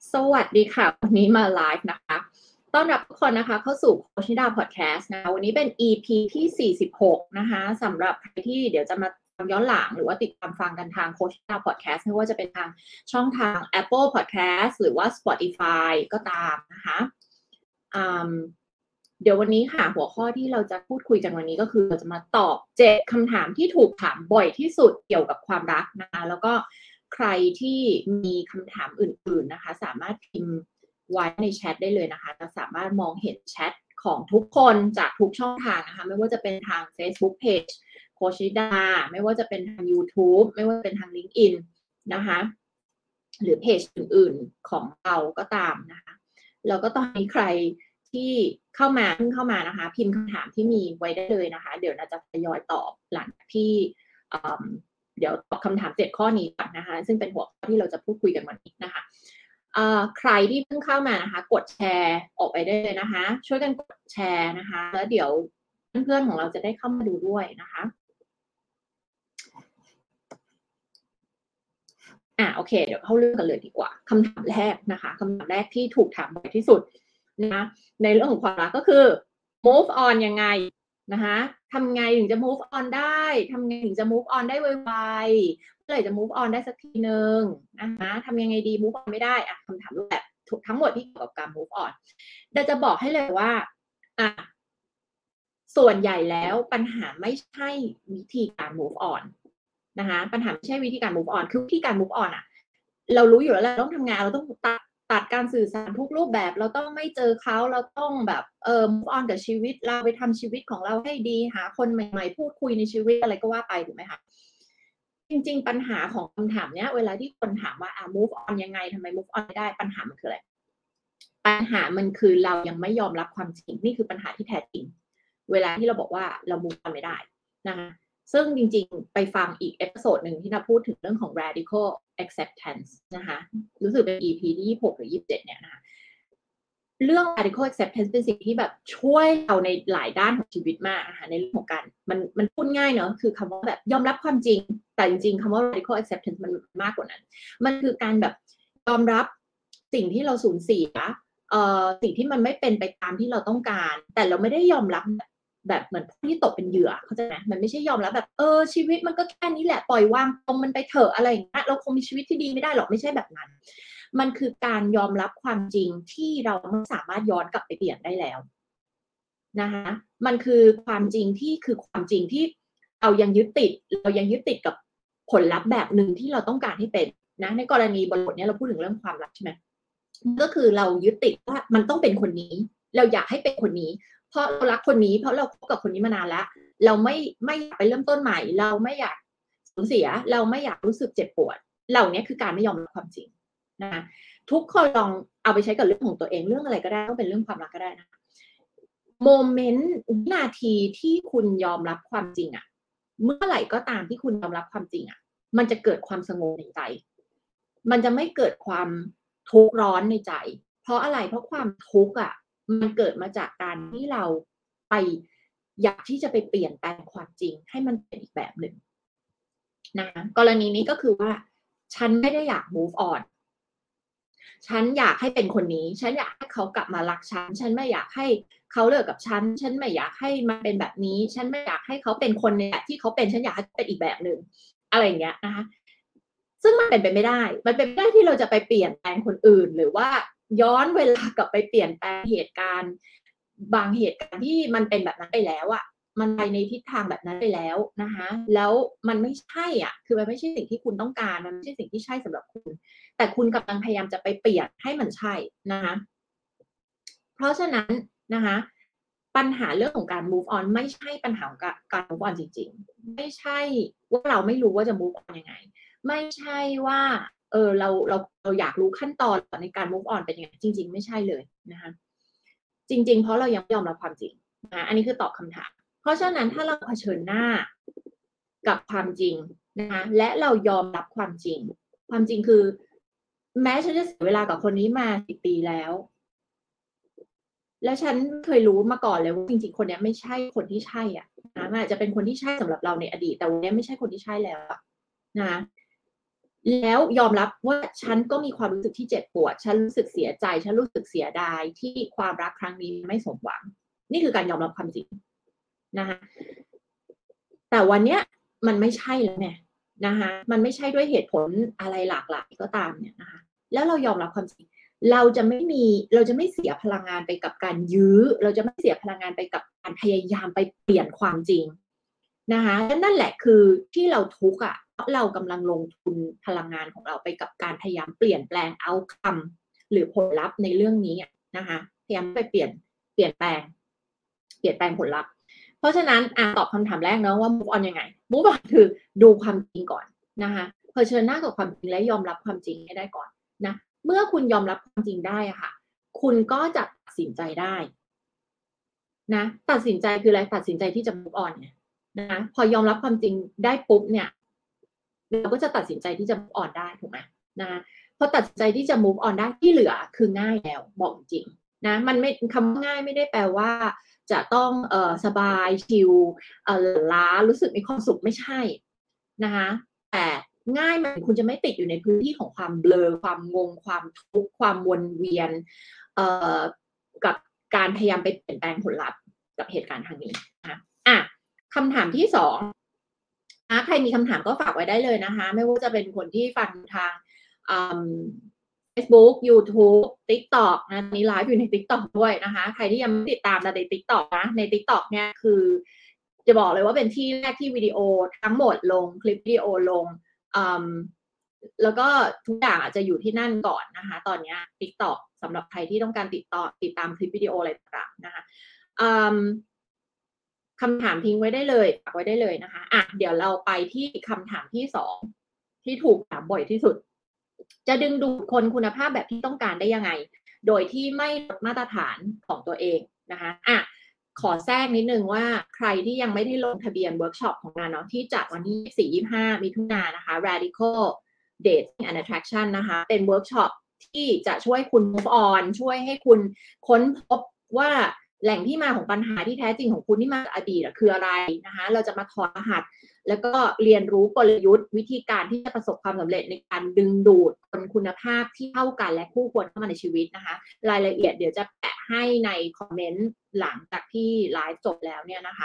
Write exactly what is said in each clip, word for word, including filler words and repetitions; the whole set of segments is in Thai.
สวัสดีค่ะวันนี้มาไลฟ์นะคะต้อนรับทุกคนนะคะเข้าสู่โคชนิดาพอดแคสต์นะคะวันนี้เป็น อี พี ที่สี่สิบหกนะคะสำหรับใครที่เดี๋ยวจะมาฟังย้อนหลังหรือว่าติดตามฟังกันทางโคชนิดาพอดแคสต์ไม่ว่าจะเป็นทางช่องทาง Apple Podcast หรือว่า Spotify ก็ตามนะคะเดี๋ยววันนี้ค่ะหัวข้อที่เราจะพูดคุยกันวันนี้ก็คือเราจะมาตอบเจ็ดคำถามที่ถูกถามบ่อยที่สุดเกี่ยวกับความรักนะคะแล้วก็ใครที่มีคำถามอื่นๆนะคะสามารถพิมพ์ไว้ในแชทได้เลยนะคะจะสามารถมองเห็นแชทของทุกคนจากทุกช่องทางนะคะไม่ว่าจะเป็นทาง Facebook Page โคชนิดาไม่ว่าจะเป็นทาง YouTube ไม่ว่าจะเป็นทาง LinkedIn นะคะหรือเพจอื่นๆของเราก็ตามนะคะแล้วก็ตอนนี้ใครที่เข้ามาเพิ่งเข้ามานะคะพิมพ์คำถามที่มีไว้ได้เลยนะคะเดี๋ยวเราจะทยอยตอบหลังที่เดี๋ยวตอบคำถามเจ็ดข้อนี้ก่อนนะคะซึ่งเป็นหัวข้อที่เราจะพูดคุยกันวันนี้นะคะใครที่เพิ่งเข้ามานะคะกดแชร์ออกไปได้เลยนะคะช่วยกันกดแชร์นะคะแล้วเดี๋ยวเพื่อนๆของเราจะได้เข้ามาดูด้วยนะคะอ่ะโอเคเดี๋ยวเข้าเรื่องกันเลยดีกว่าคำถามแรกนะคะคำถามแรกที่ถูกถามบ่อยที่สุดนะในเรื่องของความรักก็คือ move on ยังไงนะคะทำไงถึงจะ move on ได้ทำไงถึงจะ move on ได้ไวๆเมื่อไหร่จะ move on ได้สักทีนึงนะคะทำยังไงดี move on ไม่ได้อะคำถามรูปแบบทั้งหมดที่เกี่ยวกับการ move on แต่จะบอกให้เลยว่าอ่ะส่วนใหญ่แล้วปัญหาไม่ใช่วิธีการ move on นะคะปัญหาไม่ใช่วิธีการ move on คือวิธีการ move on อ่ะเรารู้อยู่แล้วเราต้องทำงานเราต้องตัดตัดการสื่อสารทุกรูปแบบเราต้องไม่เจอเขาเราต้องแบบเออ move on กับชีวิตเราไปทำชีวิตของเราให้ดีหาคนใหม่ๆพูดคุยในชีวิตอะไรก็ว่าไปถูกไหมคะจริงๆปัญหาของคำถามเนี้ยเวลาที่คนถามว่าอ่ะ move on ยังไงทำไม move on ไม่ได้ปัญหามันคืออะไรปัญหามันคือเรายังไม่ยอมรับความจริงนี่คือปัญหาที่แท้จริงเวลาที่เราบอกว่าเรา move on ไม่ได้นะคะซึ่งจริงๆไปฟังอีกเอพิโซดหนึ่งที่เราพูดถึงเรื่องของ radical acceptance นะคะรู้สึกเป็น อี พี ที่ยี่สิบหกหรือยี่สิบเจ็ดเนี่ยนะคะเรื่อง radical acceptance เป็นสิ่งที่แบบช่วยเราในหลายด้านของชีวิตมากนะคะในเรื่องของการมันมันพูดง่ายเนอะคือคำว่าแบบยอมรับความจริงแต่จริงๆคำว่า radical acceptance มันมากกว่านั้นมันคือการแบบยอมรับสิ่งที่เราสูญเสียเอ่อสิ่งที่มันไม่เป็นไปตามที่เราต้องการแต่เราไม่ได้ยอมรับแบบเหมือนผู้ที่ตกเป็นเหยื่อเข้าใจไหมมันไม่ใช่ยอมรับแบบเออชีวิตมันก็แค่นี้แหละปล่อยวางตรงมันไปเถอะอะไรอย่างเงี้ยเราคงมีชีวิตที่ดีไม่ได้หรอกไม่ใช่แบบนั้นมันคือการยอมรับความจริงที่เราไม่สามารถย้อนกลับไปเปลี่ยนได้แล้วนะคะมันคือความจริงที่คือความจริงที่เรายังยึดติดเรายังยึดติดกับผลลัพธ์แบบหนึ่งที่เราต้องการให้เป็นนะในกรณีบทนี้เราพูดถึงเรื่องความรักใช่ไหมก็คือเรายึดติดว่ามันต้องเป็นคนนี้เราอยากให้เป็นคนนี้เพราะเรารักคนนี้เพราะเราคบกับคนนี้มานานแล้วเราไม่ไม่อยากไปเริ่มต้นใหม่เราไม่อยากสูญเสียเราไม่อยากรู้สึกเจ็บปวดเหล่านี้คือการไม่ยอมรับความจริงนะทุกคนลองเอาไปใช้กับเรื่องของตัวเองเรื่องอะไรก็ได้ต้องเป็นเรื่องความรักก็ได้นะโมเมนต์วินาทีที่คุณยอมรับความจริงอะเมื่อไหร่ก็ตามที่คุณยอมรับความจริงอะมันจะเกิดความสงบในใจมันจะไม่เกิดความทุกข์ร้อนในใจเพราะอะไรเพราะความทุกข์อะมันเกิดมาจากการที่เราไปอยากที่จะไปเปลี่ยนแปลงความจริงให้มันเป็นอีกแบบหนึ่งนะกรณีนี้ก็คือว่าฉันไม่ได้อยาก move on ฉันอยากให้เป็นคนนี้ฉันอยากให้เขากลับมารักฉันฉันไม่อยากให้เขาเลิกกับฉันฉันไม่อยากให้มันเป็นแบบนี้ฉันไม่อยากให้เขาเป็นคนในแบบที่เขาเป็นฉันอยากให้เป็นอีกแบบหนึ่งอะไรอย่างเงี้ยนะคะซึ่งมันเป็นไปไม่ได้มันเป็นไม่ได้ที่เราจะไปเปลี่ยนแปลงคนอื่นหรือว่าย้อนเวลากลับไปเปลี่ยนแปลงเหตุการณ์บางเหตุการณ์ที่มันเป็นแบบนั้นไปแล้วอะมันไปในทิศทางแบบนั้นไปแล้วนะคะแล้วมันไม่ใช่อ่ะคือมันไม่ใช่สิ่งที่คุณต้องการมันไม่ใช่สิ่งที่ใช่สำหรับคุณแต่คุณกำลังพยายามจะไปเปลี่ยนให้มันใช่นะคะเพราะฉะนั้นนะคะปัญหาเรื่องของการ move on ไม่ใช่ปัญหาของการ move on จริงๆไม่ใช่ว่าเราไม่รู้ว่าจะ move on ยังไงไม่ใช่ว่าเออเราเราเราอยากรู้ขั้นตอนในการ move on เป็นยังไงจริงๆไม่ใช่เลยนะคะจริงๆเพราะเรายังไม่ยอมรับความจริงนะอันนี้คือตอบคำถามเพราะฉะนั้นถ้าเราเผชิญหน้ากับความจริงนะคะและเรายอมรับความจริงความจริงคือแม้ฉันจะเสียเวลากับคนนี้มาสิบปีแล้วแล้วฉันเคยรู้มาก่อนเลยว่าจริงๆคนนี้ไม่ใช่คนที่ใช่อ่ะนะมันอาจจะเป็นคนที่ใช่สำหรับเราในอดีตแต่วันนี้ไม่ใช่คนที่ใช่แล้วนะแล้วยอมรับว่าฉันก็มีความรู้สึกที่เจ็บปวดฉันรู้สึกเสียใจฉันรู้สึกเสียดายที่ความรักครั้งนี้ไม่สมหวังนี่คือการยอมรับความจริงนะคะแต่วันเนี้ยมันไม่ใช่แล้วไงนะคะมันไม่ใช่ด้วยเหตุผลอะไรหลากหลายก็ตามเนี่ยนะคะแล้วเรายอมรับความจริงเราจะไม่มีเราจะไม่เสียพลังงานไปกับการยื้อเราจะไม่เสียพลังงานไปกับการพยายามไปเปลี่ยนความจริงนะคะและนั่นแหละคือที่เราทุกข์อ่ะเพราะเรากำลังลงทุนพลังงานของเราไปกับการพยายามเปลี่ยนแปลงเอาท์คัมหรือผลลัพธ์ในเรื่องนี้นะคะพยายามไปเปลี่ยนเปลี่ยนแปลงเปลี่ยนแปลงผลลัพธ์เพราะฉะนั้นอ่ะตอบคำถามแรกเนาะว่า move on ยังไง move on คือดูความจริงก่อนนะคะเผชิญหน้ากับความจริงและยอมรับความจริงให้ได้ก่อนนะเมื่อคุณยอมรับความจริงได้อะค่ะคุณก็จะตัดสินใจได้นะตัดสินใจคืออะไรตัดสินใจที่จะ move on เนี่ยนะพอยอมรับความจริงได้ปุ๊บเนี่ยเราก็จะตัดสินใจที่จะ move on ได้ถูกไหมนะพอตัดสินใจที่จะ move on ได้ที่เหลือคือง่ายแล้วบอกจริงนะมันไม่คำว่าง่ายไม่ได้แปลว่าจะต้องเอ่อสบายชิลเอ่อล้ารู้สึกมีความสุขไม่ใช่นะคะแต่ง่ายมันคุณจะไม่ติดอยู่ในพื้นที่ของความเบลอความงงความทุกข์ความวนเวียนเอ่อกับการพยายามไปเปลี่ยนแปลงผลลัพธ์กับเหตุการณ์ทางนี้นะคะอ่ะคำถามที่สองนะใครมีคำถามก็ฝากไว้ได้เลยนะคะไม่ว่าจะเป็นคนที่ฟังทางFacebook YouTube TikTok นะนี้ไลฟ์อยู่ใน TikTok ด้วยนะคะใครที่ยังไม่ติดตามใน TikTok นะใน TikTok เนี่ยคือจะบอกเลยว่าเป็นที่แรกที่วิดีโอทั้งหมดลงคลิปวิดีโอลงแล้วก็ทุกอย่างอาจจะอยู่ที่นั่นก่อนนะคะตอนนี้ TikTok สำหรับใครที่ต้องการติดต่อติดตามคลิปวิดีโออะไรต่างๆนะคะคำถามทิ้งไว้ได้เลยฝากไว้ได้เลยนะคะอ่ะเดี๋ยวเราไปที่คำถามที่สองที่ถูกถามบ่อยที่สุดจะดึงดูดคนคุณภาพแบบที่ต้องการได้ยังไงโดยที่ไม่ลดมาตรฐานของตัวเองนะคะอ่ะขอแทรกนิดนึงว่าใครที่ยังไม่ได้ลงทะเบียนเวิร์กช็อปของงานเนาะที่จัดวันที่ยี่สิบสี่ ยี่สิบห้ามิถุนายนนะคะ Radical Dating and Attraction นะคะเป็นเวิร์กช็อปที่จะช่วยคุณ move on ช่วยให้คุณค้นพบว่าแหล่งที่มาของปัญหาที่แท้จริงของคุณที่มาจากอดีตคืออะไรนะคะเราจะมาถอดรหัสแล้วก็เรียนรู้กลยุทธ์วิธีการที่จะประสบความสำเร็จในการดึงดูดคนคุณภาพที่เท่ากันและคู่ควรเข้ามาในชีวิตนะคะรายละเอียดเดี๋ยวจะแปะให้ในคอมเมนต์หลังจากที่ไลฟ์จบแล้วเนี่ยนะคะ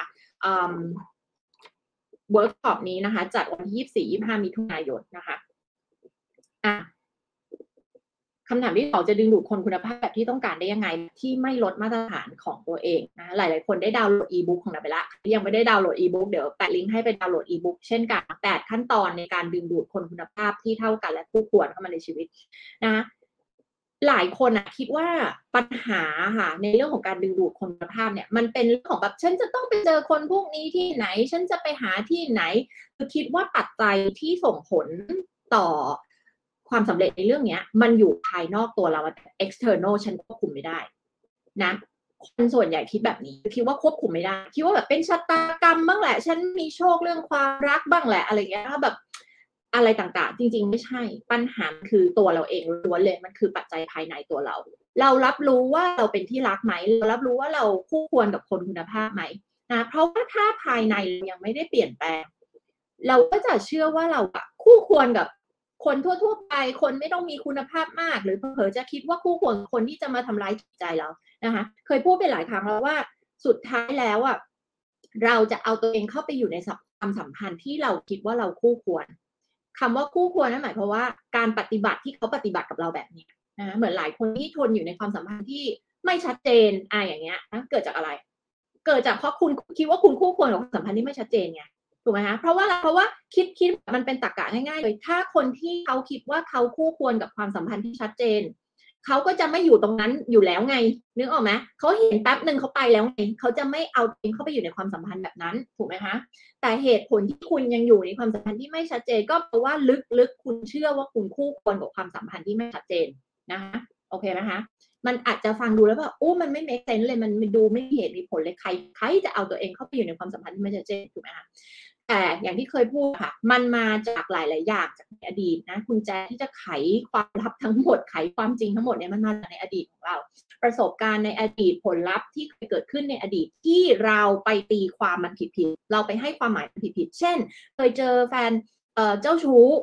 เวิร์กช็อปนี้นะคะจัดวันที่ยี่สิบสี่ ยี่สิบห้ามิถุนายนนะคะอ่ะคำถามที่สองจะดึงดูดคนคุณภาพแบบที่ต้องการได้ยังไงที่ไม่ลดมาตรฐานของตัวเองนะหลายๆคนได้ดาวน์โหลดอีบุ๊กของเราไปละยังไม่ได้ดาวน์โหลดอีบุ๊กเดี๋ยวแปะลิงก์ให้ไปดาวน์โหลดอีบุ๊กเช่นกันแปดขั้นตอนในการดึงดูดคนคุณภาพที่เท่ากันและคู่ควรเข้ามาในชีวิตนะหลายคนอะคิดว่าปัญหาค่ะในเรื่องของการดึงดูดคนคุณภาพเนี่ยมันเป็นเรื่องของแบบฉันจะต้องไปเจอคนพวกนี้ที่ไหนฉันจะไปหาที่ไหนคือคิดว่าปัจจัยที่ส่งผลต่อความสำเร็จในเรื่องนี้มันอยู่ภายนอกตัวเรา external ฉันควบคุมไม่ได้นะคนส่วนใหญ่คิดแบบนี้คิดว่าควบคุมไม่ได้คิดว่าแบบเป็นชะตากรรมบ้างแหละฉันมีโชคเรื่องความรักบ้างแหละอะไรเงี้ยแบบอะไรต่างๆจริงๆไม่ใช่ปัญหาคือตัวเราเองล้วนเลยมันคือปัจจัยภายในตัวเราเรารับรู้ว่าเราเป็นที่รักไหมเรารับรู้ว่าเราคู่ควรกับคนคุณภาพไหมนะเพราะว่าถ้าภายในยังไม่ได้เปลี่ยนแปลงเราก็จะเชื่อว่าเราอะคู่ควรกับคนทั่วๆไปคนไม่ต้องมีคุณภาพมากหรือเผลอจะคิดว่าคู่ควรคนที่จะมาทำร้ายจิตใจเรานะคะเคยพูดไปหลายครั้งแล้วว่าสุดท้ายแล้วอ่ะเราจะเอาตัวเองเข้าไปอยู่ในความสัมพันธ์ที่เราคิดว่าเราคู่ควรคำว่าคู่ควรนั่นหมายความว่าการปฏิบัติที่เขาปฏิบัติกับเราแบบนี้นะเหมือนหลายคนที่ทนอยู่ในความสัมพันธ์ที่ไม่ชัดเจนอ่ะอย่างเงี้ยนะเกิดจากอะไรเกิดจากเพราะคุณคิดว่าคุณคู่ควรกับความสัมพันธ์ที่ไม่ชัดเจนไงถูกไหมคะเพราะว่าเพราะว่าคิดคิดมันเป็นตรรกะง่ายๆเลยถ้าคนที่เขาคิดว่าเขาคู่ควรกับความสัมพันธ์ที่ชัดเจนเขาก็จะไม่อยู่ตรงนั้นอยู่แล้วไงนึกออกไหมเขาเห็นแป๊บหนึ่งเขาไปแล้วไงเขาจะไม่เอาตัวเองเข้าไปอยู่ในความสัมพันธ์แบบนั้นถูกไหมคะแต่เหตุผลที่คุณยังอยู่ในความสัมพันธ์ที่ไม่ชัดเจนก็เพราะว่าลึกๆคุณเชื่อว่าคุณคู่ควรกับความสัมพันธ์ที่ไม่ชัดเจนนะคะโอเคไหมคะมันอาจจะฟังดูแล้วแบบโอ้มันไม่เมคเซนส์เลยมันดูไม่เหตุมีผลเลยใครใครจะเอาตัวเองเข้าไปอยู่ในความสัมพันธ์ที่ไม่ชัดเจนถูกไหมคะแต่อย่างที่เคยพูดค่ะมันมาจากหลายๆอย่างจากในอดีตนะคุณแจที่จะไขความลับทั้งหมดไขความจริงทั้งหมดเนี่ยมันมาจากในอดีตของเราประสบการณ์ในอดีตผลลัพธ์ที่เคยเกิดขึ้นในอดีตที่เราไปตีความมันผิดๆเราไปให้ความหมายมันผิดๆเช่นเคยเจอแฟนเอ่อเจ้าชู้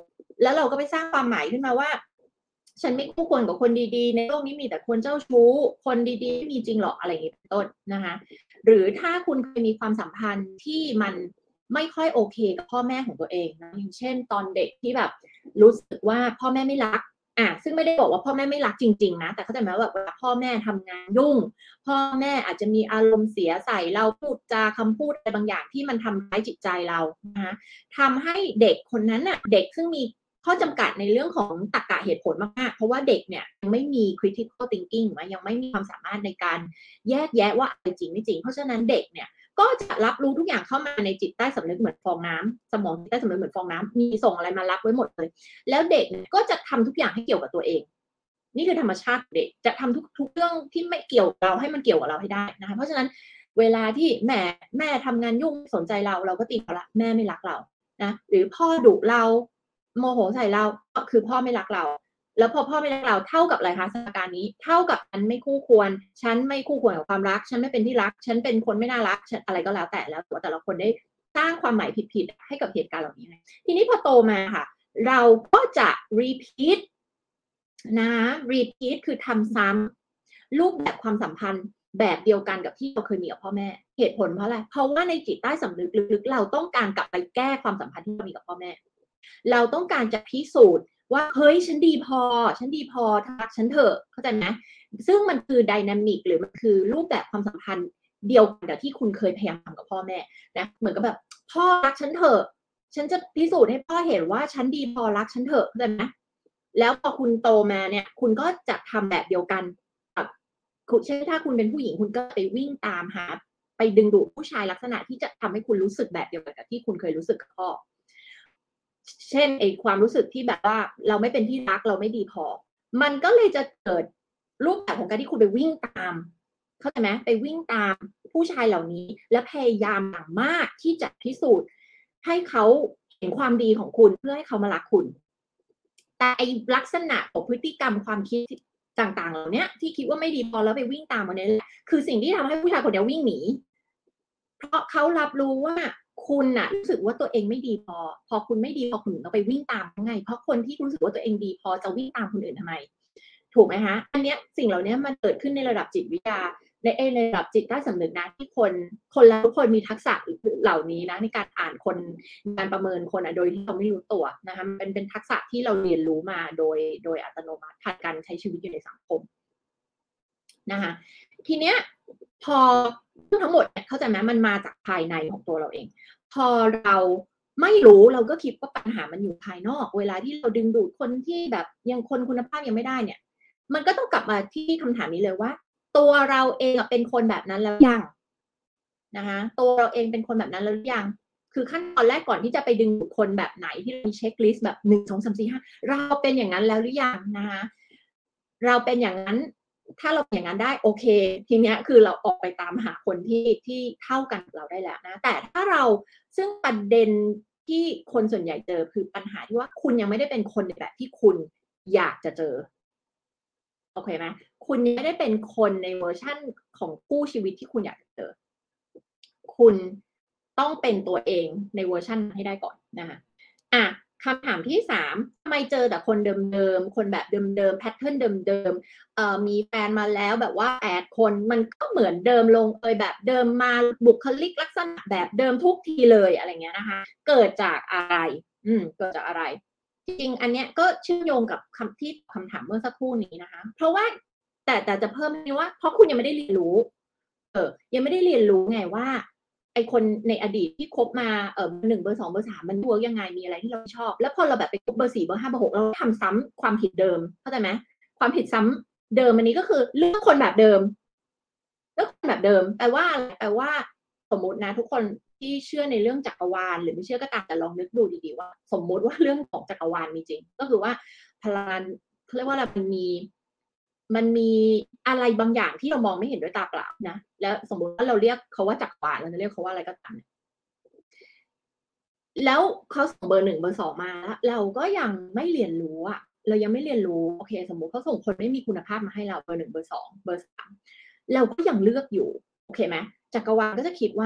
แล้วเราก็ไปสร้างความหมายขึ้นมาว่าฉันไม่คู่ควรกับคนดีๆในโลกนี้มีแต่คนเจ้าชู้คนดีๆไม่มีจริงหรอกอะไรอย่างนี้เป็นต้นนะคะหรือถ้าคุณเคยมีความสัมพันธ์ที่มันไม่ค่อยโอเคกับพ่อแม่ของตัวเองนะอย่างเช่นตอนเด็กที่แบบรู้สึกว่าพ่อแม่ไม่รักอ่ะซึ่งไม่ได้บอกว่าพ่อแม่ไม่รักจริงๆนะแต่เข้าใจไหมว่าแบบพ่อแม่ทำงานยุ่งพ่อแม่อาจจะมีอารมณ์เสียใส่เราพูดจาคำพูดอะไรบางอย่างที่มันทำร้ายจิตใจเรานะคะทำให้เด็กคนนั้นน่ะเด็กซึ่งมีข้อจำกัดในเรื่องของตรรกะเหตุผลมากๆเพราะว่าเด็กเนี่ยยังไม่มี critical thinking ยังไม่มีความสามารถในการแยกแยะว่าอะไรจริงไม่จริงเพราะฉะนั้นเด็กเนี่ยก็จะรับรู้ทุกอย่างเข้ามาในจิตใต้สำนึกเหมือนฟองน้ำสมองจิตใต้สำนึกเหมือนฟองน้ำมีส่งอะไรมารับไว้หมดเลยแล้วเด็กก็จะทำทุกอย่างให้เกี่ยวกับตัวเองนี่คือธรรมชาติเด็กจะทำทุกทุกเรื่องที่ไม่เกี่ยวกับเราให้มันเกี่ยวกับเราให้ได้นะคะเพราะฉะนั้นเวลาที่แม่แม่ทำงานยุ่งสนใจเราเราก็ตีเขาละแม่ไม่รักเรานะหรือพ่อดุเราโมโหใส่เราก็คือพ่อไม่รักเราแล้วพอพ่อไม่รักเราเท่ากับอะไรคะสถานการณ์นี้เท่ากับฉันไม่คู่ควรฉันไม่คู่ควรกับความรักฉันไม่เป็นที่รักฉันเป็นคนไม่น่ารักอะไรก็แล้วแต่แล้วแต่ละคนได้สร้างความหมายผิดๆให้กับเหตุการณ์เหล่านี้ทีนี้พอโตมาค่ะเราก็จะ repeat นะ repeat คือทำซ้ำรูปแบบความสัมพันธ์แบบเดียวกันกับที่เราเคยมีกับพ่อแม่เหตุผลเพราะอะไรเพราะว่าในจิตใต้สำนึกลึกๆเราต้องการกลับไปแก้ความสัมพันธ์ที่เรามีกับพ่อแม่เราต้องการจะพิสูจน์ว่าเฮ้ยฉันดีพอฉันดีพอทักฉันเถอะเข้าใจไหมซึ่งมันคือไดนามิกหรือมันคือรูปแบบความสัมพันธ์เดียวกันกับที่คุณเคยพยายามทำกับพ่อแม่นะเหมือนกับแบบพ่อรักฉันเถอะฉันจะพิสูจน์ให้พ่อเห็นว่าฉันดีพอรักฉันเถอะเข้าใจไหมแล้วพอคุณโตมาเนี่ยคุณก็จะทำแบบเดียวกันเช่นถ้าคุณเป็นผู้หญิงคุณก็ไปวิ่งตามหาไปดึงดูดผู้ชายลักษณะที่จะทำให้คุณรู้สึกแบบเดียวกันกับที่คุณเคยรู้สึกกับพ่อเช่นไอ้ความรู้สึกที่แบบว่าเราไม่เป็นที่รักเราไม่ดีพอมันก็เลยจะเกิดรูปแบบของการที่คุณไปวิ่งตามเข้าใจไหมไปวิ่งตามผู้ชายเหล่านี้และพยายามอย่างมากที่จะพิสูจน์ให้เขาเห็นความดีของคุณเพื่อให้เขามารักคุณแต่ไอ้ลักษณะของพฤติกรรมความคิดต่างๆเหล่านี้ที่คิดว่าไม่ดีพอแล้วไปวิ่งตามมันเนี่ยคือสิ่งที่ทำให้ผู้ชายคนนี้วิ่งหนีเพราะเขารับรู้ว่าคุณน่ะรู้สึกว่าตัวเองไม่ดีพอพอคุณไม่ดีพอคุณถึงต้องไปวิ่งตามไงเพราะคนที่รู้สึกว่าตัวเองดีพอจะวิ่งตามคนอื่นทำไมถูกไหมคะอันเนี้ยสิ่งเหล่านี้มันเกิดขึ้นในระดับจิตวิทยาในในระดับจิตใต้สำนึกนะที่คนคนเราทุกคนมีทักษะเหล่านี้นะในการอ่านคนการประเมินคนโดยที่เราไม่รู้ตัวนะคะเป็นเป็นทักษะที่เราเรียนรู้มาโดยโดยอัตโนมัติผ่านการใช้ชีวิตอยู่ในสังคมนะคะทีเนี้ยพอทั้งหมดเข้าใจไหมมันมาจากภายในของตัวเราเองพอเราไม่รู้เราก็คิดว่าปัญหามันอยู่ภายนอกเวลาที่เราดึงดูดคนที่แบบยังคนคุณภาพยังไม่ได้เนี่ยมันก็ต้องกลับมาที่คำถามนี้เลยว่าตัวเราเองเป็นคนแบบนั้นแล้วยังนะคะตัวเราเองเป็นคนแบบนั้นแล้วยังคือขั้นตอนแรกก่อนที่จะไปดึงดูดคนแบบไหนที่เรามีเช็คลิสต์แบบหนึ่งสองสามสี่ห้าเราเป็นอย่างนั้นแล้วหรือยังนะคะเราเป็นอย่างนั้นถ้าเราเป็นอย่างนั้นได้โอเคทีเนี้ยคือเราออกไปตามหาคนที่ที่เท่ากันกับเราได้แล้วนะแต่ถ้าเราซึ่งประเด็นที่คนส่วนใหญ่เจอคือปัญหาที่ว่าคุณยังไม่ได้เป็นคนในแบบที่คุณอยากจะเจอโอเคไหมคุณยังไม่ได้เป็นคนในเวอร์ชั่นของคู่ชีวิตที่คุณอยากจะเจอคุณต้องเป็นตัวเองในเวอร์ชั่นให้ได้ก่อนนะคะอ่ะคำถามที่สามทำไมเจอแต่คนเดิมๆคนแบบเดิมๆแพทเทิร์นเดิมๆเอ่อมีแฟนมาแล้วแบบว่าแปดคนมันก็เหมือนเดิมลงเอยแบบเดิมมาบุคลิกลักษณะแบบเดิมทุกทีเลยอะไรเงี้ยนะคะเกิดจากอะไรอืมเกิดจากอะไรจริงๆอันเนี้ยก็เชื่อมโยงกับคำที่คำถามเมื่อสักครู่นี้นะคะเพราะว่าแต่แต่จะเพิ่มนี้ว่าเพราะคุณยังไม่ได้เรียนรู้เออยังไม่ได้เรียนรู้ไงว่าไอคนในอดีตที่คบมาเออหนึ่งเบอร์สองเบอร์สามมันเวิร์กยังไงมีอะไรที่เราชอบแล้วพอเราแบบไปคบเบอร์สี่เบอร์ห้าเบอร์หกเราทำซ้ำความผิดเดิมเข้าใจไหมความผิดซ้ำเดิมอันนี้ก็คือเลือกคนแบบเดิมเลือกคนแบบเดิมแปลว่าอะไรแปลว่าสมมตินะทุกคนที่เชื่อในเรื่องจักรวาลหรือไม่เชื่อก็ตามแต่ลองนึกดูดีๆว่าสมมติว่าเรื่องของจักรวาลมีจริงก็คือว่าพลังเขาเรียกว่าอะไรมันมีมันมีอะไรบางอย่างที่เรามองไม่เห็นด้วยตาเปล่านะแล้วสมมติว่าเราเรียกเขาว่าจักรวาลเราจะเรียกเขาว่าอะไรก็ตามแล้วเขาส่งเบอร์หนึ่งเบอร์สองมาแล้วเราก็ยังไม่เรียนรู้อะเรายังไม่เรียนรู้โอเคสมมติเขาส่งคนไม่มีคุณภาพมาให้เราเบอร์หนึ่งเบอร์สองเบอร์สามเราก็ยังเลือกอยู่โอเคไหมจักรวาลก็จะคิดว่า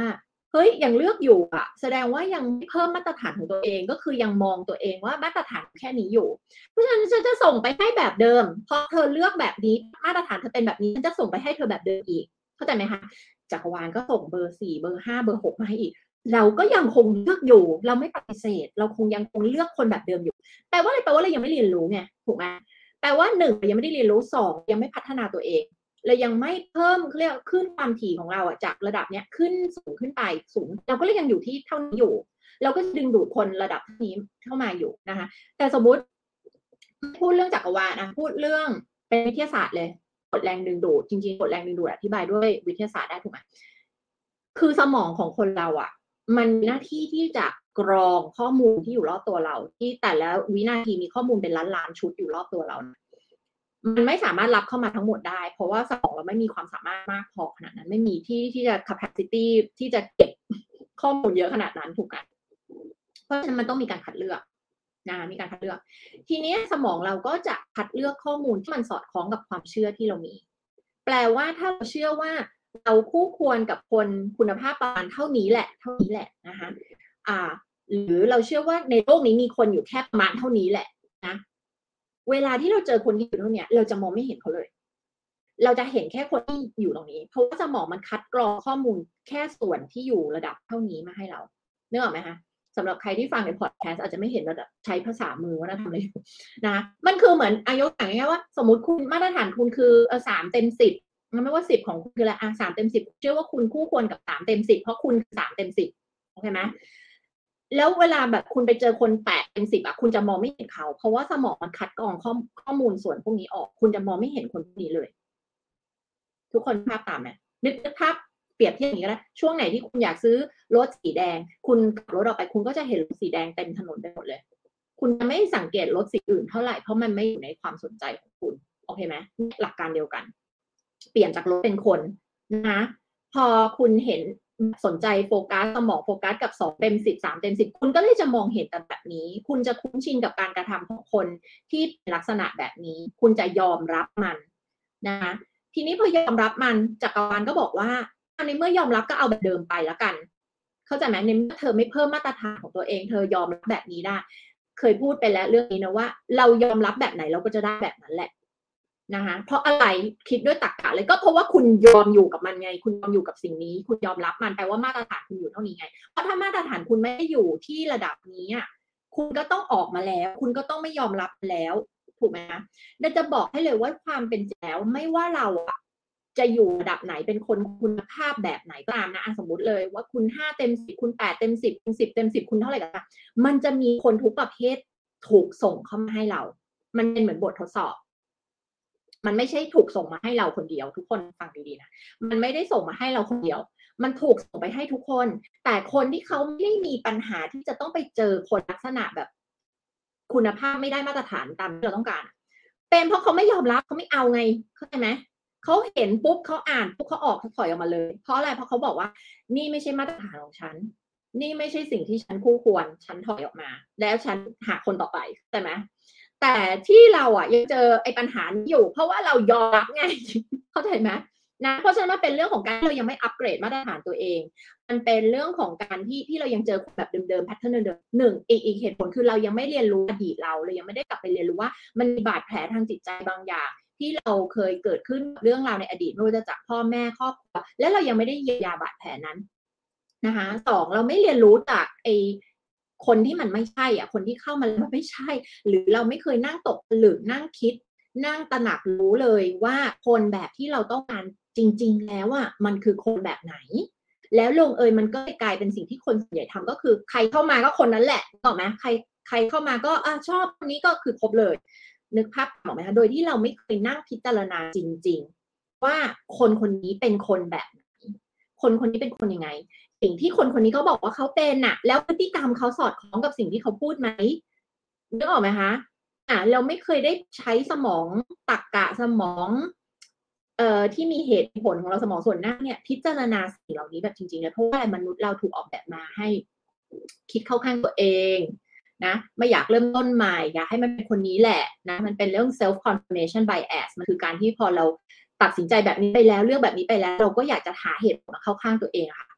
เฮ้ยยังเลือกอยู่อะแสดงว่ายังไม่เพิ่มมาตรฐานของตัวเองก็คือยังมองตัวเองว่ามาตรฐานแค่นี้อยู่เพราะฉะนั้นฉันจะส่งไปให้แบบเดิมพอเธอเลือกแบบนี้มาตรฐานเธอเป็นแบบนี้ฉันจะส่งไปให้เธอแบบเดิมอีกเข้าใจไหมคะจักรวาลก็ส่งเบอร์สี่เบอร์ห้าเบอร์หกมาให้อีกเราก็ยังคงเลือกอยู่เราไม่ปฏิเสธเราคงยังคงเลือกคนแบบเดิมอยู่แปลว่าอะไรแปลว่าเรายังไม่เรียนรู้ไงถูกไหมแปลว่าหนึ่งยังไม่ได้เรียนรู้สองยังไม่พัฒนาตัวเองเรายังไม่เพิ่มเขาเรียกขึ้นความถี่ของเราอะจากระดับเนี้ยขึ้นสูงขึ้นไปสูงเราก็เลยยังอยู่ที่เท่านี้อยู่เราก็ดึงดูดคนระดับนี้เข้ามาอยู่นะคะแต่สมมุติพูดเรื่องจักรวาลนะพูดเรื่องเป็นวิทยาศาสตร์เลยกฎแรงดึงดูดจริงๆกฎแรงดึงดูดอธิบายด้วยวิทยาศาสตร์ได้ถูกไหมคือสมองของคนเราอะมันมีหน้าที่ที่จะกรองข้อมูลที่อยู่รอบตัวเราที่แต่ละวินาทีมีข้อมูลเป็นล้านๆชุดอยู่รอบตัวเรามันไม่สามารถรับเข้ามาทั้งหมดได้เพราะว่าสมองเราไม่มีความสามารถมากพอขนาดนั้นไม่มีที่ที่จะ capacity ที่จะเก็บข้อมูลเยอะขนาดนั้นถูกกันเพราะฉะนั้นมันต้องมีการคัดเลือกนะมีการคัดเลือกทีนี้สมองเราก็จะคัดเลือกข้อมูลที่มันสอดคล้องกับความเชื่อที่เรามีแปลว่าถ้าเราเชื่อว่าเราคู่ควรกับคนคุณภาพประมาณเท่านี้แหละเท่านี้แหละนะคะอ่าหรือเราเชื่อว่าในโลกนี้มีคนอยู่แค่ประมาณเท่านี้แหละนะเวลาที่เราเจอคนที่อยู่เท่านี้เราจะมองไม่เห็นเขาเลยเราจะเห็นแค่คนที่อยู่ตรงนี้เพราะว่าสมองมันคัดกรองข้อมูลแค่ส่วนที่อยู่ระดับเท่านี้มาให้เรานึกออกไหมคะสำหรับใครที่ฟังในพอดแคสต์อาจจะไม่เห็นระดับใช้ภาษามือว่าเราทำอะไรอยู่นะมันคือเหมือนอายกอย่างง่ายๆว่าสมมติคุณมาตรฐานคุณคือสามเต็มสิบไม่ว่าสิบของคุณคืออะไรอ่ะสามเต็มสิบเชื่อว่าคุณคู่ควรกับสามเต็มสิบเพราะคุณสามเต็มสิบโอเคไหมแล้วเวลาแบบคุณไปเจอคนแปดเป็นสิบอะคุณจะมองไม่เห็นเขาเพราะว่าสมองมันคัดกรองข้อข้อมูลส่วนพวกนี้ออกคุณจะมองไม่เห็นคนพวกนี้เลยทุกคนภาพตามไหมนึกภาพเปรียบเทียบอย่างนี้ก็ได้ช่วงไหนที่คุณอยากซื้อรถสีแดงคุณขับรถออกไปคุณก็จะเห็นรถสีแดงเต็มถนนไปหมดเลยคุณจะไม่สังเกตรถสีอื่นเท่าไหร่เพราะมันไม่อยู่ในความสนใจของคุณโอเคไหมหลักการเดียวกันเปลี่ยนจากรถเป็นคนนะพอคุณเห็นสนใจโฟกัสสมองโฟกัสกับสองเต็มสิบสามเต็มสิบคุณก็เลยจะมองเห็นแต่แบบนี้คุณจะคุ้นชินกับการกระทำของคนที่เป็นลักษณะแบบนี้คุณจะยอมรับมันนะคะทีนี้พอยอมรับมันจักรวาลก็บอกว่าในเมื่อยอมรับก็เอาแบบเดิมไปแล้วกันเข้าใจไหมในเมื่อเธอไม่เพิ่มมาตรฐานของตัวเองเธอยอมรับแบบนี้ได้เคยพูดไปแล้วเรื่องนี้นะว่าเรายอมรับแบบไหนเราก็จะได้แบบนั้นแหละนะคะเพราะอะไรคิดด้วยตรรกะเลยก็เพราะว่าคุณยอมอยู่กับมันไงคุณยอมอยู่กับสิ่งนี้คุณยอมรับมันแปลว่ามาตรฐานคุณอยู่เท่านี้ไงเพราะถ้ามาตรฐานคุณไม่ได้อยู่ที่ระดับนี้คุณก็ต้องออกมาแล้วคุณก็ต้องไม่ยอมรับแล้วถูกไหมคะเราจะบอกให้เลยว่าความเป็นจริงแล้วไม่ว่าเราอะจะอยู่ระดับไหนเป็นคนคุณภาพแบบไหนก็ตามนะสมมติเลยว่าคุณห้าเต็มสิบคุณแปดเต็มสิบคุณสิบเต็มสิบคุณเท่าไหร่ก็ตามมันจะมีคนทุกประเภทถูกส่งเข้ามาให้เรามันเป็นเหมือนบททดสอบมันไม่ใช่ถูกส่งมาให้เราคนเดียวทุกคนฟังดีๆนะมันไม่ได้ส่งมาให้เราคนเดียวมันถูกส่งไปให้ทุกคนแต่คนที่เขาไม่ได้มีปัญหาที่จะต้องไปเจอคนลักษณะแบบคุณภาพไม่ได้มาตรฐานตามที่เราต้องการเป็นเพราะเขาไม่ยอมรับเขาไม่เอาไงเข้าใจไหมเขาเห็นปุ๊บเขาอ่านปุ๊บเขาออกเขาถอยออกมาเลยเพราะอะไรเพราะเขาบอกว่านี่ไม่ใช่มาตรฐานของฉันนี่ไม่ใช่สิ่งที่ฉันคู่ควรฉันถอยออกมาแล้วฉันหาคนต่อไปใช่ไหมแต่ที่เราอ่ะยังเจอไอ้ปัญหานี้อยู่เพราะว่าเรายอมรับไงเข้าใจไหมนะเพราะฉะนั้นมันเป็นเรื่องของการที่เรายังไม่อัปเกรดมาตรฐานตัวเองมันเป็นเรื่องของการที่ที่เรายังเจอแบบเดิมๆแพทเทิร์นเดิมๆหนึ่งอีกอีกเหตุผลคือเรายังไม่เรียนรู้อดีตเราเลยยังไม่ได้กลับไปเรียนรู้ว่ามันมีบาดแผลทางจิตใจบางอย่างที่เราเคยเกิดขึ้นเรื่องราวในอดีตไม่ว่าจะจากพ่อแม่ครอบครัวและเรายังไม่ได้เยียวยาบาดแผลนั้นนะคะสองเราไม่เรียนรู้จากไอคนที่มันไม่ใช่อ่ะคนที่เข้ามาแล้วมันไม่ใช่หรือเราไม่เคยนั่งตกผลึกนั่งคิดนั่งตระหนักรู้เลยว่าคนแบบที่เราต้องการจริงๆแล้วอ่ะมันคือคนแบบไหนแล้วลงเอยมันก็กลายเป็นสิ่งที่คนส่วนใหญ่ทำก็คือใครเข้ามาก็คนนั้นแหละถูกไหมใครใครเข้ามาก็อ่ะชอบคนนี้ก็คือครบเลยนึกภาพออกไหมคะโดยที่เราไม่เคยนั่งพิจารณาจริงๆว่าคนคนนี้เป็นคนแบบไหนคนคนนี้เป็นคนยังไงสิ่งที่คนคนนี้เขาบอกว่าเขาเป็นน่ะแล้วพฤติกรรมเขาสอดคล้องกับสิ่งที่เขาพูดไหมนึกออกไหมคะอ่ะเราไม่เคยได้ใช้สมองตรรกะสมองเอ่อที่มีเหตุผลของเราสมองส่วนหน้าเนี่ยพิจารณาสิ่งเหล่านี้แบบจริงๆเลยเพราะว่ามนุษย์เราถูกออกแบบมาให้คิดเข้าข้างตัวเองนะไม่อยากเริ่มต้นใหม่อยากให้มันเป็นคนนี้แหละนะมันเป็นเรื่อง self confirmation bias มันคือการที่พอเราตัดสินใจแบบนี้ไปแล้วเลือกแบบนี้ไปแล้วเราก็อยากจะหาเหตุผลมาเข้าข้างตัวเองค่ะ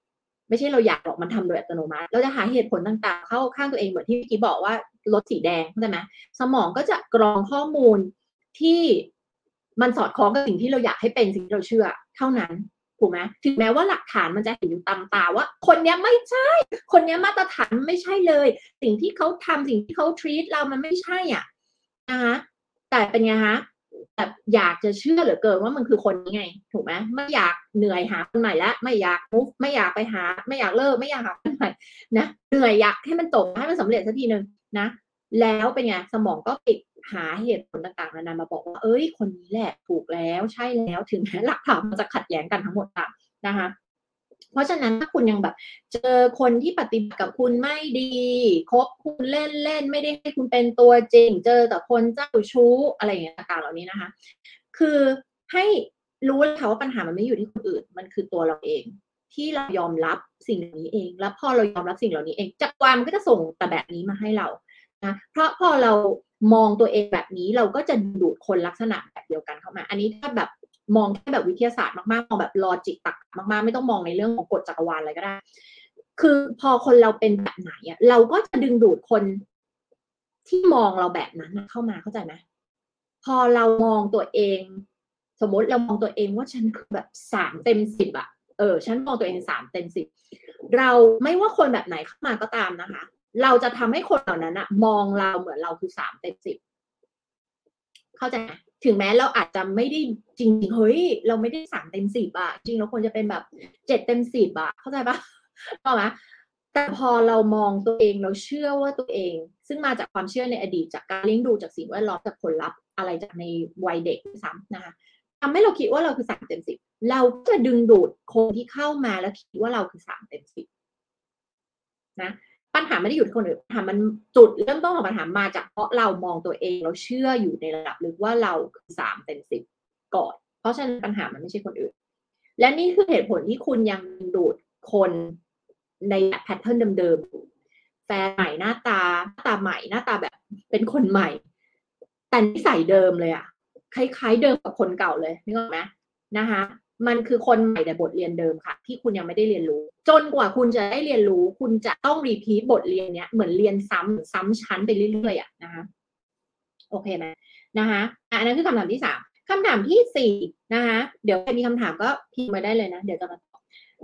ไม่ใช่เราอยากหรอกมันทำโดยอัตโนมัติเราจะหาเหตุผลต่างๆเข้าข้างตัวเองเหมือนที่เมื่อกี้บอกว่ารถสีแดงเข้าใจไหมสมองก็จะกรองข้อมูลที่มันสอดคล้องกับสิ่งที่เราอยากให้เป็นสิ่งที่เราเชื่อเท่านั้นถูกไหมถึงแม้ว่าหลักฐานมันจะเห็นอยู่ตามตาว่าคนเนี้ยไม่ใช่คนเนี้ยมาตรฐานไม่ใช่เลยสิ่งที่เขาทำสิ่งที่เขา treat เรามันไม่ใช่อ่ะนะคะแต่เป็นไงคะแบบอยากจะเชื่อเหลือเกินว่ามันคือคนนี้ไงถูกไหมไม่อยากเหนื่อยหาคนใหม่แล้วไม่อยากมุฟไม่อยากไปหาไม่อยากเลิกไม่อยากหาคนใหม่นะเหนื่อยอยากให้มันจบให้มันสำเร็จสักทีนึงนะแล้วเป็นไงสมองก็ปิดหาเหตุผลต่างๆนานามาบอกว่าเอ้ยคนนี้แหละถูกแล้วใช่แล้วถึงแม้หลักฐานมันจะขัดแย้งกันทั้งหมดนะคะเพราะฉะนั้นถ้าคุณยังแบบเจอคนที่ปฏิบัติกับคุณไม่ดีคบคุณเล่นเล่นไม่ได้ให้คุณเป็นตัวจริงเจอแต่คนเจ้าชู้อะไรอย่างเงี้ยต่างๆเหล่านี้นะคะคือให้รู้เลยค่ะว่าปัญหามันไม่อยู่ที่คนอื่นมันคือตัวเราเองที่เรายอมรับสิ่งเหล่านี้เองแล้วพอเรายอมรับสิ่งเหล่านี้เองจักรวาลมันก็จะส่งแต่แบบนี้มาให้เรานะเพราะพอเรามองตัวเองแบบนี้เราก็จะดูดคนลักษณะแบบเดียวกันเข้ามาอันนี้ถ้าแบบมองแค่แบบวิทยาศาสตร์มากๆมองแบบลอจิกตักมากๆไม่ต้องมองในเรื่องของกฎจักรวาลอะไรก็ได้คือพอคนเราเป็นแบบไหนอะเราก็จะดึงดูดคนที่มองเราแบบนั้นเข้ามาเข้าใจไหมพอเรามองตัวเองสมมติเรามองตัวเองว่าฉันคือแบบสามเต็มสิบอะเออฉันมองตัวเองสามเต็มสิบเราไม่ว่าคนแบบไหนเข้ามาก็ตามนะคะเราจะทำให้คนเหล่านั้นอะมองเราเหมือนเราคือสามเต็มสิบเข้าใจไหมถึงแม้เราอาจจะไม่ได้จริงๆเฮ้ยเราไม่ได้สามเต็มสิบอะจริงเราควรจะเป็นแบบเจ็ดเต็มสิบอะเข้าใจปะเข้าไหมแต่พอเรามองตัวเองเราเชื่อว่าตัวเองซึ่งมาจากความเชื่อในอดีตจากการเลี้ยงดูจากสิ่งแวดล้อมจากผลลัพธ์อะไรจากในวัยเด็กซ้ำนะคะทำให้เราคิดว่าเราคือสามเต็มสิบเราก็จะดึงดูดคนที่เข้ามาแล้วคิดว่าเราคือสามเต็มสิบนะปัญหาไม่ได้อยู่ที่คนอื่นปัญหามันจุดเริ่มต้นของปัญหามาจากเพราะเรามองตัวเองเราเชื่ออยู่ในระดับลึกว่าเราคือสามเต็มสิบก่อนเพราะฉะนั้นปัญหามันไม่ใช่คนอื่นและนี่คือเหตุผลที่คุณยังดูดคนในแพทเทิร์นเดิมๆแฟนใหม่หน้าตาหน้าตาใหม่หน้าตาแบบเป็นคนใหม่แต่นิสัยเดิมเลยอะคล้ายๆเดิมกับคนเก่าเลยนึกออกไหมนะคะมันคือคนใหม่แต่บทเรียนเดิมค่ะที่คุณยังไม่ได้เรียนรู้จนกว่าคุณจะได้เรียนรู้คุณจะต้องรีพีทบทเรียนเนี้ยเหมือนเรียนซ้ำซ้ำชั้นไปเรื่อยๆอ่ะนะคะโอเคไหมนะคะอันนั้นคือคำถามที่สามคำถามที่สี่นะคะเดี๋ยวใครมีคำถามก็พิมพ์มาได้เลยนะเดี๋ยวจะมาตอบ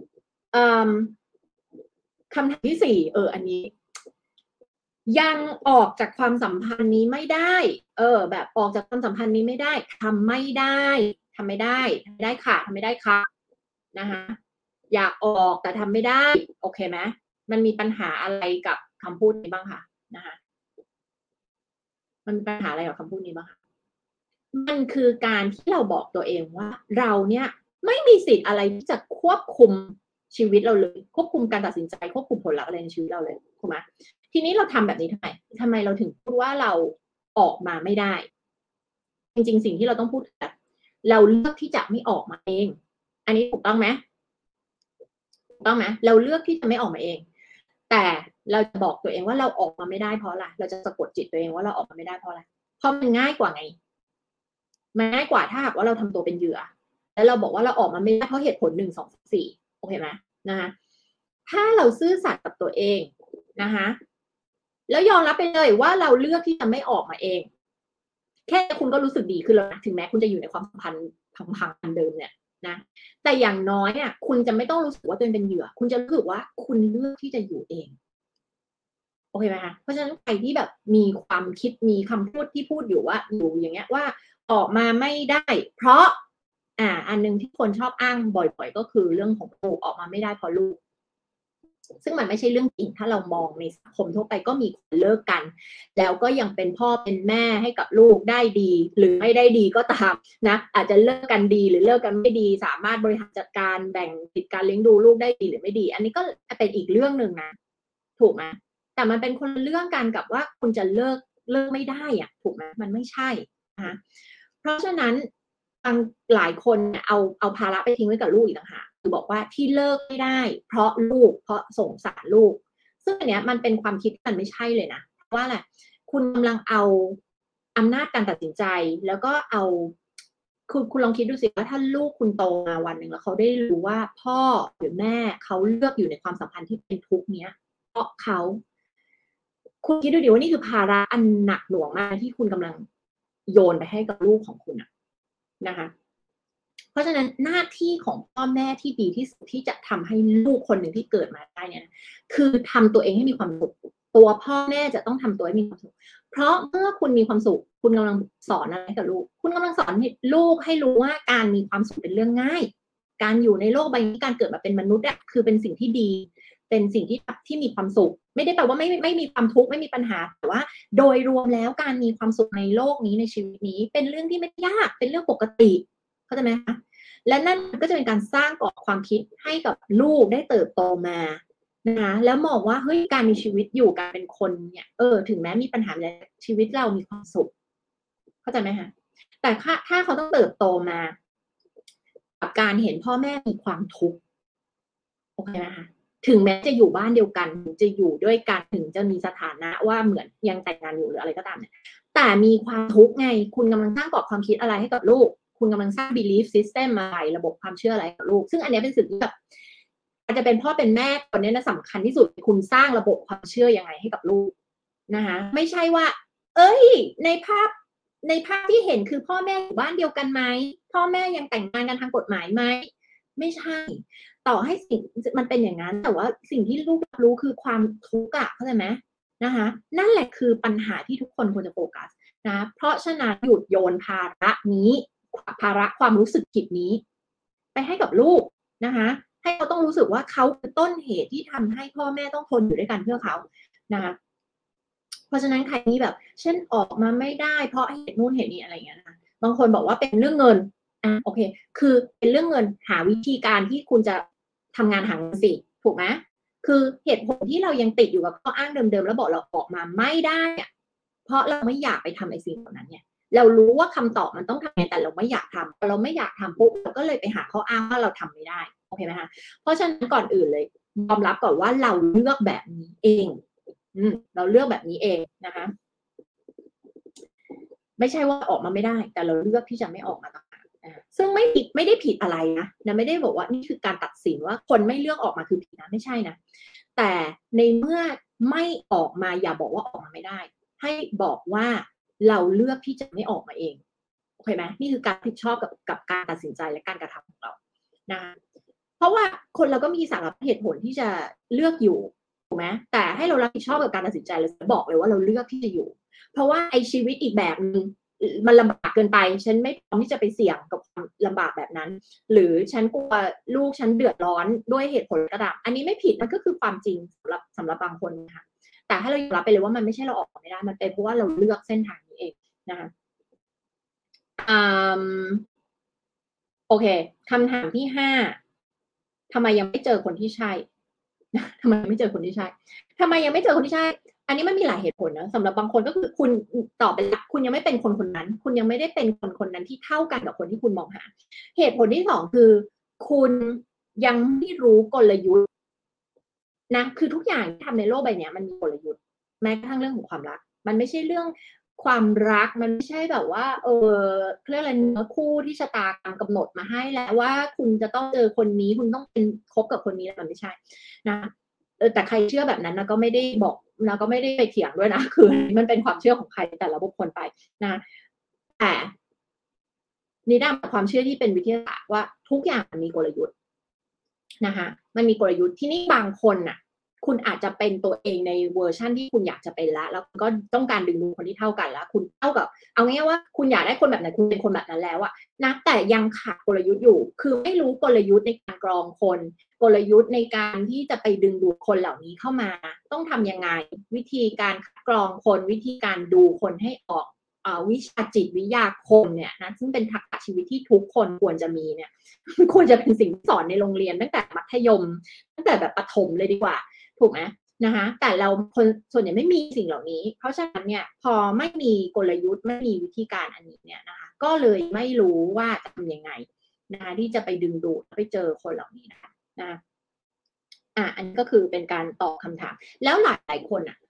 คำถามที่สี่เอออันนี้ยังออกจากความสัมพันธ์นี้ไม่ได้เออแบบออกจากความสัมพันธ์นี้ไม่ได้ทำไม่ได้ทำไม่ได้ทำไม่ได้ค่ะทำไม่ได้ค่ะนะคะอยากออกแต่ทำไม่ได้โอเคไหมมันมีปัญหาอะไรกับคำพูดนี้บ้างคะนะคะมันมีปัญหาอะไรกับคำพูดนี้บ้างคะมันคือการที่เราบอกตัวเองว่าเราเนี่ยไม่มีสิทธิ์อะไรที่จะควบคุมชีวิตเราเลยควบคุมการตัดสินใจควบคุมผลลัพธ์อะไรในชีวิตเราเลยถูกไหมทีนี้เราทำแบบนี้ทำไมทำไมเราถึงพูดว่าเราออกมาไม่ได้จริงๆสิ่งที่เราต้องพูดแบบเราเลือกที่จะไม่ออกมาเองอันนี้ถูกต้องไหมถูกต้องไหมเราเลือกที่จะไม่ออกมาเองแต่เราจะบอกตัวเองว่าเราออกมาไม่ได้เพราะอะไรเราจะสะกดจิตตัวเองว่าเราออกมาไม่ได้เพราะอะไรเพราะมันง่ายกว่าไงมันง่ายกว่าถ้าหากว่าเราทำตัวเป็นเหยื่อแล้วเราบอกว่าเราออกมาไม่ได้เพราะเหตุผลหนึ่งสองสี่โอเคไหมนะคะถ้าเราซื่อสัตย์กับตัวเองนะคะแล้วยอมรับไปเลยว่าเราเลือกที่จะไม่ออกมาเองแค่คุณก็รู้สึกดีขึ้นแล้วนะถึงแม้คุณจะอยู่ในความสัมพันธ์พังๆอันเดิมเนี่ยนะแต่อย่างน้อยอ่ะคุณจะไม่ต้องรู้สึกว่าตัวเองเป็นเหยื่อคุณจะรู้สึกว่าคุณเลือกที่จะอยู่เองโอเคไหมคะเพราะฉะนั้นใครที่แบบมีความคิดมีคำพูดที่พูดอยู่ว่าอยู่อย่างเงี้ยว่าออกมาไม่ได้เพราะอ่าอันนึงที่คนชอบอ้างบ่อยๆก็คือเรื่องของลูกออกมาไม่ได้เพราะลูกซึ่งมันไม่ใช่เรื่องจริงถ้าเรามองในสังคมทั่วไปก็มีคนเลิกกันแล้วก็ยังเป็นพ่อเป็นแม่ให้กับลูกได้ดีหรือไม่ได้ดีก็ตามนะอาจจะเลิกกันดีหรือเลิกกันไม่ดีสามารถบริหารจัดการแบ่งสิทธิการเลี้ยงดูลูกได้ดีหรือไม่ดีอันนี้ก็เป็นอีกเรื่องหนึ่งนะถูกไหมแต่มันเป็นคนเรื่องกันกับว่าคุณจะเลิกเลิกไม่ได้อะถูกไหมมันไม่ใช่นะเพราะฉะนั้นบางหลายคนเอาเอาภาระไปทิ้งไว้กับลูกอีกต่างหากคือบอกว่าที่เลิกไม่ได้เพราะลูกเพราะสงสารลูกซึ่งอันเนี้ยมันเป็นความคิดที่มันไม่ใช่เลยนะว่าแหละคุณกำลังเอาอำนาจการตัดสินใจแล้วก็เอาคุณคุณลองคิดดูสิว่าถ้าลูกคุณโตมาวันหนึ่งแล้วเขาได้รู้ว่าพ่อหรือแม่เขาเลือกอยู่ในความสัมพันธ์ที่เป็นทุกข์เนี้ยเพราะเขาคุณคิดดูดิว่านี่คือภาระอันหนักหน่วงมากที่คุณกำลังโยนไปให้กับลูกของคุณอะนะคะเพราะฉะนั้นหน้าที่ของพ่อแม่ที่ดีที่สุดที่จะทำให้ลูกคนหนึ่งที่เกิดมาได้เนี่ยคือทำตัวเองให้มีความสุขตัวพ่อแม่จะต้องทำตัวให้มีความสุขเพราะเมื่อคุณมีความสุขคุณกำลังสอนอะไรกับลูกคุณกำลังสอนให้ลูกให้รู้ว่าการมีความสุขเป็นเรื่องง่ายการอยู่ในโลกใบนี้การเกิดมาเป็นมนุษย์อะคือเป็นสิ่งที่ดีเป็นสิ่งที่ที่มีความสุขไม่ได้แปลว่าไม่ไม่มีความทุกข์ไม่มีปัญหาแต่ว่าโดยรวมแล้วการมีความสุขในโลกนี้ในชีวิตนี้เป็นเรื่องที่ไม่ยากเป็นเรื่องปกติเข้าใจไหมคะและนั่นก็จะเป็นการสร้างกรอบความคิดให้กับลูกได้เติบโตมานะคะแล้วมองว่าเฮ้ยการมีชีวิตอยู่การเป็นคนเนี่ยเออถึงแม้มีปัญหาอะไรชีวิตเรามีความสุขเข้าใจไหมคะแต่ถ้าถ้าเขาต้องเติบโตมากับการเห็นพ่อแม่มีความทุกข์โอเคไหมคะถึงแม้จะอยู่บ้านเดียวกันถึงจะอยู่ด้วยกันถึงจะมีสถานะว่าเหมือนยังแต่งงานอยู่หรืออะไรก็ตามเนี่ยแต่มีความทุกข์ไงคุณกำลังสร้างกรอบความคิดอะไรให้กับลูกคุณกำลังสร้าง belief system อะไรระบบความเชื่ออะไรกับลูกซึ่งอันนี้เป็นสิ่งที่แบบอาจจะเป็นพ่อเป็นแม่คนนี้นะสำคัญที่สุดคุณสร้างระบบความเชื่อยังไงให้กับลูกนะคะไม่ใช่ว่าเอ้ยในภาพในภาพที่เห็นคือพ่อแม่อยู่บ้านเดียวกันไหมพ่อแม่ยังแต่งงานกันทางกฎหมายไหมไม่ใช่ต่อให้สิ่งมันเป็นอย่างนั้นแต่ว่าสิ่งที่ลูกรู้คือความทุกข์อะเข้าใจไหมนะคะนั่นแหละคือปัญหาที่ทุกคนควรจะโฟกัสนะเพราะฉะนั้นหยุดโยนภาระนี้ภาระความรู้สึกผิดนี้ไปให้กับลูกนะคะให้เขาต้องรู้สึกว่าเขาคือต้นเหตุที่ทำให้พ่อแม่ต้องทนอยู่ด้วยกันเพื่อเขานะคะเพราะฉะนั้นใครนี้แบบเช่นออกมาไม่ได้เพราะเหตุนู่นเหตุนี้อะไรอย่างเงี้ยนะบางคนบอกว่าเป็นเรื่องเงินอ่ะโอเคคือเป็นเรื่องเงินหาวิธีการที่คุณจะทำงานหาเงินสิถูกไหมคือเหตุผลที่เรายังติดอยู่กับข้ออ้างเดิมๆแล้วบอกเราออกมาไม่ได้อะเพราะเราไม่อยากไปทำไอ้สิ่งเหล่านั้นเนี่ยเรารู้ว่าคำตอบมันต้องทำไงแต่เราไม่อยากทำเราไม่อยากทำปุ๊บเราก็เลยไปหาข้ออ้างว่าเราทำไม่ได้โอเคไหมคะเพราะฉะนั้นก่อนอื่นเลยยอมรับก่อนว่าเราเลือกแบบนี้เองอืมเราเลือกแบบนี้เองนะคะไม่ใช่ว่าออกมาไม่ได้แต่เราเลือกที่จะไม่ออกมาต่างหากซึ่งไม่ผิดไม่ได้ผิดอะไรนะนะไม่ได้บอกว่านี่คือการตัดสินว่าคนไม่เลือกออกมาคือผิดนะไม่ใช่นะแต่ในเมื่อไม่ออกมาอย่าบอกว่าออกมาไม่ได้ให้บอกว่าเราเลือกที่จะไม่ออกมาเองโอเคไหมนี่คือการผิดชอบกับกับการตัดสินใจและการกระทำของเรานะคะเพราะว่าคนเราก็มีสารพัดเหตุผลที่จะเลือกอยู่ถูกไหมแต่ให้เรารับผิดชอบกับการตัดสินใจเราจะบอกเลยว่าเราเลือกที่จะอยู่เพราะว่าไอ้ชีวิตอีกแบบนึงมันลำบากเกินไปฉันไม่พร้อมที่จะไปเสี่ยงกับความลำบากแบบนั้นหรือฉันกลัวลูกฉันเดือดร้อนด้วยเหตุผลกระดับอันนี้ไม่ผิดมันก็คือความจริงสำหรับสำหรับบางคนนะคะแต่ให้เรายอมรับไปเลยว่ามันไม่ใช่เราออกไม่ได้มันเป็นเพราะว่าเราเลือกเส้นทางนี้เองนะคะอืมโอเคคำถามที่ห้าทำไมยังไม่เจอคนที่ใช่ทำไมไม่เจอคนที่ใช่ทำไมยังไม่เจอคนที่ใช่อันนี้มันมีหลายเหตุผลนะสำหรับบางคนก็คือคุณตอบไปแล้วคุณยังไม่เป็นคนคนนั้นคุณยังไม่ได้เป็นคนคนนั้นที่เท่ากันกับคนที่คุณมองหาเหตุผลที่สองคือคุณยังไม่รู้กลยุทธ์นะคือทุกอย่างที่ทำในโลกใบนี้มันมีกลยุทธ์แม้กระทั่งเรื่องของความรักมันไม่ใช่เรื่องความรักมันไม่ใช่แบบว่าเออเรื่องอะไรเนื้อคู่ที่ชะตากรรมกำหนดมาให้แล้วว่าคุณจะต้องเจอคนนี้คุณต้องเป็นคบกับคนนี้มันไม่ใช่นะแต่ใครเชื่อแบบนั้นนะก็ไม่ได้บอกนะก็ไม่ได้ไปเถียงด้วยนะคือมันเป็นความเชื่อของใครแต่ละบุคคลไปนะแต่นิด้าความเชื่อที่เป็นวิทยาศาสตร์ว่าทุกอย่างมันมีกลยุทธ์นะคะมันมีกลยุทธ์ที่นี่บางคนน่ะคุณอาจจะเป็นตัวเองในเวอร์ชั่นที่คุณอยากจะเป็นแล้วแล้วก็ต้องการดึงดูคนที่เท่ากันแล้วคุณเท่ากับเอาง่ายๆว่าคุณอยากได้คนแบบไหนคุณเป็นคนแบบนั้นแล้วอะนะแต่ยังขาดกลยุทธ์อยู่คือไม่รู้กลยุทธ์ในการกรองคนกลยุทธ์ในการที่จะไปดึงดูคนเหล่านี้เข้ามาต้องทำยังไงวิธีการคัดกรองคนวิธีการดูคนให้ออกวิชาจิตวิทยาคมเนี่ยนะซึ่งเป็นทักษะชีวิตที่ทุกคนควรจะมีเนี่ยควรจะเป็นสิ่งที่สอนในโรงเรียนตั้งแต่มัธยมตั้งแต่แบบประถมเลยดีกว่าถูกไหมนะคะแต่เราคนส่วนใหญ่ไม่มีสิ่งเหล่านี้เพราะฉะนั้นเนี่ยพอไม่มีกลยุทธ์ไม่มีวิธีการอันนี้เนี่ยนะคะก็เลยไม่รู้ว่าจะทำยังไงนะคะที่จะไปดึงดูดไปเจอคนเหล่านี้นะคะนะอ่ะอันนี้ก็คือเป็นการตอบคำถามแล้วหลายหลายคนอ่ะ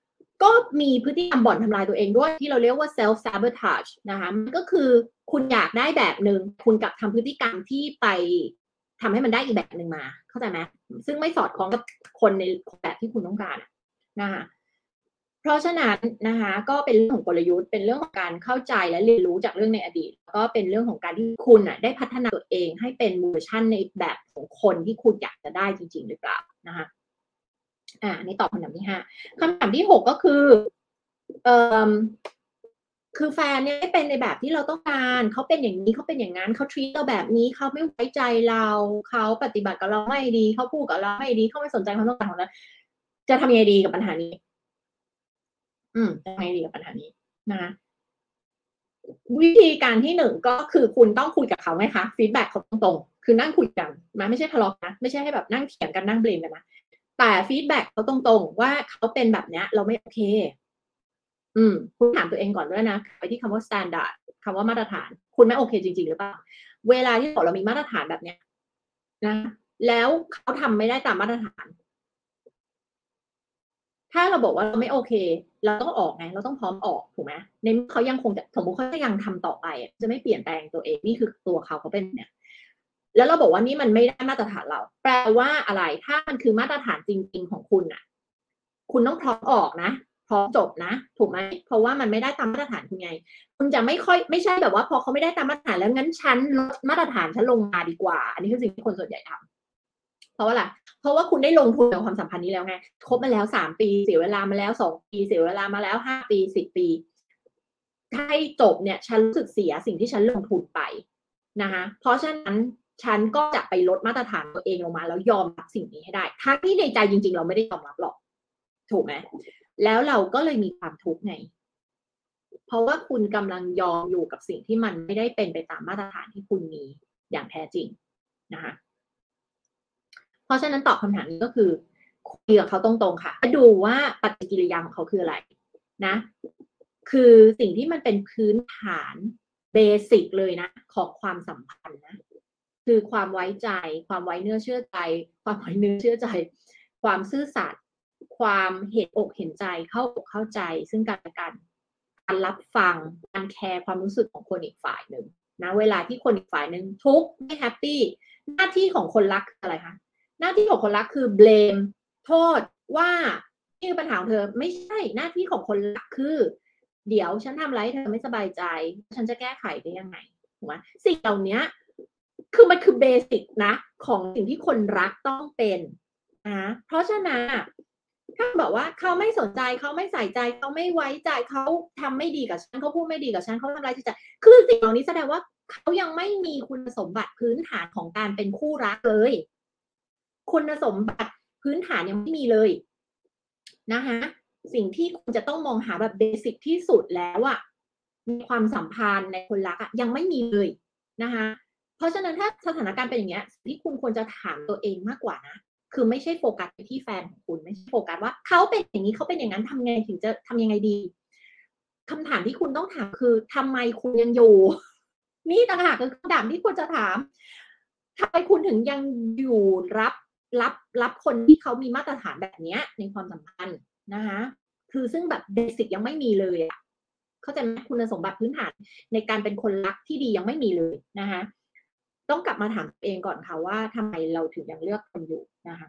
ก็มีพฤติกรรมบ่อนทำลายตัวเองด้วยที่เราเรียกว่า self sabotage นะคะมันก็คือคุณอยากได้แบบหนึ่งคุณกลับทำพฤติกรรมที่ไปทำให้มันได้อีกแบบหนึ่งมาเข้าใจไหมซึ่งไม่สอดคล้องกับคนในแบบที่คุณต้องการนะคะเพราะฉะนั้นนะคะก็เป็นเรื่องของกลยุทธ์เป็นเรื่องของการเข้าใจและเรียนรู้จากเรื่องในอดีตก็เป็นเรื่องของการที่คุณอ่ะได้พัฒนาตัวเองให้เป็นเวอร์ชันในแบบของคนที่คุณอยากจะได้จริงๆหรือเปล่านะคะอ่านี่ตอบคำถามที่ห้าคำถามที่หกก็คือเอ่อคือแฟนเนี่ยไม่เป็นในแบบที่เราต้องการเขาเป็นอย่างนี้เขาเป็นอย่างนั้นเขาทรีตเราแบบนี้เขาไม่ไว้ใจเราเขาปฏิบัติกับเราไม่ดีเขาพูดกับเราไม่ดีเขาไม่สนใจความต้องการของเราจะทำยังไงดีกับปัญหานี้อืมจะทำยังไงดีกับปัญหานี้นะคะวิธีการที่หนึ่งก็คือคุณต้องคุยกับเขาไหมคะฟีดแบ็กเขาตรงๆคือนั่งคุยกันนะไม่ใช่ทะเลาะนะไม่ใช่ให้แบบนั่งเถียงกันนั่งเบลมกันนะแต่ฟีดแบ็กเขาตรงๆว่าเขาเป็นแบบเนี้ยเราไม่โอเคอืมคุณถามตัวเองก่อนด้วยนะไปที่คำว่า standard คำว่ามาตรฐานคุณไม่โอเคจริงๆหรือเปล่าเวลาที่เรามีมาตรฐานแบบเนี้ยนะแล้วเขาทำไม่ได้ตามมาตรฐานถ้าเราบอกว่าเราไม่โอเคเราต้องออกไงเราต้องพร้อมออกถูกไหมในเมื่อเขายังคงจะสมมุติเขาจะยังทำต่อไปจะไม่เปลี่ยนแปลงตัวเองนี่คือตัวเขาเขาเป็นเนี่ยแล้วเราบอกว่านี่มันไม่ได้มาตรฐานเราแปลว่าอะไรถ้ามันคือมาตรฐานจริงๆของคุณน่ะคุณต้องพร้อมออกนะพร้อมจบนะถูกไหมเพราะว่ามันไม่ได้ตามมาตรฐานคุณไงคุณจะไม่ค่อยไม่ใช่แบบว่าพอเขาไม่ได้ตามมาตรฐานแล้วงั้นฉันลดมาตรฐานฉันลงมาดีกว่าอันนี้คือสิ่งที่คนส่วนใหญ่ทำเพราะว่าอะไรเพราะว่าคุณได้ลงทุนกับความสัมพันธ์นี้แล้วไงคบมาแล้วสามปีเสียเวลามาแล้วสองปีเสียเวลามาแล้วห้าปีสิบปีให้จบเนี่ยฉันรู้สึกเสียสิ่งที่ฉันลงทุนไปนะคะเพราะฉะนั้นฉันก็จะไปลดมาตรฐานตัวเองลงมาแล้วยอมรับสิ่งนี้ให้ได้ทั้งที่ในใจจริงๆเราไม่ได้ยอมรับหรอกถูกไหมแล้วเราก็เลยมีความทุกข์ไงเพราะว่าคุณกำลังยอมอยู่กับสิ่งที่มันไม่ได้เป็นไปตามมาตรฐานที่คุณมีอย่างแท้จริงนะคะเพราะฉะนั้นตอบคำถามนี้ก็คือคุยกับเขาตรงๆค่ะดูว่าปฏิกิริยาของเขาคืออะไรนะคือสิ่งที่มันเป็นพื้นฐานเบสิกเลยนะของความสัมพันธ์นะคือความไว้ใจความไว้เนื้อเชื่อใจความไว้เนื้อเชื่อใจความซื่อสัตย์ความเห็นอกเห็นใจเข้าอกเข้าใจซึ่งกันและกันการรับฟังการแคร์ความรู้สึกของคนอีกฝ่ายหนึ่งนะเวลาที่คนอีกฝ่ายหนึ่งทุกข์ไม่แฮปปี้หน้าที่ของคนรักอะไรคะหน้าที่ของคนรักคือ blame โทษว่านี่คือปัญหาของเธอไม่ใช่หน้าที่ของคนรักคือเดี๋ยวฉันทำอะไรเธอไม่สบายใจฉันจะแก้ไขได้ยังไงถูกไหมสิ่งเหล่านี้คือมันคือเบสิกนะของสิ่งที่คนรักต้องเป็นนะเพราะฉะนั้นถ้าบอกว่าเขาไม่สนใจเขาไม่ใส่ใจเขาไม่ไว้ใจเขาทำไม่ดีกับฉันเขาพูดไม่ดีกับฉันเขาทำร้ายจิตใจคือสิ่งเหล่านี้แสดงว่าเขายังไม่มีคุณสมบัติพื้นฐานของการเป็นคู่รักเลยคุณสมบัติพื้นฐานยังไม่มีเลยนะคะสิ่งที่คุณจะต้องมองหาแบบเบสิกที่สุดแล้วอะมีความสัมพันธ์ในคนรักอะยังไม่มีเลยนะคะเพราะฉะนั้นถ้าสถานการณ์เป็นอย่างเงี้ยที่คุณควรจะถามตัวเองมากกว่านะคือไม่ใช่โฟกัสไปที่แฟนของคุณไม่ใช่โฟกัสว่าเขาเป็นอย่างนี้เขาเป็นอย่างนั้นทำไงถึงจะทำยังไงดีคำถามที่คุณต้องถามคือทำไมคุณยังอยู่นี่ต่างหากคือคำถามที่ควรจะถามทำไมคุณถึงยังอยู่รับรับรับคนที่เขามีมาตรฐานแบบนี้ในความสัมพันธ์นะคะคือซึ่งแบบเบสิกยังไม่มีเลยอะเข้าใจไหมคุณสมบัติพื้นฐานในการเป็นคนรักที่ดียังไม่มีเลยนะคะต้องกลับมาถามตัวเองก่อนค่ะว่าทำไมเราถึงยังเลือกคนอยู่นะคะ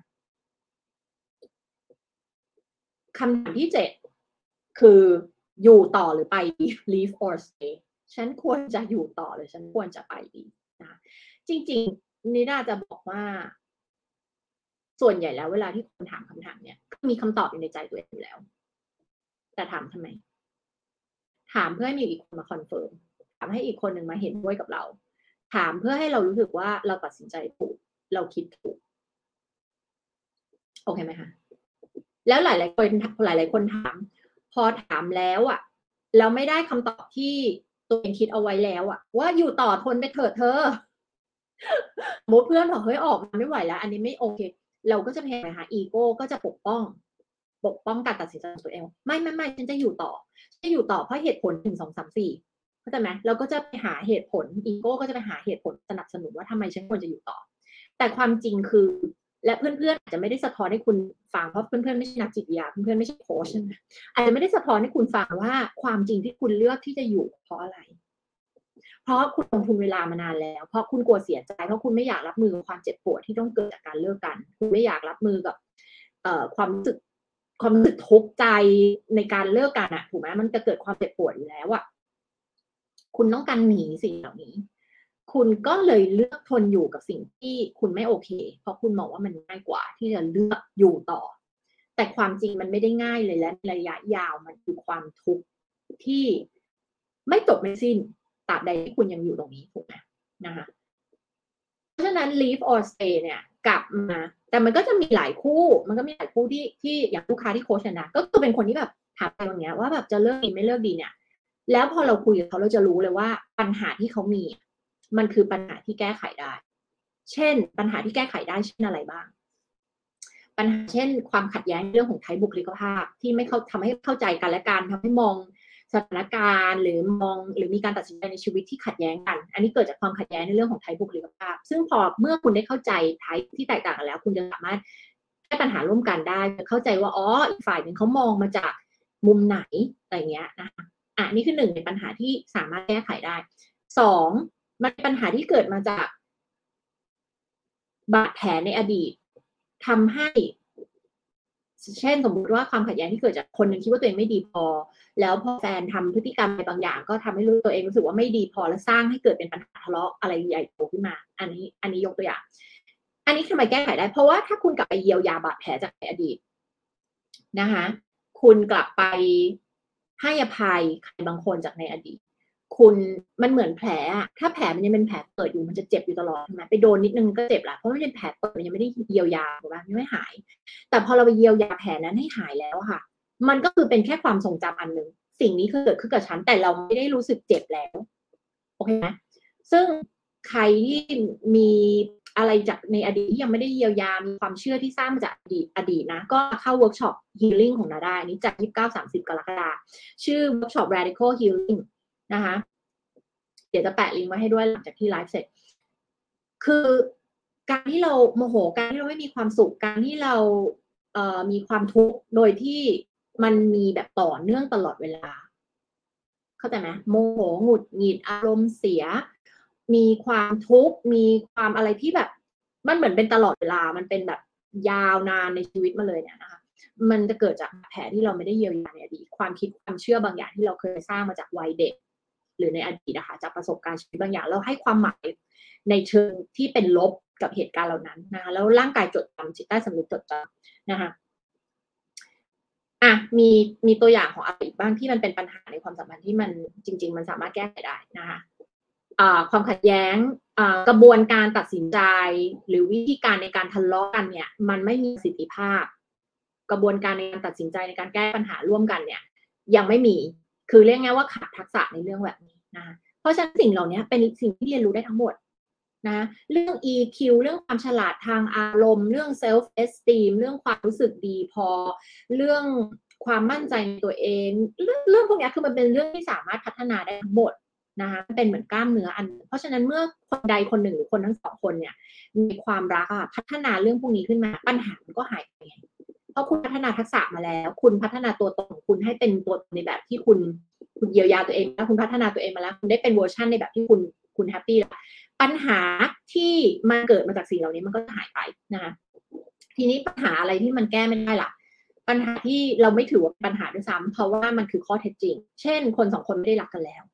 คำถามที่เจ็ดคืออยู่ต่อหรือไปดี leave or stay ฉันควรจะอยู่ต่อหรือฉันควรจะไปดีนะคะจริงๆนิดาจะบอกว่าส่วนใหญ่แล้วเวลาที่คนถามคำถามเนี่ยมีคำตอบอยู่ในใจตัวเองอยู่แล้วแต่ถามทำไมถามเพื่อให้มีอีกคนมาคอนเฟิร์มถามให้อีกคนหนึ่งมาเห็นด้วยกับเราถามเพื่อให้เรารู้สึกว่าเราตัดสินใจถูกเราคิดถูกโอเคไหมคะแล้วหลายๆคนหลายๆคนถามพอถามแล้วอ่ะเราไม่ได้คำตอบที่ตัวเองคิดเอาไว้แล้วอ่ะว่าอยู่ต่อทนไปเถิดเธอสมมติเพื่อนบอกเฮ้ยออกมาไม่ไหวแล้วอันนี้ไม่โอเคเราก็จะพยายามหาอีโก้ก็จะปกป้องปกป้องการตัดสินใจของตัวเองไม่ไม่ไม่ฉันจะอยู่ต่อจะอยู่ต่อเพราะเหตุผลหนึ่งสองสามสี่เข้าใจไหมเราก็จะไปหาเหตุผลอีโก้ก็จะไปหาเหตุผลสนับสนุนว่าทำไมฉันควรจะอยู่ต่อแต่ความจริงคือและเพื่อนๆอาจจะไม่ได้สะท้อนให้คุณฟังเพราะเพื่อนๆไม่ใช่นักจิตวิทยาเพื่อนๆไม่ใช่โค้ชนะอาจจะไม่ได้สะท้อนให้คุณฟังว่าความจริงที่คุณเลือกที่จะอยู่เพราะอะไรเพราะคุณลงทุนเวลามานานแล้วเพราะคุณกลัวเสียใจเพราะคุณไม่อยากรับมือกับความเจ็บปวดที่ต้องเกิดจากการเลิกกันคุณไม่อยากรับมือกับเอ่อความรู้สึกความรู้สึกทุกข์ใจในการเลิกกันอะถูกไหมมันจะเกิดความเจ็บปวดอยู่แล้วอะคุณต้องการหนีสิ่งเหล่านี้คุณก็เลยเลือกทนอยู่กับสิ่งที่คุณไม่โอเคเพราะคุณมองว่ามันง่ายกว่าที่จะเลือกอยู่ต่อแต่ความจริงมันไม่ได้ง่ายเลยและระยะยาวมันคือความทุกข์ที่ไม่จบไม่สิ้นตราบใดที่คุณยังอยู่ตรงนี้ถูกไหมนะคะเพราะฉะนั้น leave or stay เนี่ยกลับมาแต่มันก็จะมีหลายคู่มันก็มีหลายคู่ที่ที่อย่างลูกค้าที่โค้ชนะก็คือเป็นคนที่แบบถามไปอย่างเงี้ยว่าแบบจะเลิกดีไม่เลิกดีเนี่ยแล้วพอเราคุยกับเขาเราจะรู้เลยว่าปัญหาที่เขามีมันคือปัญหาที่แก้ไขได้เช่นปัญหาที่แก้ไขได้เช่นอะไรบ้างปัญหาเช่นความขัดแย้งเรื่องของไทป์บุคลิกภาพที่ไม่เข้าทำให้เข้าใจกันและกันทำให้มองสถานการณ์หรือมองหรือมีการตัดสินใจในชีวิตที่ขัดแย้งกันอันนี้เกิดจากความขัดแย้งในเรื่องของไทป์บุคลิกภาพซึ่งพอเมื่อคุณได้เข้าใจไทป์ที่แตกต่างกันแล้วคุณจะสามารถแก้ปัญหาร่วมกันได้เข้าใจว่าอ๋ออีกฝ่ายหนึ่งเขามองมาจากมุมไหนอะไรเงี้ยนะคะอ่ะนี่คือหนึ่งในปัญหาที่สามารถแก้ไขได้สองมันเป็นปัญหาที่เกิดมาจากบาดแผลในอดีตทำให้เช่นสมมติว่าความขัดแย้งที่เกิดจากคนหนึ่งคิดว่าตัวเองไม่ดีพอแล้วพอแฟนทำพฤติกรรมอะไรบางอย่างก็ทำให้รู้ตัวเองรู้สึกว่าไม่ดีพอและสร้างให้เกิดเป็นปัญหาทะเลาะอะไรใหญ่โตขึ้นมาอันนี้อันนี้ยกตัวอย่างอันนี้ทำไมแก้ไขได้เพราะว่าถ้าคุณกลับไปเยียวยาบาดแผลจากในอดีตนะคะคุณกลับไปให้อภัยใครบางคนจากในอดีตคุณมันเหมือนแผลอะถ้าแผลมันยังเป็นแผลเปิดอยู่มันจะเจ็บอยู่ตลอดใช่ไหมไปโดนนิดนึงก็เจ็บละเพราะมันเป็นแผลเปิดมันยังไม่ได้เยียวยาถูกป่ะยังไม่หายแต่พอเราไปเยียวยาแผลนั้นให้หายแล้วค่ะมันก็คือเป็นแค่ความทรงจำอันหนึ่งสิ่งนี้เกิดขึ้นกับฉันแต่เราไม่ได้รู้สึกเจ็บแล้วโอเคไหมซึ่งใครที่มีอะไรจากในอดีตที่ยังไม่ได้เยียวยามีความเชื่อที่สร้างมาจากอดีตอดีตนะก็เข้าเวิร์กช็อป healing ของนาได้นี้จัด ยี่สิบเก้า สามสิบ กรกฎาคมชื่อเวิร์กช็อป radical healing นะคะเดี๋ยวจะแปะลิงก์ไว้ให้ด้วยหลังจากที่ไลฟ์เสร็จคือการที่เราโมโหการที่เราไม่มีความสุขการที่เราเอ่อมีความทุกข์โดยที่มันมีแบบต่อเนื่องตลอดเวลาเข้าใจไหมโมโหหงุดหงิดอารมณ์เสียมีความทุกข์มีความอะไรที่แบบมันเหมือนเป็นตลอดเวลามันเป็นแบบยาวนานในชีวิตมาเลยเนี่ยนะคะมันจะเกิดจากแผลที่เราไม่ได้เยียวยาในอดีตความคิดความเชื่อบางอย่างที่เราเคยสร้างมาจากวัยเด็กหรือในอดีตนะคะจากประสบการณ์ชีวิตบางอย่างเราให้ความหมายในเชิงที่เป็นลบกับเหตุการณ์เหล่านั้นนะคะแล้วร่างกายจดจำจิตใต้สำนึกจดจำนะคะอ่ะมีมีตัวอย่างของอะไรอีกบ้างที่มันเป็นปัญหาในความสัมพันธ์ที่มันจริงๆมันสามารถแก้ไขได้นะคะอ่าความขัดแย้งอ่ากระบวนการตัดสินใจหรือวิธีการในการทะเลาะกันเนี่ยมันไม่มีประสิทธิภาพกระบวนการในการตัดสินใจในการแก้ปัญหาร่วมกันเนี่ยยังไม่มีคือเรียกง่ายว่าขาดทักษะในเรื่องแบบนี้นะคะเพราะฉะนั้นสิ่งเหล่านี้เป็นสิ่งที่เรียนรู้ได้ทั้งหมดนะเรื่อง อี คิว เรื่องความฉลาดทางอารมณ์เรื่อง self esteem เรื่องความรู้สึกดีพอเรื่องความมั่นใจในตัวเองเรื่องเรื่องพวกนี้คือมันเป็นเรื่องที่สามารถพัฒนาได้ทั้งหมดนะคะเป็นเหมือนกล้ามเนื้ออันเพราะฉะนั้นเมื่อคนใดคนหนึ่งหรือคนทั้งสองคนเนี่ยมีความรักอะพัฒนาเรื่องพวกนี้ขึ้นมาปัญหามันก็หายไปเพราะคุณพัฒนาทักษะมาแล้วคุณพัฒนาตัวตนของคุณให้เป็นตัวตนในแบบที่คุณคุณเยียวยาตัวเองแล้วคุณพัฒนาตัวเองมาแล้วคุณได้เป็นเวอร์ชันในแบบที่คุณคุณแฮปปี้แล้วปัญหาที่มันเกิดมาจากสิ่งเหล่านี้มันก็หายไปนะคะทีนี้ปัญหาอะไรที่มันแก้ไม่ได้ล่ะปัญหาที่เราไม่ถือว่าเป็นปัญหาด้วยซ้ำเพราะว่ามันคือข้อเท็จจริงเช่นคนสองคนไม่ได้รักกันแล้ว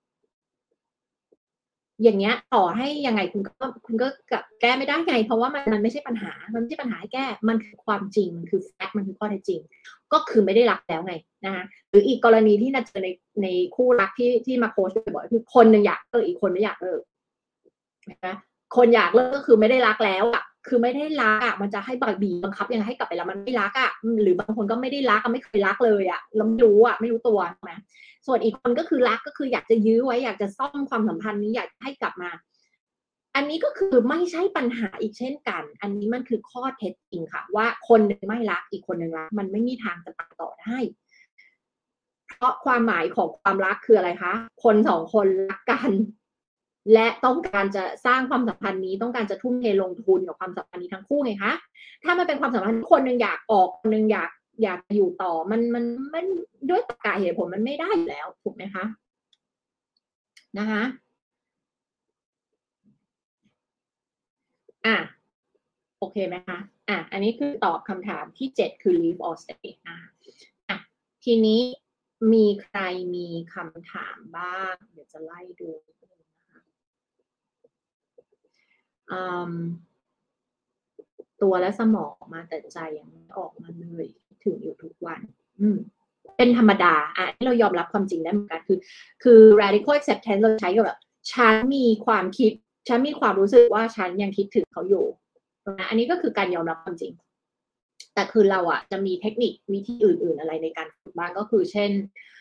อย่างเงี้ยต่อให้ยังไงคุณก็คุณก็แก้ไม่ได้ไงเพราะว่ามันมันไม่ใช่ปัญหามันไม่ใช่ปัญหาให้แก้มันคือความจริงมันคือแฟกต์มันคือข้อเท็จจริงก็คือไม่ได้รักแล้วไงนะคะหรืออีกกรณีที่น่าเจอในในคู่รักที่ที่มาโค้ชบ่อยๆคือคนหนึ่งอยากเลิกอีกคนไม่อยากเลิกนะคนอยากเลิกก็คือไม่ได้รักแล้วอ่ะคือไม่ได้รักอ่ะมันจะให้บังบีบังคับยังไงให้กลับไปแล้วมันไม่รักอ่ะหรือบางคนก็ไม่ได้รักไม่เคยรักเลยอ่ะเราไม่รู้อ่ะไม่รู้ตัวใช่ไหมส่วนอีกคนก็คือรักก็คืออยากจะยื้อไว้อยากจะซ่อมความสัมพันธ์นี้อยากให้กลับมาอันนี้ก็คือไม่ใช่ปัญหาอีกเช่นกันอันนี้มันคือข้อเท็จจริงค่ะว่าคนหนึ่งไม่รักอีกคนหนึ่งรักมันไม่มีทางจะไปต่อได้เพราะความหมายของความรักคืออะไรคะคนสองคนรักกันและต้องการจะสร้างความสัมพันธ์นี้ต้องการจะทุ่มเทลงทุนกับความสัมพันธ์นี้ทั้งคู่ไงคะถ้ามันเป็นความสัมพันธ์คนหนึ่งอยากออกคนหนึ่งอยากอยากอยู่ต่อมันมันมันด้วยตรรกะเหตุผลมันไม่ได้อยู่แล้วถูกไหมคะนะคะอ่ะโอเคไหมคะอ่ะอันนี้คือตอบคำถามที่เจ็ดคือ leave or stay อ่ะอ่ะทีนี้มีใครมีคำถามบ้างเดี๋ยวจะไล่ดูตัวและสมองมาแต่ใจยังไม่ออกมาเลยถึงอยู่ทุกวันอืมเป็นธรรมดาอ่ะที่เรายอมรับความจริงได้เหมือนกันคือคือ radical acceptance เราใช้กับแบบฉันมีความคิดฉันมีความรู้สึกว่าฉันยังคิดถึงเขาอยู่นะอันนี้ก็คือการยอมรับความจริงแต่คือเราอ่ะจะมีเทคนิควิธีอื่นๆอะไรในการฝึกบ้างก็คือเช่น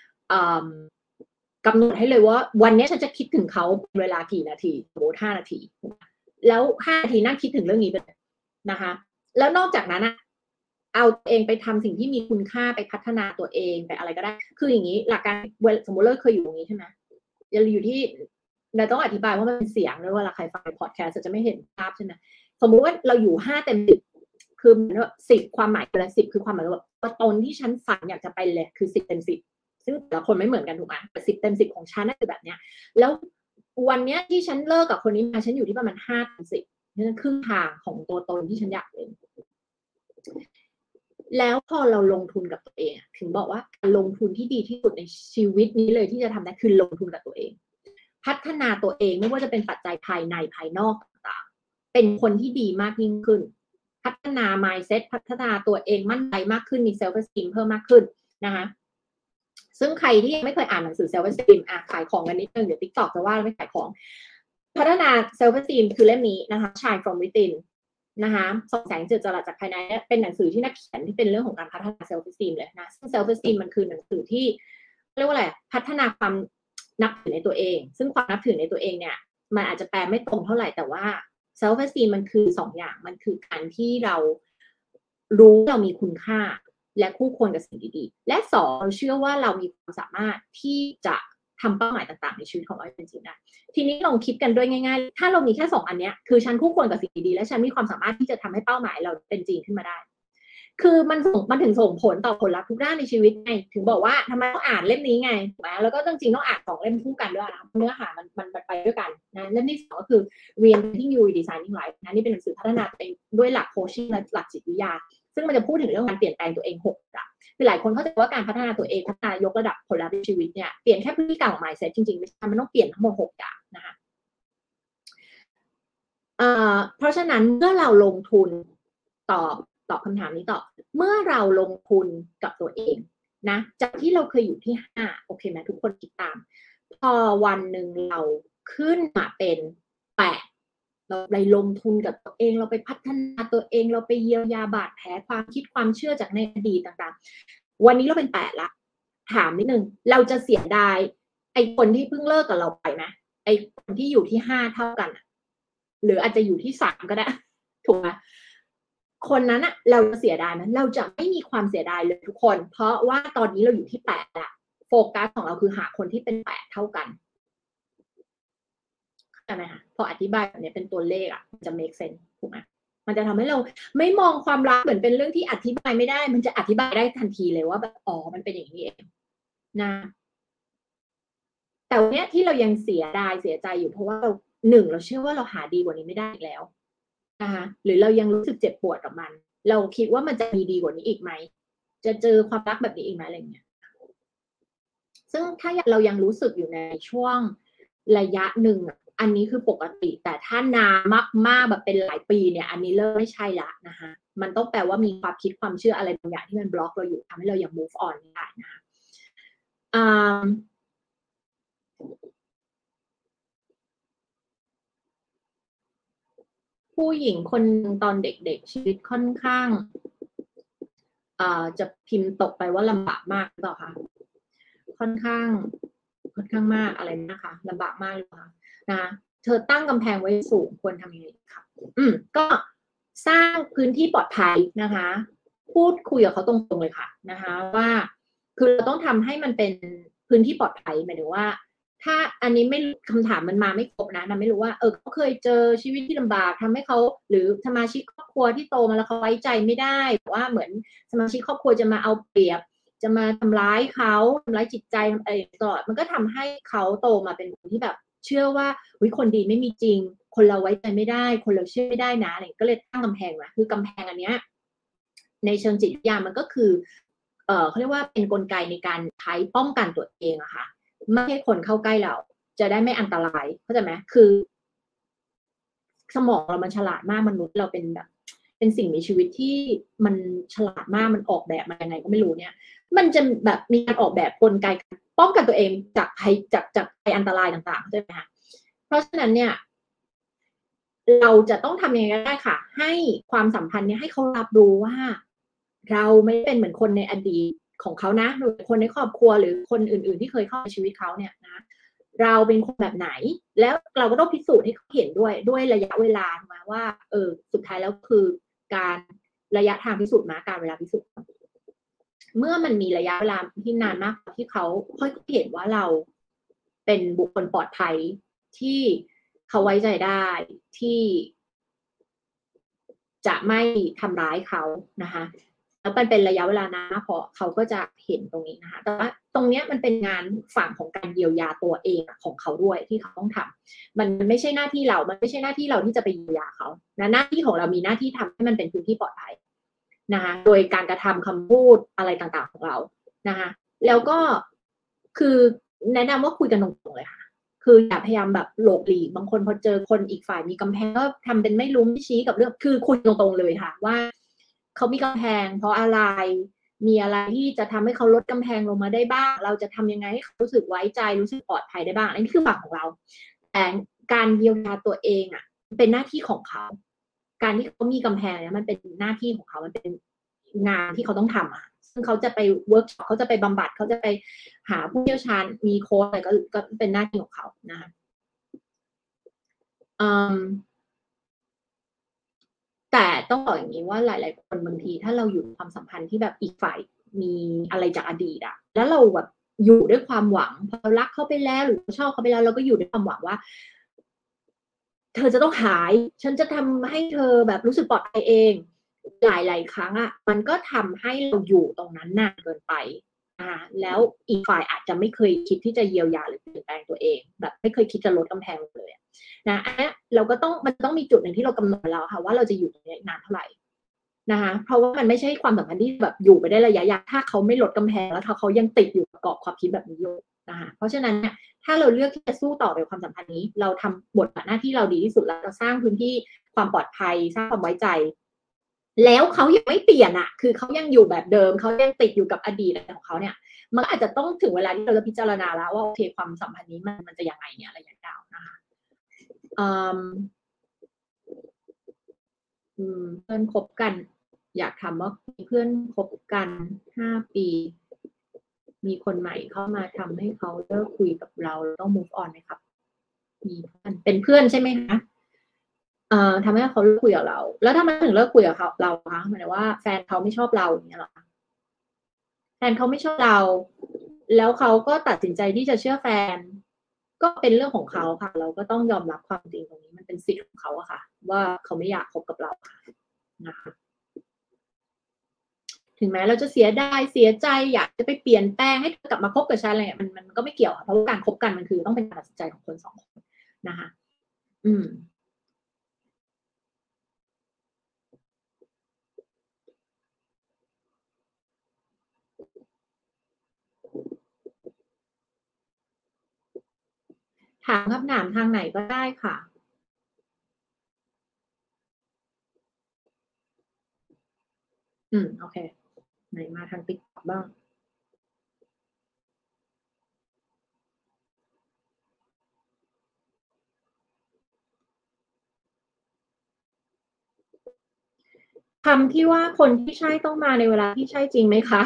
กำหนดให้เลยว่าวันนี้ฉันจะคิดถึงเขาเป็นเวลากี่นาทีสมมติห้านาทีแล้วห้านาทีนั่งคิดถึงเรื่องนี้ไปนะคะแล้วนอกจากนั้นเอาตัวเองไปทำสิ่งที่มีคุณค่าไปพัฒนาตัวเองไปอะไรก็ได้คืออย่างนี้หลักการสมมติเราเคยอยู่ตรงนี้ใช่ไหมเราอยู่ที่เราต้องอธิบายว่ามันเป็นเสียงด้วยเวลาใครฟังพอดแคสต์จะไม่เห็นภาพใช่ไหมสมมุติว่าเราอยู่ห้าเต็มสิบคือเหมือนว่าสิบความหมายคือสิบคือความหมายว่าตนที่ฉันฝันอยากจะไปเลยคือสิบเต็มสิบซึ่งแต่ละคนไม่เหมือนกันถูกไหมแต่สิบเต็มสิบของฉันนั่นคือแบบเนี้ยแล้ววันนี้ที่ฉันเลิกกับคนนี้มาฉันอยู่ที่ประมาณห้าเต็มสิบนั่นครึ่งทางของตัวตนที่ฉันอยากเป็นแล้วพอเราลงทุนกับตัวเองถึงบอกว่าการลงทุนที่ดีที่สุดในชีวิตนี้เลยที่จะทำได้คือลงทุนกับตัวเองพัฒนาตัวเองไม่ว่าจะเป็นปัจจัยภายในภายนอกต่างๆเป็นคนที่ดีมากยิ่งขึ้นพัฒนา mindset พัฒนาตัวเองมั่นใจมากขึ้นมี self esteem เพิ่มมากขึ้นนะคะซึ่งใครที่ยังไม่เคยอ่านหนังสือ self esteem อ่ะขายของกันนิดนึงเดี๋ยว TikTok จะว่าไม่ขายของพัฒนา self esteem คือเล่มนี้นะคะ Shine from within นะคะส่องแสงเจิดจรัสจากภายในเป็นหนังสือที่นักเขียนที่เป็นเรื่องของการพัฒนา self esteem เลยนะซึ่ง self esteem มันคือหนังสือที่เรียกว่าอะไรพัฒนาความนับถือในตัวเองซึ่งความนับถือในตัวเองเนี่ยมันอาจจะแปลไม่ตรงเท่าไหร่แต่ว่า self esteem มันคือสองอย่างมันคือการที่เรารู้เรามีคุณค่าและคู่ควรกับสิ่งดีๆและสองเราเชื่อว่าเรามีความสามารถที่จะทำเป้าหมายต่างๆในชีวิตของเราเป็นจริงได้ทีนี้ลองคิดกันด้วยง่ายๆถ้าเรามีแค่สองอันนี้คือฉันคู่ควรกับสิ่งดีๆและฉันมีความสามารถที่จะทำให้เป้าหมายเราเป็นจริงขึ้นมาได้คือมันส่งมันถึงส่งผลต่อผลลัพธ์ทุกด้านในชีวิตไงถึงบอกว่าทำไมต้องอ่านเล่มนี้ไงถูกไหมแล้วก็จริงๆต้องอ่านสองเล่มคู่กันด้วยนะเนื้อหามันมันไปด้วยกันนะเล่มที่สองก็คือ Reinventing You Redesigning Life นะนี่เป็นหนังสือพัฒนาตัวเองด้วยหลักโคชชิ่งและหลักจิตวิทยาซึ่งมันจะพูดถึงเรื่องการเปลี่ยนแปลงตัวเองหกระดับคือหลายคนเข้าใจว่าการพัฒนาตัวเองพัฒนายกระดับผลลัพธ์ในชีวิตเนี่ยเปลี่ยนแค่พฤติกรรมของ mindset จริงๆไม่ใช่มันต้องเปลี่ยนทั้งหมดหกอย่างนะคะเอ่อเพราะฉะนั้นเมื่อเราลงทุนตอบตอบคำถามนี้ต่อเมื่อเราลงทุนกับตัวเองนะจากที่เราเคยอยู่ที่ห้าโอเคไหมทุกคนคิดตามพอวันหนึ่งเราขึ้นมาเป็นแปดเราไปลงทุนกับตัวเองเราไปพัฒนาตัวเองเราไปเยียวยาบาดแผลความคิดความเชื่อจากในอดีตต่างๆวันนี้เราเป็นแปดละถามนิดนึงเราจะเสียดายไอ้คนที่เพิ่งเลิกกับเราไปไหมไอ้คนที่อยู่ที่ห้าเท่ากันหรืออาจจะอยู่ที่สามก็ได้ถูกไหมคนนั้นอะเราจะเสียดายไหมเราจะไม่มีความเสียดายเลยทุกคนเพราะว่าตอนนี้เราอยู่ที่แปดอะโฟกัสของเราคือหาคนที่เป็นแปดเท่ากันเข้าใจไหมคะพออธิบายแบบนี้เป็นตัวเลขอะมันจะ make sense ถูกไหมมันจะทำให้เราไม่มองความรักเหมือนเป็นเรื่องที่อธิบายไม่ได้มันจะอธิบายได้ทันทีเลยว่าแบบอ๋อมันเป็นอย่างนี้เองนะแต่วันนี้ที่เรายังเสียดายเสียใจอยู่เพราะว่าเราหนึ่งเราเชื่อว่าเราหาดีกว่านี้ไม่ได้อีกแล้วนะคะหรือเรายังรู้สึกเจ็บปวดกับมันเราคิดว่ามันจะมีดีกว่านี้อีกไหมจะเจอความรักแบบนี้อีกไหมอะไรเงี้ยซึ่งถ้าเรายังรู้สึกอยู่ในช่วงระยะหนึ่งอันนี้คือปกติแต่ถ้านานมากๆแบบเป็นหลายปีเนี่ยอันนี้เริ่มไม่ใช่ละนะคะมันต้องแปลว่ามีความคิดความเชื่ออะไรบางอย่างที่มันบล็อกเราอยู่ทำให้เรายัง move on ไม่ได้นะคะผู้หญิงคนตอนเด็กๆชีวิตค่อนข้างจะพิมพ์ตกไปว่าลำบากมากหรือเปล่าคะค่อนข้างค่อนข้างมากอะไรนะคะลำบากมากเลยค่ะนะเธอตั้งกำแพงไว้สูงควรทำยังไงคะอืมก็สร้างพื้นที่ปลอดภัยนะคะพูดคุยกับเขาตรงๆเลยค่ะนะคะว่าคือเราต้องทำให้มันเป็นพื้นที่ปลอดภัยหมายถึงว่าถ้าอันนี้ไม่คำถามมันมาไม่ครบนะนะไม่รู้ว่าเออเขาเคยเจอชีวิตที่ลำบากทำให้เขาหรือสมาชิกครอบครัวที่โตมาแล้วเขาไว้ใจไม่ได้ว่าเหมือนสมาชิกครอบครัวจะมาเอาเปรียบจะมาทำร้ายเขาทำร้ายจิตใจอะไรตลอดมันก็ทำให้เขาโตมาเป็นคนที่แบบเชื่อว่าวิคนดีไม่มีจริงคนเราไว้ใจไม่ได้คนเราเชื่อไม่ได้นะอะไรก็เลยตั้งกำแพงมาคือกำแพงอันเนี้ยในเชิงจิตวิทยามันก็คือเออเขาเรียกว่าเป็นกลไกในการใช้ป้องกันตัวเองอะค่ะไม่ให้คนเข้าใกล้เราจะได้ไม่อันตรายเข้าใจไหมคือสมองเรามันฉลาดมากมนุษย์เราเป็นแบบเป็นสิ่งมีชีวิตที่มันฉลาดมากมันออกแบบมายังไงก็ไม่รู้เนี่ยมันจะแบบมีการออกแบบกลไกป้องกันตัวเองจากภัยจากจากภัยอันตรายต่างๆใช่ไหมคะเพราะฉะนั้นเนี่ยเราจะต้องทำยังไงก็ได้ค่ะให้ความสัมพันธ์เนี่ยให้เขารับรู้ว่าเราไม่เป็นเหมือนคนในอดีตของเขานะหรือคนในครอบครัวหรือคนอื่นๆที่เคยเข้าในชีวิตเขาเนี่ยนะเราเป็นคนแบบไหนแล้วเราก็ต้องพิสูจน์ให้เขาเห็นด้วยด้วยระยะเวลามาว่าเออสุดท้ายแล้วคือการระยะทางพิสูจน์มาการเวลาพิสูจน์เมื่อมันมีระยะเวลาที่นานมากที่เขาค่อยเห็นว่าเราเป็นบุคคลปลอดภัยที่เขาไว้ใจได้ที่จะไม่ทำร้ายเขานะคะแล้วมันเป็นระยะเวลานานพอเขาก็จะเห็นตรงนี้นะคะแต่ว่าตรงนี้มันเป็นงานฝั่งของการเยียวยาตัวเองของเขาด้วยที่เขาต้องทำมันไม่ใช่หน้าที่เรามันไม่ใช่หน้าที่เราที่จะไปเยียวยาเขานะหน้าที่ของเรามีหน้าที่ทำให้มันเป็นพื้นที่ปลอดภัยนะคะโดยการกระทำคำพูดอะไรต่างๆของเรานะคะแล้วก็คือแนะนำว่าคุยกันตรงๆเลยค่ะคืออย่าพยายามแบบหลบหลีกบางคนพอเจอคนอีกฝ่ายมีกำแพงก็ทำเป็นไม่รู้ไม่ชี้กับเรื่องคือคุยตรงๆเลยค่ะว่าเขามีกำแพงเพราะอะไรมีอะไรที่จะทำให้เขาลดกำแพงลงมาได้บ้างเราจะทำยังไงให้เขารู้สึกไว้ใจรู้สึกปลอดภัยได้บ้างอันนี้คือฝั่งของเราแต่การเยียวยาตัวเองอ่ะเป็นหน้าที่ของเขาการที่เขามีกำแพงเนี่ยมันเป็นหน้าที่ของเขามันเป็นงานที่เขาต้องทำอ่ะซึ่งเขาจะไปเวิร์กช็อปเขาจะไปบำบัดเขาจะไปหาผู้เชี่ยวชาญมีโค้ชอะไรก็ก็เป็นหน้าที่ของเขานะคะแต่ต้องบอกอย่างนี้ว่าหลายๆคนบางทีถ้าเราอยู่ในความสัมพันธ์ที่แบบอีกฝ่ายมีอะไรจากอดีตอะแล้วเราแบบอยู่ด้วยความหวังพอรักเขาไปแล้วหรือชอบเขาไปแล้วเราก็อยู่ด้วยความหวังว่าเธอจะต้องหายฉันจะทำให้เธอแบบรู้สึกปลอดภัยเองหลายๆครั้งอะมันก็ทำให้เราอยู่ตรงนั้นนานเกินไปอ่าแล้วอีกฝ่ายอาจจะไม่เคยคิดที่จะเยียวยาหรือเปลี่ยนแปลงตัวเองแบบไม่เคยคิดจะลดกำแพงเลยนะอันนี้เราก็ต้องมันต้องมีจุดหนึ่งที่เรากำหนดแล้วค่ะว่าเราจะอยู่ตรงนี้นานเท่าไหร่นะคะเพราะว่ามันไม่ใช่ความสัมพันธ์ที่แบบอยู่ไปได้ระยะยาวถ้าเขาไม่ลดกำแพงแล้วถ้าเขายังติดอยู่กับกรอบความคิดแบบนี้อยู่นะคะเพราะฉะนั้นเนี่ยถ้าเราเลือกที่จะสู้ต่อในความสัมพันธ์นี้เราทำบทบาทหน้าที่เราดีที่สุดแล้วเราสร้างพื้นที่ความปลอดภัยสร้างความไว้ใจแล้วเขายังไม่เปลี่ยนอะคือเขายังอยู่แบบเดิมเขายังติดอยู่กับอดีตอะไรของเขาเนี่ยมันอาจจะต้องถึงเวลาที่เราจะพิจารณาแล้วว่าโอเคความสัมพันธ์นี้มันมันจะยังไงเนี่ยระยะยาวนะคะอืมเพื่อนคบกันอยากถามว่าเพื่อนคบกันห้าปีมีคนใหม่เข้ามาทำให้เขาเลิกคุยกับเราต้อง move on ไหมครับมีเพื่อนเป็นเพื่อนใช่ไหมคะเอ่อทำให้เขาเลิกคุยกับเราแล้วทำไมถึงเลิกคุยกับเขาเราคะหมายถึงว่าแฟนเขาไม่ชอบเราอย่างเงี้ยหรอแฟนเขาไม่ชอบเราแล้วเขาก็ตัดสินใจที่จะเชื่อแฟนก็เป็นเรื่องของเขาค่ะเราก็ต้องยอมรับความจริงตรงนี้มันเป็นสิทธิ์ของเขาอะค่ะว่าเขาไม่อยากคบกับเราค่ะนะคะถึงแม้เราจะเสียดายเสียใจอยากจะไปเปลี่ยนแปลงให้เธอกลับมาคบกับฉันอะไรเงี้ยมันมันก็ไม่เกี่ยวค่ะเพราะว่าการคบกันมันคือต้องเป็นการตัดสินใจของคนสองคนนะคะอืมถามคำถามทางไหนก็ได้ค่ะอืมโอเคไหนมาทางติ๊กต็อกบ้างคำที่ว่าคนที่ใช่ต้องมาในเวลาที่ใช่จริงไหมคะ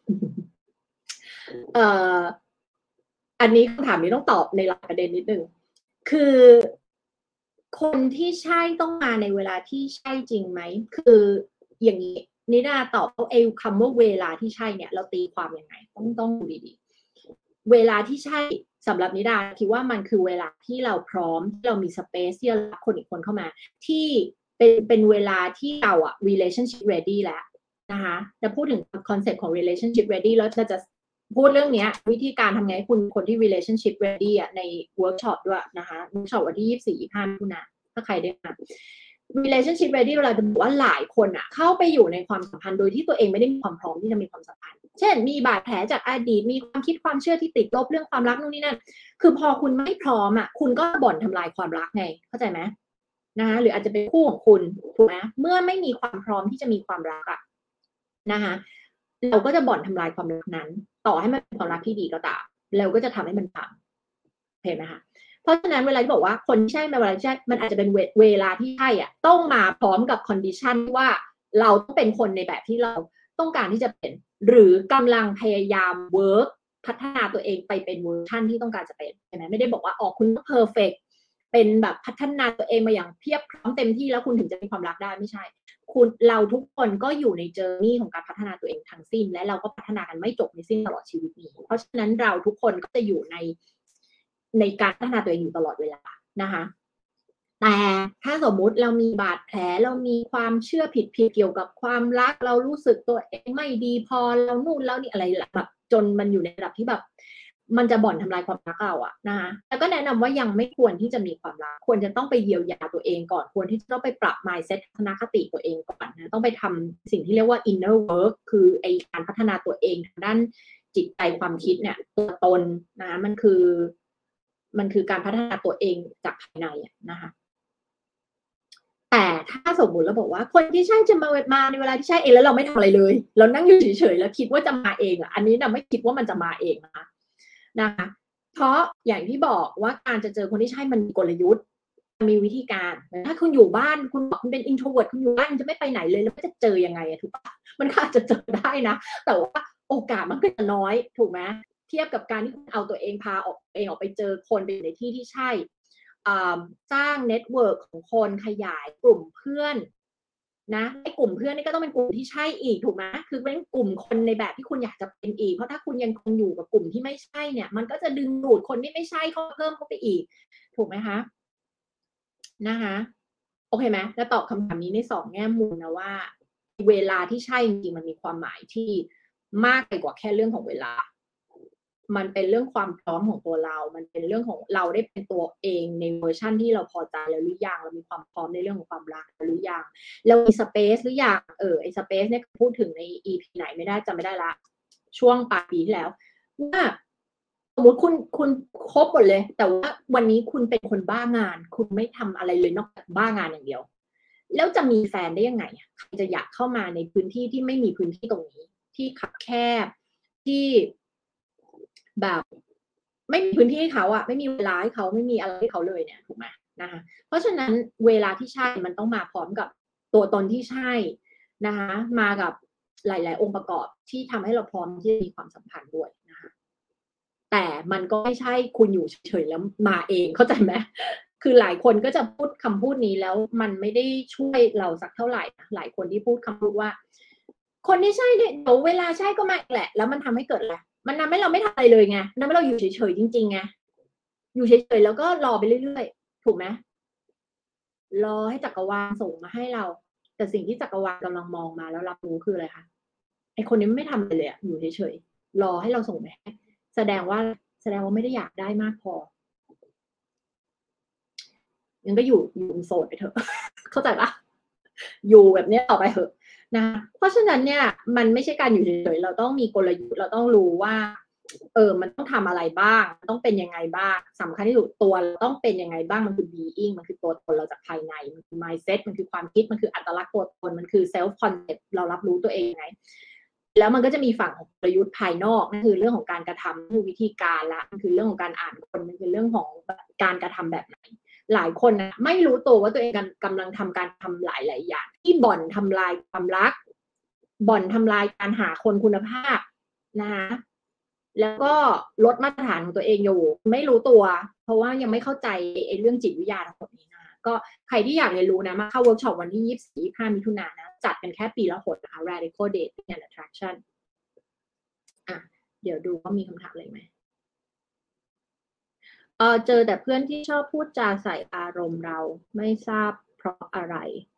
เอ่ออันนี้คำถามนี้ต้องตอบในหลายประเด็นนิดนึงคือคนที่ใช่ต้องมาในเวลาที่ใช่จริงไหมคืออย่างนี้นิดาตอบไอ้คำว่าเวลาที่ใช่เนี่ยเราตีความยังไงต้องต้องดูดีๆเวลาที่ใช่สำหรับนิดาคิดว่ามันคือเวลาที่เราพร้อมที่เรามีสเปซที่จะรับคนอีกคนเข้ามาที่เป็นเป็นเวลาที่เราอะ relationship ready แล้วนะคะจะพูดถึงคอนเซ็ปต์ของ relationship ready แล้วเราจะพูดเรื่องนี้วิธีการทำไงให้คุณคนที่ relationship ready อะในเวิร์กช็อปด้วยนะคะเวิร์กช็อปวันที่ยี่สิบสี่ ยี่สิบห้ามิถุนายนถ้าใครได้มา relationship ready เราจะบอกว่าหลายคนอะเข้าไปอยู่ในความสัมพันธ์โดยที่ตัวเองไม่ได้มีความพร้อมที่จะมีความสัมพันธ์เช่นมีบาดแผลจากอดีตมีความคิดความเชื่อที่ติดลบเรื่องความรักนู่นนี่นั่นคือพอคุณไม่พร้อมอะคุณก็บ่อนทำลายความรักไงเข้าใจไหมนะคะหรืออาจจะเป็นคู่ของคุณถูกไหมเมื่อไม่มีความพร้อมที่จะมีความรักอะนะคะเราก็จะบ่อนทำลายความรักนั้นต่อให้มันเป็นความรักที่ดีก็ตามเราก็จะทำให้มันพังเห็นไหมคะเพราะฉะนั้นเวลาที่บอกว่าคนที่ใช่เวลาที่ใช่มันอาจจะเป็นเวลาที่ใช่อ่ะต้องมาพร้อมกับคอนดิชันว่าเราต้องเป็นคนในแบบที่เราต้องการที่จะเป็นหรือกำลังพยายามเวิร์กพัฒนาตัวเองไปเป็นเวอร์ชันที่ต้องการจะเป็นใช่ไหมไม่ได้บอกว่าออกคุณต้องเพอร์เฟกต์เป็นแบบพัฒนาตัวเองมาอย่างเพียบพร้อมเต็มที่แล้วคุณถึงจะมีความรักได้ไม่ใช่คุณเราทุกคนก็อยู่ในเจอร์นี่ของการพัฒนาตัวเองทั้งสิ้นและเราก็พัฒนากันไม่จบไม่สิ้นตลอดชีวิตนี้เพราะฉะนั้นเราทุกคนก็จะอยู่ในในการพัฒนาตัวเองอยู่ตลอดเวลานะคะแต่ถ้าสมมุติเรามีบาดแผลเรามีความเชื่อผิดๆเกี่ยวกับความรักเรารู้สึกตัวเองไม่ดีพอเรานู่นแล้วนี่อะไรแบบจนมันอยู่ในระดับที่แบบมันจะบ่อนทำลายความรักเราอะนะคะแล้วก็แนะนำว่ายังไม่ควรที่จะมีความรักควรจะต้องไปเยียวยาตัวเองก่อนควรที่จะต้องไปปรับ mindset ทัศนคติตัวเองก่อนนะต้องไปทำสิ่งที่เรียกว่า inner work คือไอการพัฒนาตัวเองทางด้านจิตใจความคิดเนี่ยตัวตนนะมันคือมันคือการพัฒนาตัวเองจากภายในนะคะแต่ถ้าสมมุติเราบอกว่าคนที่ใช่จะมามาในเวลาที่ใช่เองแล้วเราไม่ทำอะไรเลยเรานั่งอยู่เฉยๆแล้วคิดว่าจะมาเองอ่ะอันนี้นะไม่คิดว่ามันจะมาเองนะคะนะคะเพราะอย่างที่บอกว่าการจะเจอคนที่ใช่มันมีกลยุทธ์มีวิธีการถ้าคุณอยู่บ้านคุณบอกคุณเป็น introvert คุณอยู่บ้านคุณจะไม่ไปไหนเลยแล้วจะเจอยังไงอะถูกปะมันอาจจะเจอได้นะแต่ว่าโอกาสมันก็จะน้อยถูกไหมเทียบกับการที่คุณเอาตัวเองพาออกเองออกไปเจอคนไปในที่ที่ใช่สร้างเน็ตเวิร์กของคนขยายกลุ่มเพื่อนนะไอ้กลุ่มเพื่อนนี่ก็ต้องเป็นกลุ่มที่ใช่อีกถูกไหมคือเป็นกลุ่มคนในแบบที่คุณอยากจะเป็นอีกเพราะถ้าคุณยังคงอยู่กับกลุ่มที่ไม่ใช่เนี่ยมันก็จะดึงดูดคนที่ไม่ใช่เข้าเพิ่มเข้าไปอีกถูกไหมคะนะคะโอเคไหมแล้วตอบคำถามนี้ในสองแง่มุมนะว่าเวลาที่ใช่จริงๆมันมีความหมายที่มากไปกว่าแค่เรื่องของเวลามันเป็นเรื่องความพร้อมของตัวเรามันเป็นเรื่องของเราได้เป็นตัวเองในเวอร์ชั่นที่เราพอใจแล้วหรือยังเรามีความพร้อมในเรื่องของความรักหรือยังเรามีสเปซหรือยังเออไอ้สเปซเนี่ยพูดถึงใน อี พี ไหนไม่ได้จำไม่ได้ละช่วงปลายปีที่แล้วว่าสมมติคุณคุณครบหมดเลยแต่ว่าวันนี้คุณเป็นคนบ้างานคุณไม่ทำอะไรเลยนอกจากบ้างานอย่างเดียวแล้วจะมีแฟนได้ยังไงใครจะอยากเข้ามาในพื้นที่ที่ไม่มีพื้นที่ตรงนี้ที่คับแคบที่แบบไม่มีพื้นที่ให้เขาอะไม่มีเวลาให้เขาไม่มีอะไรให้เขาเลยเนี่ยถูกไหมนะคะเพราะฉะนั้นเวลาที่ใช่มันต้องมาพร้อมกับตัวตนที่ใช่นะคะมากับหลายๆองค์ประกอบที่ทำให้เราพร้อมที่จะมีความสัมพันธ์ด้วยนะคะแต่มันก็ไม่ใช่คุณอยู่เฉยๆแล้วมาเองเข้าใจไหมคือหลายคนก็จะพูดคำพูดนี้แล้วมันไม่ได้ช่วยเราสักเท่าไหร่หลายคนที่พูดคำพูดว่าคนที่ใช่เนี่ยเดี๋ยวเวลาใช่ก็มาแหละแล้วมันทำให้เกิดอะไรมันทำให้เราไม่ทำอะไรเลยไงทำให้เราอยู่เฉยๆจริงๆไงอยู่เฉยๆแล้วก็รอไปเรื่อยๆถูกไหมรอให้จักรวาลส่งมาให้เราแต่สิ่งที่จักรวาลกำลังมองมาแล้วรับรู้คืออะไรคะไอคนนี้ไม่ทำอะไรเลยอะอยู่เฉยๆรอให้เราส่งไปให้แสดงว่าแสดงว่าไม่ได้อยากได้มากพอยังก็อยู่อยู่โสดไปเถอะเข้าใจปะอยู่แบบนี้ต่อไปเถอะนะเพราะฉะนั้นเนี่ยมันไม่ใช่การอยู่เฉยๆเราต้องมีกลยุทธ์เราต้องรู้ว่าเออมันต้องทำอะไรบ้างต้องเป็นยังไงบ้างสำคัญที่สุดตัวเราต้องเป็นยังไงบ้างมันคือ being มันคือตัวตนเราจากภายในมันคือ mindset มันคือความคิดมันคืออัตลักษณ์ตัวตนมันคือ self concept เรารับรู้ตัวเองไงแล้วมันก็จะมีฝั่งของกลยุทธ์ภายนอกนั่นคือเรื่องของการกระทำคือวิธีการละมันคือเรื่องของการอ่านคนมันคือเรื่องของการกระทำแบบไหนหลายคนนะไม่รู้ตัวว่าตัวเองกำลังทำการทำหลายหลายอย่างที่บ่อนทำลายความรักบ่อนทำลายการหาคนคุณภาพนะคะแล้วก็ลดมาตรฐานของตัวเองอยู่ไม่รู้ตัวเพราะว่ายังไม่เข้าใจไอ้เรื่องจิตวิทยาทั้งหมดนี้นะก็ใครที่อยากเรียนรู้นะมาเข้าเวิร์กช็อปวันที่ยี่สิบสี่ ยี่สิบห้ามิถุนายนนะจัดกันแค่ปีละหนนะคะ Radical Dating and Attraction อ่ะเดี๋ยวดูว่ามีคำถามอะไรไหมเออเจอแต่เพื่อนที่ชอบพูดจาใส่อารมณ์เราไม่ทราบเพราะอะไร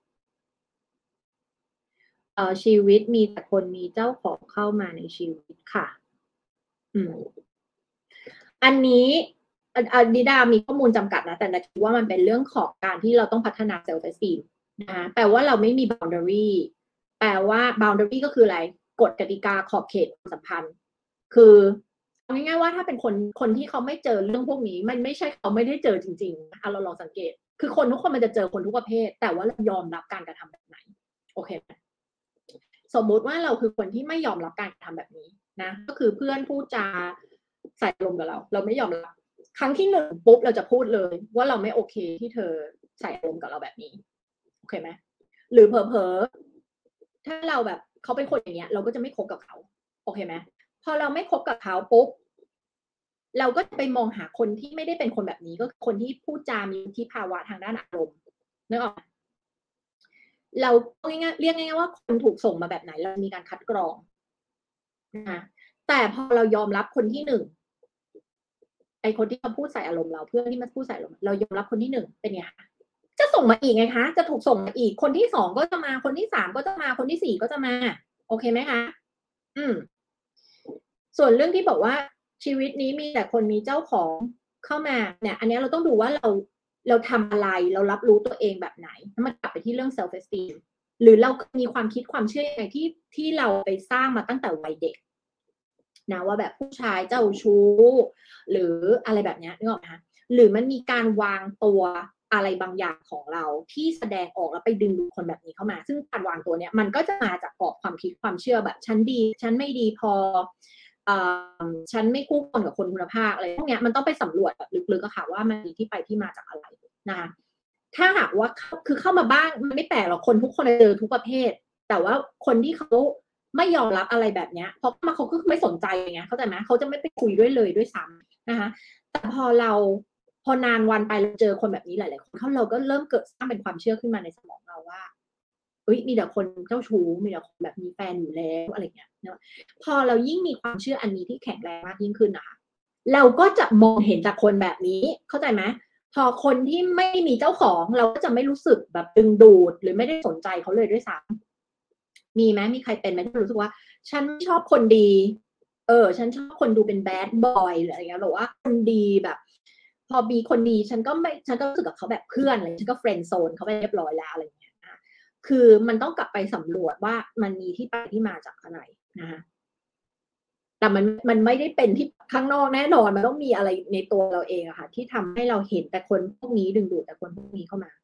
เออชีวิตมีแต่คนมีเจ้าของเข้ามาในชีวิตค่ะอืมอันนี้อันอันนิดามีข้อมูลจำกัดนะแต่นาคิดว่ามันเป็นเรื่องของการที่เราต้องพัฒนาเซลฟ์เอสตีมนะคะแปลว่าเราไม่มี boundary แปลว่า boundary ก็คืออะไรกฎกติกาขอบเขตความสัมพันธ์คือเอาง่ายๆว่าถ้าเป็นคนคนที่เขาไม่เจอเรื่องพวกนี้มันไม่ใช่เขาไม่ได้เจอจริงๆนะคะเราลองสังเกตคือคนทุกคนมันจะเจอคนทุกประเภทแต่ว่าเรายอมรับการกระทำแบบไหนโอเคไหมสมมุติว่าเราคือคนที่ไม่ยอมรับการกระทำแบบนี้นะก็คือเพื่อนพูดจาใส่ลมกับเราเราไม่ยอมรับครั้งที่หนึ่งปุ๊บเราจะพูดเลยว่าเราไม่โอเคที่เธอใส่ลมกับเราแบบนี้โอเคไหมหรือเผลอๆถ้าเราแบบเขาเป็นคนอย่างเงี้ยเราก็จะไม่คบกับเขาโอเคไหมพอเราไม่คบกับเขาปุ๊บเราก็ไปมองหาคนที่ไม่ได้เป็นคนแบบนี้ก็คนที่พูดจามีที่ภาวะทางด้านอารมณ์นึกออกเราง่ายๆเรียกง่ายๆว่าคนถูกส่งมาแบบไหนเรามีการคัดกรองนะแต่พอเรายอมรับคนที่หนึ่งไอคนที่มาพูดใส่อารมณ์เราเพื่อนที่มาพูดใส่อารมณ์เรายอมรับคนที่หนึ่งเป็นไงคะจะส่งมาอีกไงคะจะถูกส่งมาอีกคนที่สองก็จะมาคนที่สามก็จะมาคนที่สี่ก็จะมาโอเคไหมคะอืมส่วนเรื่องที่บอกว่าชีวิตนี้มีแต่คนมีเจ้าของเข้ามาเนี่ยอันนี้เราต้องดูว่าเราเราทำอะไรเรารับรู้ตัวเองแบบไหนมันกลับไปที่เรื่อง self esteem หรือเรามีความคิดความเชื่อยังไงที่ที่เราไปสร้างมาตั้งแต่วัยเด็กนะว่าแบบผู้ชายเจ้าชู้หรืออะไรแบบนี้นึกออกไหมคะหรือมันมีการวางตัวอะไรบางอย่างของเราที่แสดงออกแล้วไปดึงดูคนแบบนี้เข้ามาซึ่งการวางตัวเนี้ยมันก็จะมาจากกรอบความคิดความเชื่อแบบฉันดีฉันไม่ดีพอฉันไม่คู่ควรกับคนคุณภาพอะไรพวกนี้มันต้องไปสำรวจแบบลึกๆอะค่ะว่ามันมีที่ไปที่มาจากอะไรนะคะถ้าหากว่าคือเข้ามาบ้างมันไม่แปลกหรอกคนทุกคนเจอทุกประเภทแต่ว่าคนที่เขาไม่ยอมรับอะไรแบบนี้เพราะมาเขาก็ไม่สนใจไงเข้าใจไหมเขาจะไม่ไปคุยด้วยเลยด้วยซ้ำนะคะแต่พอเราพอนานวันไปเราเจอคนแบบนี้หลายๆคนเขาเราก็เริ่มเกิดสร้างเป็นความเชื่อขึ้นมาในสมองเราว่าเฮ้ยมีแต่คนเจ้าชู้มีแต่คนแบบมีแฟนอยู่แล้วอะไรเงี้ยเนาะพอเรายิ่งมีความเชื่ออันนี้ที่แข็งแรงมากยิ่งขึ้นนะคะเราก็จะมองเห็นจากคนแบบนี้เข้าใจไหมพอคนที่ไม่มีเจ้าของเราก็จะไม่รู้สึกแบบดึงดูดหรือไม่ได้สนใจเขาเลยด้วยซ้ำมีไหมมีใครเป็นไหมที่รู้สึกว่าฉันชอบคนดีเออฉันชอบคนดูเป็นแบดบอยหรืออะไรเงี้ยหรือว่าคนดีแบบพอมีคนดีฉันก็ไม่ฉันก็รู้สึกกับเขาแบบเพื่อนอะไรฉันก็เฟรนด์โซนเขาไปเรียบร้อยแล้วอะไรเงี้ยนะคือมันต้องกลับไปสำรวจว่ามันมีที่ไปที่มาจากอะไรนะคะแต่มันมันไม่ได้เป็นที่ข้างนอกแน่นอนมันต้องมีอะไรในตัวเราเองอะค่ะที่ทำให้เราเห็นแต่คนพวกนี้ดึงดูดแต่คนพวกนี้เข้ามา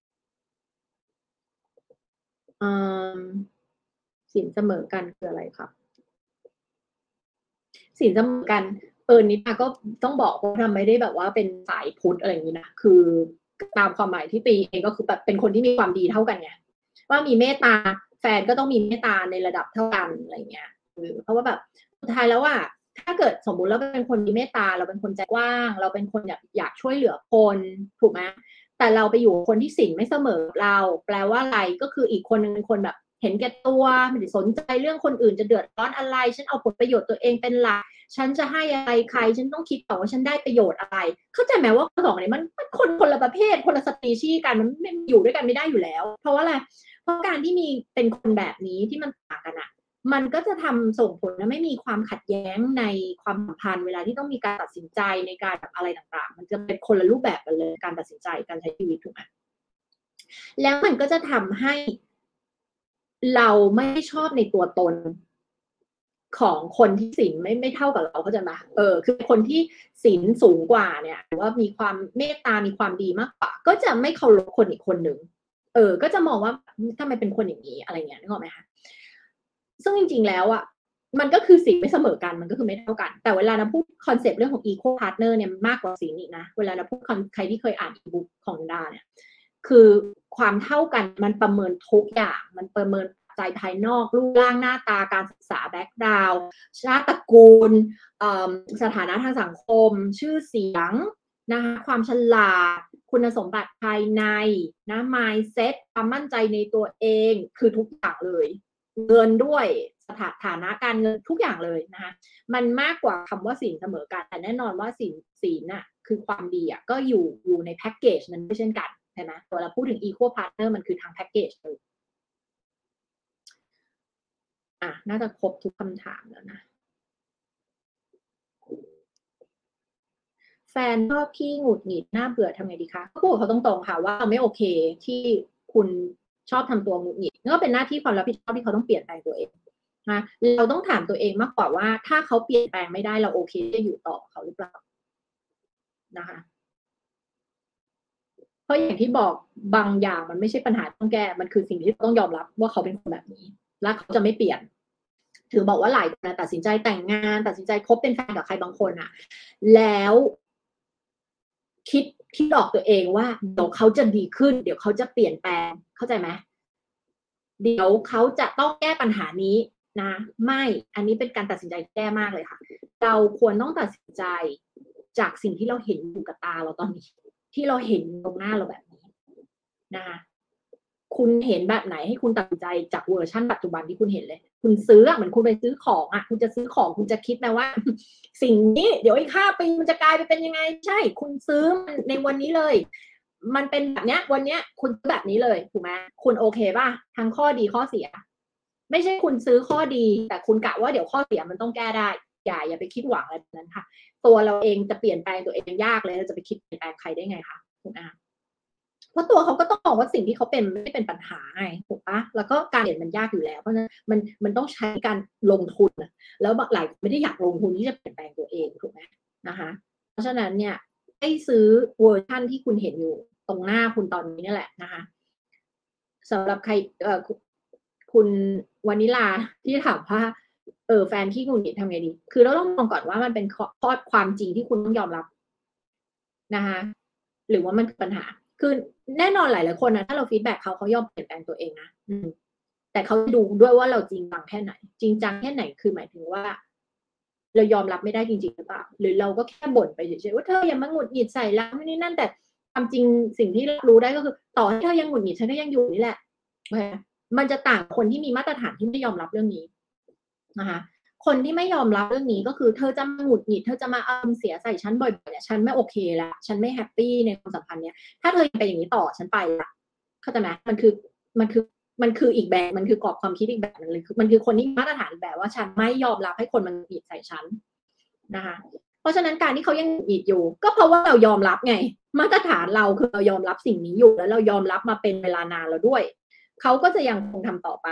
อืมสินเสมอกันคืออะไรครับสินเสมอกันเออนิดาก็ต้องบอกว่าทำไม่ได้แบบว่าเป็นสายพุทธอะไรอย่างนี้นะคือตามความหมายที่ตีเองก็คือแบบเป็นคนที่มีความดีเท่ากันไงว่ามีเมตตาแฟนก็ต้องมีเมตตาในระดับเท่ากันอะไรเงี้ยเพราะว่าแบบสุดท้ายแล้วว่าถ้าเกิดสมมุติเราเป็นคนมีเมตตาเราเป็นคนใจกว้างเราเป็นคนอยากอยากช่วยเหลือคนถูกไหมแต่เราไปอยู่คนที่สินไม่เสมอเราแปลว่าอะไรก็คืออีกคนนึงเป็นคนแบบเห็นแก่ตัวไม่ได้สนใจเรื่องคนอื่นจะเดือดร้อนอะไรฉันเอาผลประโยชน์ตัวเองเป็นหลักฉันจะให้อะไรใครฉันต้องคิดก่อนว่าฉันได้ประโยชน์อะไรเข้าใจไหมว่าสองอันนี้มันมันคนคนละประเภทคนละสปีชีส์กันมันไม่อยู่ด้วยกันไม่ได้อยู่แล้วเพราะว่าอะไรเพราะการที่มีเป็นคนแบบนี้ที่มันต่างกันอะมันก็จะทำส่งผลและไม่มีความขัดแย้งในความสัมพันธ์เวลาที่ต้องมีการตัดสินใจในการแบบอะไรต่างๆมันจะเป็นคนละรูปแบบกันเลยการตัดสินใจการใช้ชีวิตถูกไหมแล้วมันก็จะทำให้เราไม่ชอบในตัวตนของคนที่ศีลไม่ไม่เท่ากับเราเข้าใจไหมเออคือคนที่ศีลสูงกว่าเนี่ยหรือว่ามีความเมตตามีความดีมากกว่าก็จะไม่เคารพคนอีกคนหนึ่งเออก็จะมองว่าทำไมเป็นคนอย่างนี้อะไรเงี้ยนึกออกไหมคะซึ่งจริงๆแล้วอ่ะมันก็คือศีลไม่เสมอกันมันก็คือไม่เท่ากันแต่เวลาเราพูดคอนเซปต์เรื่องของ equal partner เนี่ยมากกว่าศีลอีกนะเวลาเราพูดใครที่เคยอ่านอีบุ๊กของดาเนี่ยคือความเท่ากันมันประเมินทุกอย่างมันประเมินใจภายนอกรูปร่างหน้าตาการศึกษาแบ็กกราวด์ชาติตระกูลสถานะทางสังคมชื่อเสียงนะคะความฉลาดคุณสมบัติภายในนะ mindset ความมั่นใจในตัวเองคือทุกอย่างเลยเงินด้วยสถาฐานะการเงินทุกอย่างเลยนะคะมันมากกว่าคำว่าศีลเสมอกันแต่แน่นอนว่าศีลศีลน่ะคือความดีอ่ะก็อยู่อยู่ในแพ็กเกจนั้นด้วยเช่นกันใช่ไหมเวลาพูดถึง equal partner มันคือทางแพ็กเกจเลยอ่ะน่าจะครบทุกคำถามแล้วนะแฟนชอบขี้หงุดหงิดน่าเบื่อทำไงดีคะก็พูดเขาตรงๆค่ะว่าเราไม่โอเคที่คุณชอบทำตัวหงุดหงิดก็เป็นหน้าที่ความรับผิดชอบที่เขาต้องเปลี่ยนแปลงตัวเองนะเราต้องถามตัวเองมากกว่าว่าถ้าเขาเปลี่ยนแปลงไม่ได้เราโอเคจะอยู่ต่อเขาหรือเปล่านะคะเพราะอย่างที่บอกบางอย่างมันไม่ใช่ปัญหาต้องแก้มันคือสิ่งที่ต้องยอมรับว่าเขาเป็นคนแบบนี้และเขาจะไม่เปลี่ยนถือบอกว่าหลายคนตัดสินใจแต่งงานตัดสินใจคบเป็นแฟนกับใครบางคนอะแล้วคิดคิดออกตัวเองว่าเดี๋ยวเขาจะดีขึ้นเดี๋ยวเขาจะเปลี่ยนแปลงเข้าใจไหมเดี๋ยวเขาจะต้องแก้ปัญหานี้นะไม่อันนี้เป็นการตัดสินใจแก้มากเลยค่ะเราควรต้องตัดสินใจจากสิ่งที่เราเห็นอยู่กับตาเราตอนนี้ที่เราเห็นตรงหน้าเราแบบนี้นะคะคุณเห็นแบบไหนให้คุณตัดสินใจจากเวอร์ชันปัจจุบันที่คุณเห็นเลยคุณซื้อเหมือนคุณไปซื้อของอ่ะคุณจะซื้อของคุณจะคิดนะว่าสิ่งนี้เดี๋ยวอีกห้าปีมันจะกลายไปเป็นยังไงใช่คุณซื้อมันในวันนี้เลยมันเป็นแบบเนี้ยวันเนี้ยคุณแบบนี้เลยถูกไหมคุณโอเคป่ะทั้งข้อดีข้อเสียไม่ใช่คุณซื้อข้อดีแต่คุณกะว่าเดี๋ยวข้อเสียมันต้องแก้ได้อย่าอย่าไปคิดหวังอะไรแบบนั้นค่ะตัวเราเองจะเปลี่ยนแปลงตัวเองยากเลยเราจะไปคิดเปลี่ยนแปลงใครได้ไงคะถูกไหมเพราะตัวเขาก็ต้องมองว่าสิ่งที่เขาเป็นไม่เป็นปัญหาไงถูกปะแล้วก็การเปลี่ยนมันยากอยู่แล้วเพราะฉะนั้นมันมันต้องใช้การลงทุนแล้วหลายคนไม่ได้อยากลงทุนที่จะเปลี่ยนแปลงตัวเองถูกไหมนะคะเพราะฉะนั้นเนี่ยให้ซื้อเวอร์ชันที่คุณเห็นอยู่ตรงหน้าคุณตอนนี้นี่แหละนะคะสำหรับใครเอ่อคุณวานิลาที่ถามว่าเออแฟนที่คุณหงิดทำไงดีคือเราต้องมองก่อนว่ามันเป็นข้อความจริงที่คุณต้องยอมรับนะคะหรือว่ามันคือปัญหาคือแน่นอนหลายๆคนนะถ้าเราฟีดแบ็กเขาเขายอมเปลี่ยนแปลงตัวเองนะแต่เขาดูด้วยว่าเราจริงจังแค่ไหนจริงจังแค่ไหนคือหมายถึงว่าเรายอมรับไม่ได้จริงๆหรือเปล่าหรือเราก็แค่บ่นไปเฉยๆว่าเธออย่ามาหงุดหงิดใส่เราไม่นี่นั่นแต่ความจริงสิ่งที่เรารู้ได้ก็คือต่อให้เธอยังหงุดหงิดฉันก็ยังอยู่นี่แหละมันจะต่างคนที่มีมาตรฐานที่ไม่ยอมรับเรื่องนี้นะคะคนที่ไม่ยอมรับเรื่องนี้ก็คือเธอจะมาหงุดหงิดเธอจะมาอารมณ์เสียใส่ฉันบ่อยๆเนี่ยฉันไม่โอเคละฉันไม่แฮปปี้ในความสัมพันธ์เนี้ยถ้าเธอยังเป็นอย่างนี้ต่อฉันไปละเข้าใจไหมมันคือมันคือมันคืออีกแบบมันคือกรอบความคิดอีกแบบนึงเลยมันคือคนที่มาตรฐานแบบว่าฉันไม่ยอมรับให้คนมันหงุดหงิดใส่ฉันนะคะเพราะฉะนั้นการที่เขายังหงุดหงิดอยู่ก็เพราะว่าเรายอมรับไงมาตรฐานเราคือเรายอมรับสิ่งนี้อยู่แล้วเรายอมรับมาเป็นเวลานานแล้วด้วยเขาก็จะยังคงทำต่อไป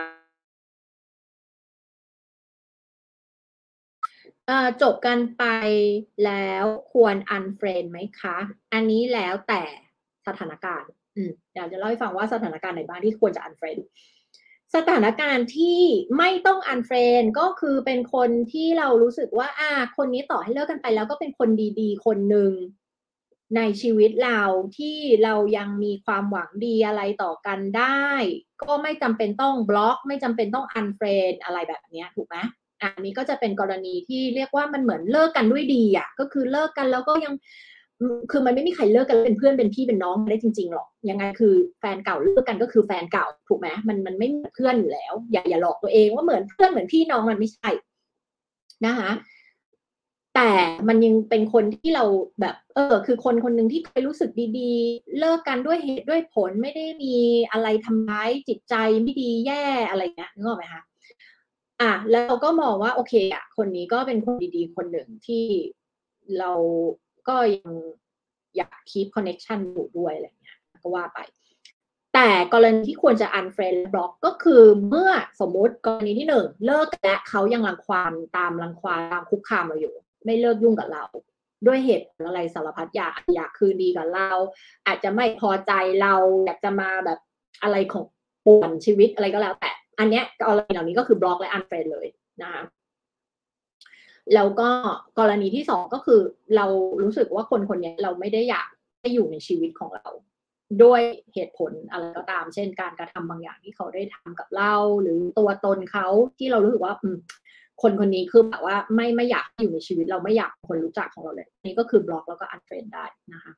จบกันไปแล้วควร unfriend ไหมคะ อันนี้แล้วแต่สถานการณ์อยากจะเล่าให้ฟังว่าสถานการณ์ไหนบ้างที่ควรจะ unfriend สถานการณ์ที่ไม่ต้อง unfriend ก็คือเป็นคนที่เรารู้สึกว่าอ่าคนนี้ต่อให้เลิกกันไปแล้วก็เป็นคนดีๆคนหนึ่งในชีวิตเราที่เรายังมีความหวังดีอะไรต่อกันได้ก็ไม่จำเป็นต้องบล็อกไม่จำเป็นต้อง unfriend อะไรแบบนี้ถูกไหมอันนี้ก็จะเป็นกรณีที่เรียกว่ามันเหมือนเลิกกันด้วยดีอ่ะก็คือเลิกกันแล้วก็ยังคือมันไม่มีใครเลิกกันเป็นเพื่อนเป็นพี่เป็นน้องได้จริงๆหรอกยังไงคือแฟนเก่าเลิกกันก็คือแฟนเก่าถูกไหมมันมันไม่เหมือนเพื่อนอยู่แล้วอย่าอย่าหลอกตัวเองว่าเหมือนเพื่อนเหมือนพี่น้องมันไม่ใช่นะคะแต่มันยังเป็นคนที่เราแบบเออคือคนคนหนึ่งที่เคยรู้สึกดีๆเลิกกันด้วยเหตุด้วยผลไม่ได้มีอะไรทำร้ายจิตใจไม่ดีแย่อะไรเงี้ยนึกออกไหมคะอ่ะแล้วเราก็มองว่าโอเคอ่ะคนนี้ก็เป็นคนดีๆคนหนึ่งที่เราก็ยังอยาก keep connection อยู่ด้วยอะไรเงี้ยก็ว่าไปแต่กรณีที่ควรจะ unfriend บล็อกก็คือเมื่อสมมติกรณีที่หนึ่งเลิกและเขายังรังควานตามรังควานตามคุกคามเราอยู่ไม่เลิกยุ่งกับเราด้วยเหตุอะไรสารพัดอยากอยากคืนดีกับเราอาจจะไม่พอใจเราอยากจะมาแบบอะไรของป่วนชีวิตอะไรก็แล้วแต่อันเนี้ยกรณีเหล่านี้ก็คือบล็อกและ unfriend เลยนะคะแล้วก็กรณีที่สองก็คือเรารู้สึกว่าคนคนนี้เราไม่ได้อยากให้อยู่ในชีวิตของเราด้วยเหตุผลอะไรก็ตามเช่นการกระทำบางอย่างที่เขาได้ทำกับเราหรือตัวตนเขาที่เรารู้สึกว่าคนคนนี้คือแบบว่าไม่ไม่อยากอยู่ในชีวิตเราไม่อยากคนรู้จักของเราเลยนี่ก็คือบล็อกแล้วก็อันเฟรนได้นะคะ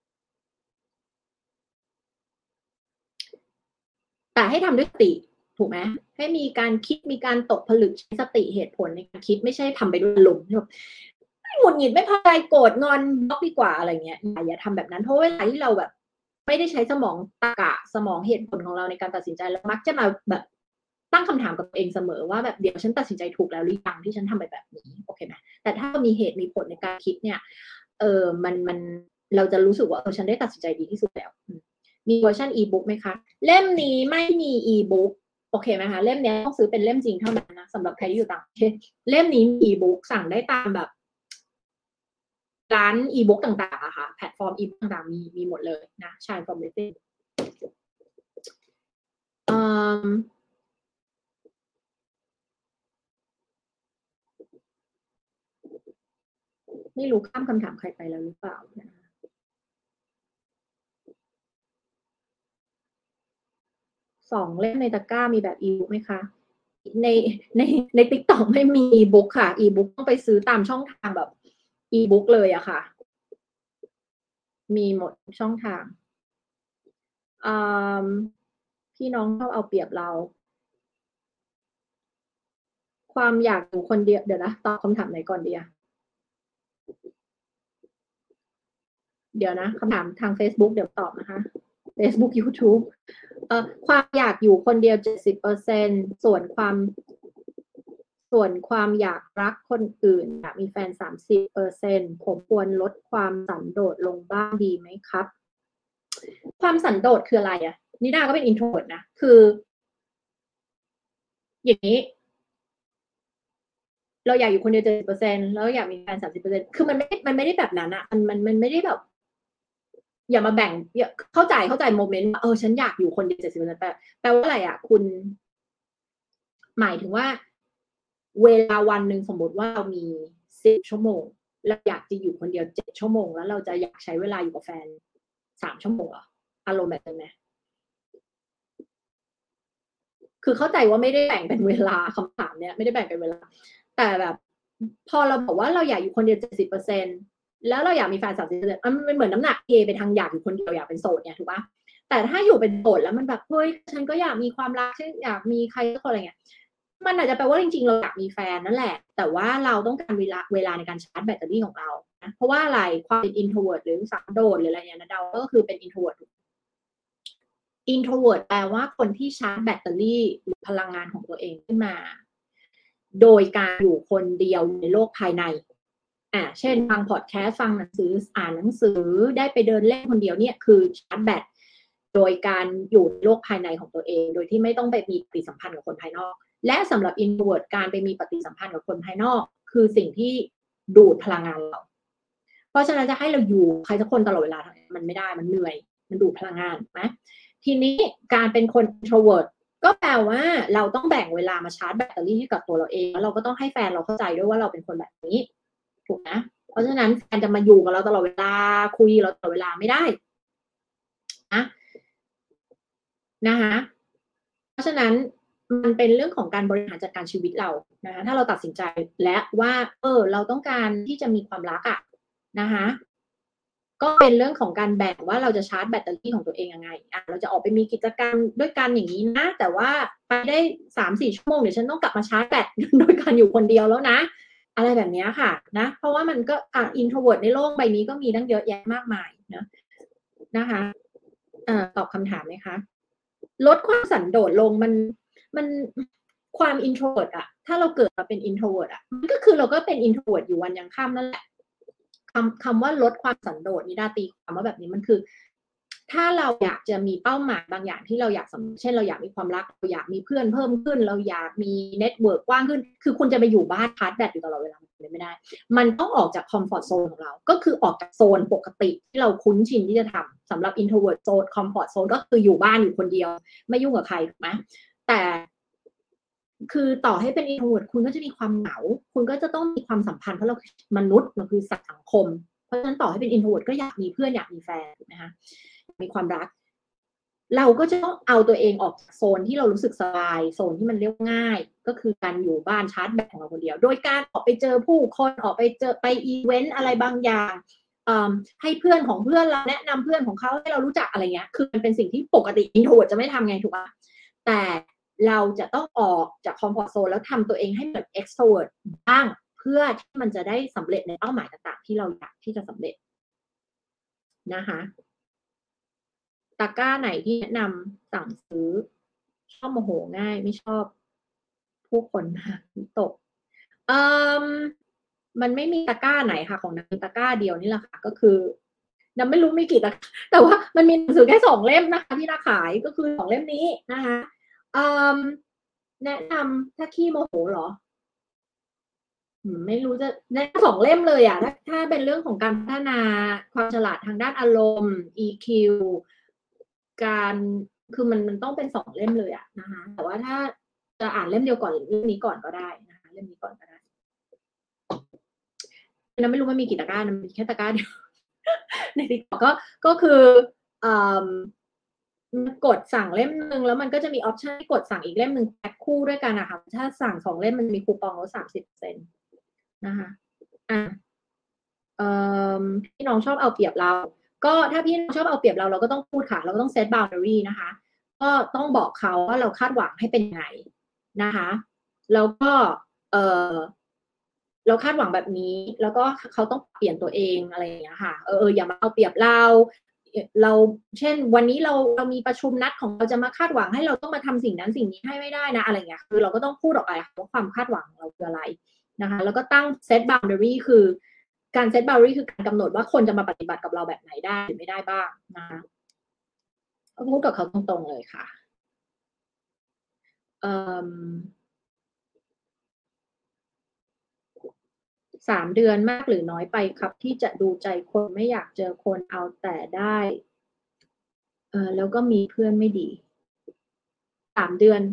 แต่ให้ทำด้วยสติถูกไหมให้มีการคิดมีการตกผลึกใช้สติเหตุผลในการคิดไม่ใช่ทำไปด้วยลมหงุดหงิดไม่พอใจโกรธงอนบล็อกดีกว่าอะไรเงี้ยอย่าอย่าทำแบบนั้นเพราะเวลาที่เราแบบไม่ได้ใช้สมองตรรกะสมองเหตุผลของเราในการตัดสินใจแล้วมักจะมาแบบตั้งคำถามกับตัวเองเสมอว่าแบบเดี๋ยวฉันตัดสินใจถูกแล้วหรือยังที่ฉันทำไปแบบนี้โอเคไหมแต่ถ้ามีเหตุมีผลในการคิดเนี่ยเออมันมันเราจะรู้สึกว่าเออฉันได้ตัดสินใจดีที่สุดแล้วมีเวอร์ชันอีบุ๊กไหมคะเล่มนี้ไม่มีอีบุ๊กโอเคไหมคะเล่มนี้ต้องซื้อเป็นเล่มจริงเท่านั้นนะสำหรับใครที่อยู่ต่างประเทศเล่มนี้มีอีบุ๊กสั่งได้ตามแบบร้านอีบุ๊กต่างๆอะค่ะแพลตฟอร์มอีบุ๊กต่างๆมีมีหมดเลยนะชายฟอร์มเลสซิ่งไม่รู้ข้ามคำถามใครไปแล้วหรือเปล่านะสองเล่มในตะกร้ามีแบบอีบุ๊กไหมคะในในในติ๊กต็อกไม่มีอีบุ๊กค่ะอีบุ๊กต้องไปซื้อตามช่องทางแบบอีบุ๊กเลยอะค่ะมีหมดช่องทางพี่น้องชอบเอาเปรียบเราความอยากอยู่คนเดียวเดี๋ยวนะตอบคำถามไหนก่อนดีอะเดี๋ยวนะคำถามทาง Facebook เดี๋ยวตอบนะคะ Facebook YouTube เอ่อความอยากอยู่คนเดียว เจ็ดสิบเปอร์เซ็นต์ ส่วนความส่วนความอยากรักคนอื่นอยากมีแฟน สามสิบเปอร์เซ็นต์ ผมควรลดความสันโดษลงบ้างดีไหมครับความสันโดษคืออะไรอะนิดาก็เป็น introvert นะคืออย่างนี้เราอยากอยู่คนเดียว เจ็ดสิบเปอร์เซ็นต์ แล้วอยากมีแฟน สามสิบเปอร์เซ็นต์ คือมันไม่มันไม่ได้แบบนั้นอะมันมันมันไม่ได้แบบอย่ามาแบ่งเข้าใจเข้าใจโมเมนต์เออฉันอยากอยู่คนเดียว เจ็ดสิบเปอร์เซ็นต์ แปลแปลว่าอะไรอะคุณหมายถึงว่าเวลาวันหนึ่งสมมติว่าเรามีสิบชั่วโมงเราอยากจะอยู่คนเดียวเจ็ดชั่วโมงแล้วเราจะอยากใช้เวลาอยู่กับแฟนสามชั่วโมงเหรออารมณ์แบบนั้นไหมคือเข้าใจว่าไม่ได้แบ่งเป็นเวลาคำถามเนี้ยไม่ได้แบ่งเป็นเวลาแต่แบบพอเราบอกว่าเราอยากอยู่คนเดียว เจ็ดสิบเปอร์เซ็นต์ แล้วเราอยากมีแฟน สามสิบเปอร์เซ็นต์ มันเหมือนน้ำหนักเทไปทางอยากอยู่คนเดียวอยากเป็นโสดเนี่ยถูกปะแต่ถ้าอยู่เป็นโสดแล้วมันแบบเฮ้ยฉันก็อยากมีความรักฉันอยากมีใครสักคนอะไรเงี้ยมันอาจจะแปลว่าจริงๆเราอยากมีแฟนนั่นแหละแต่ว่าเราต้องการเวลาเวลาในการชาร์จแบตเตอรี่ของเรานะเพราะว่าอะไรความเป็น introvert หรือสันโดษหรืออะไรเนี่ยนะเดาก็คือเป็น introvert introvert แปลว่าคนที่ชาร์จแบตเตอรี่หรือพลังงานของตัวเองขึ้นมาโดยการอยู่คนเดียวในโลกภายในอ่าเช่นฟังพอดแคสต์ฟังหนังสืออ่านหนังสือได้ไปเดินเล่นคนเดียวเนี่ยคือชาร์จแบตโดยการอยู่ในโลกภายในของตัวเองโดยที่ไม่ต้องไปมีปฏิสัมพันธ์กับคนภายนอกและสำหรับ introvert การไปมีปฏิสัมพันธ์กับคนภายนอกคือสิ่งที่ดูดพลังงานเราเพราะฉะนั้นจะให้เราอยู่ใครสักคนตลอดเวลามันไม่ได้มันเหนื่อยมันดูดพลังงานนะทีนี้การเป็นคน introvert ก็แปลว่าเราต้องแบ่งเวลามาชาร์จแบตเตอรี่ให้กับตัวเราเองแล้วเราก็ต้องให้แฟนเราเข้าใจด้วยว่าเราเป็นคนแบบนี้ถูกนะเพราะฉะนั้นแฟนจะมาอยู่กับเราตลอดเวลาคุยเราตลอดเวลาไม่ได้นะนะคะเพราะฉะนั้นมันเป็นเรื่องของการบริหารจัดการชีวิตเรานะคะถ้าเราตัดสินใจและว่าเออเราต้องการที่จะมีความรักอะนะคะก็เป็นเรื่องของการแบ่งว่าเราจะชาร์จแบตเตอรี่ของตัวเองยังไงอ่ะเราจะออกไปมีกิจกรรมด้วยกันอย่างนี้นะแต่ว่าไปได้ สามถึงสี่ ชั่วโมงเดี๋ยวฉันต้องกลับมาชาร์จแบตโดยการอยู่คนเดียวแล้วนะอะไรแบบนี้ค่ะนะเพราะว่ามันก็อ่ะ introvert ในโลกใบนี้ก็มีตั้งเยอะแยะมากมายนะนะคะอ่าตอบคำถามไหมคะลดความสันโดษลงมันมันความ introvert อะถ้าเราเกิดมาเป็น introvert อะมันก็คือเราก็เป็น introvert อยู่วันยังค่ำนั่นแหละคำคำว่าลดความสันโดษนี่ดาตีความว่าแบบนี้มันคือถ้าเราอยากจะมีเป้าหมายบางอย่างที่เราอยากสำเร็จเช่นเราอยากมีความรักเราอยากมีเพื่อนเพิ่มขึ้นเราอยากมีเน็ตเวิร์กกว้างขึ้นคือคุณจะไปอยู่บ้านชาร์จแบตอยู่ตลอดเวลามันไม่ได้มันต้องออกจากคอมฟอร์ตโซนของเราก็คือออกจากโซนปกติที่เราคุ้นชินที่จะทำสำหรับ introvert โซนคอมฟอร์ตโซนก็คืออยู่บ้านอยู่คนเดียวไม่ยุ่งกับใครถูกไหมแต่คือต่อให้เป็น introvert คุณก็จะมีความเหงาคุณก็จะต้องมีความสัมพันธ์เพราะเรามนุษย์เราคือสัตว์สังคมเพราะฉะนั้นต่อให้เป็น introvert ก็อยากมีเพื่อนอยากมีแฟนนะคะมีความรักเราก็จะต้องเอาตัวเองออกจากโซนที่เรารู้สึกสบายโซนที่มันเรียบง่ายก็คือการอยู่บ้านชาร์จแบตของเราคนเดียวโดยการออกไปเจอผู้คนออกไปเจอไปอีเวนต์อะไรบางอย่างให้เพื่อนของเพื่อนเราแนะนำเพื่อนของเขาให้เรารู้จักอะไรเงี้ยคือมันเป็นสิ่งที่ปกติ introvert จะไม่ทำไงถูกป่ะแต่เราจะต้องออกจากคอมฟอร์ตโซนแล้วทำตัวเองให้แบบ extrovert บ้างเพื่อที่มันจะได้สำเร็จในเป้าหมายต่างๆที่เราอยากที่จะสำเร็จนะคะตะกร้าไหนที่แนะนำสั่งซื้อชอบโมโหง่ายไม่ชอบผู้คนมากวิตกเอ่อมันไม่มีตะกร้าไหนค่ะของนางมีตะกร้าเดียวนี่แหละค่ะก็คือนับไม่รู้มีกี่ตะกร้าแต่ว่ามันมีหนังสือแค่สองเล่มนะคะที่น่าขายก็คือสองเล่มนี้นะคะเอ่อแนะนำถ้าขี้โมโหเหรอไม่รู้จะแนะสองเล่มเลยอ่ะถ้าถ้าเป็นเรื่องของการพัฒนาความฉลาดทางด้านอารมณ์ อี คิว การคือมันมันต้องเป็นสองเล่มเลยอะนะคะแต่ว่าถ้าจะอ่านเล่มเดียวก่อนเล่มนี้ก่อนก็ได้นะคะเล่มนี้ก่อนก็ได้นะไม่รู้ว่ามีกี่ตะกร้านะมีแค่ตะกร้าเดียวในติ๊กต็อกก็ก็คืออ่ากดสั่งเล่มนึงแล้วมันก็จะมีออปชั่นให้กดสั่งอีกเล่มหนึ่งแพ็คคู่ด้วยกันนะคะถ้าสั่งสองเล่มมันมีคูปองลดสามสิบเปอร์เซ็นต์นะคะอ่ะเอ่อพี่น้องชอบเอาเปรียบเรา ก็ถ้าพี่น้องชอบเอาเปรียบเราเราก็ต้องพูดค่ะเราก็ต้องเซตบาวน์ดารีนะคะก็ต้องบอกเขาว่าเราคาดหวังให้เป็นยังไงนะคะแล้วก็เออเราคาดหวังแบบนี้แล้วก็เขาต้องเปลี่ยนตัวเองอะไรอย่างเงี้ยค่ะเอออย่ามาเอาเปรียบเราเราเช่นวันนี้เราเรามีประชุมนัดของเราจะมาคาดหวังให้เราต้องมาทำสิ่งนั้นสิ่งนี้ให้ไม่ได้นะอะไรเงี้ยคือเราก็ต้องพูดออกไปว่าความคาดหวังเราคืออะไรนะคะแล้วก็ตั้งเซตบาวน์ดารีคือการเซตบาวน์ดารีคือการกำหนดว่าคนจะมาปฏิบัติกับเราแบบไหนได้หรือไม่ได้บ้างนะคะก็พูดกับเขาตรงๆเลยค่ะสามเดือนมากหรือน้อยไปครับที่จะดูใจคนไม่อยากเจอคนเอาแต่ได้เออแล้วก็มีเพื่อนไม่ดีสามเดือน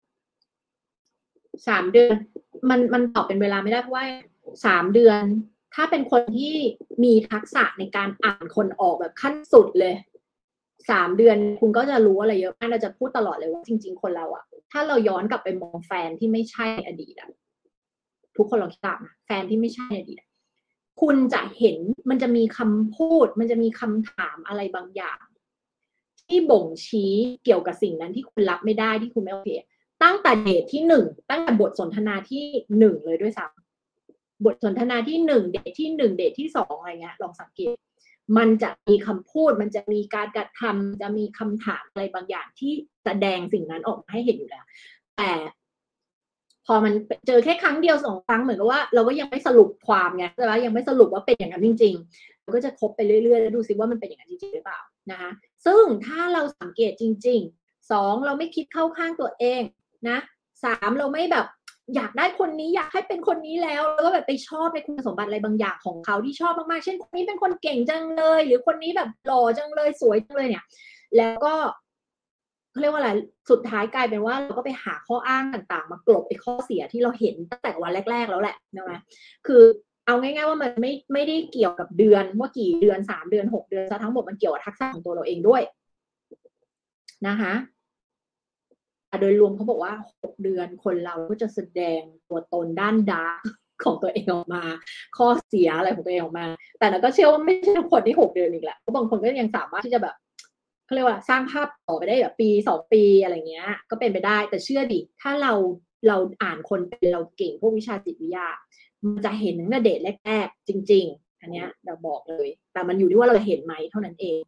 สามเดือนมันมันตอบเป็นเวลาไม่ได้เพราะว่าสามเดือนถ้าเป็นคนที่มีทักษะในการอ่านคนออกแบบขั้นสุดเลยสามเดือนคุณก็จะรู้อะไรเยอะมากเราจะพูดตลอดเลยว่าจริงๆคนเราอะถ้าเราย้อนกลับไปมองแฟนที่ไม่ใช่อดีตอะทุกคนลองคิดตามนะแฟนที่ไม่ใช่อดีตคุณจะเห็นมันจะมีคำพูดมันจะมีคำถามอะไรบางอย่างที่บ่งชี้เกี่ยวกับสิ่งนั้นที่คุณรับไม่ได้ที่คุณไม่โอเคตั้งแต่เดทที่หนึ่งตั้งแต่บทสนทนาที่หนึ่งเลยด้วยซ้ำบทสนทนาที่หนึ่งเดทที่หนึ่งเดทที่สองอะไรเงี้ยลองสังเกตมันจะมีคำพูดมันจะมีการกระทำจะมีคำถามอะไรบางอย่างที่แสดงสิ่งนั้นออกมาให้เห็นอยู่แล้วแต่พอมันเจอแค่ครั้งเดียวสองครั้งเหมือนกับว่าเราก็ยังไม่สรุปความไงแต่ว่ายังไม่สรุปว่าเป็นอย่างนั้นจริงๆเราก็จะคบไปเรื่อยๆแล้วดูซิว่ามันเป็นอย่างนั้นจริงๆหรือเปล่านะคะซึ่งถ้าเราสังเกตจริงๆสองเราไม่คิดเข้าข้างตัวเองนะสามเราไม่แบบอยากได้คนนี้อยากให้เป็นคนนี้แล้วแล้วก็แบบไปชอบในคุณสมบัติอะไรบางอย่างของเขาที่ชอบมากๆเช่นคนนี้เป็นคนเก่งจังเลยหรือคนนี้แบบหล่อจังเลยสวยจังเลยเนี่ยแล้วก็เขาเรียกว่าอะไรสุดท้ายกลายเป็นว่าเราก็ไปหาข้ออ้างต่างๆมากลบไอ้ข้อเสียที่เราเห็นตั้งแต่วันแรกๆแล้วแหละนะคือเอาง่ายๆว่ามันไม่ไม่ได้เกี่ยวกับเดือนว่ากี่เดือนสามเดือนหกเดือนซะทั้งหมดมันเกี่ยวกับทักษะของตัวเราเองด้วยนะคะโดยรวมเขาบอกว่าหกเดือนคนเราก็จะแสดงตัวตนด้านดาร์กของตัวเองออกมาข้อเสียอะไรของตัวเองออกมาแต่เราก็เชื่อว่าไม่ใช่ทุกคนที่หกเดือนอีกแหละเพราะบางคนก็ยังสามารถที่จะแบบเขาเรียกว่าสร้างภาพต่อไปได้แบบปีสองปีอะไรเงี้ยก็เป็นไปได้แต่เชื่อดิถ้าเราเราอ่านคนเป็นเราเก่งพวกวิชาจิตวิทยามันจะเห็นตั้งแต่เดทแรกๆจริงๆอันเนี้ยเราบอกเลยแต่มันอยู่ที่ว่าเราเห็นไหมเท่านั้นเอง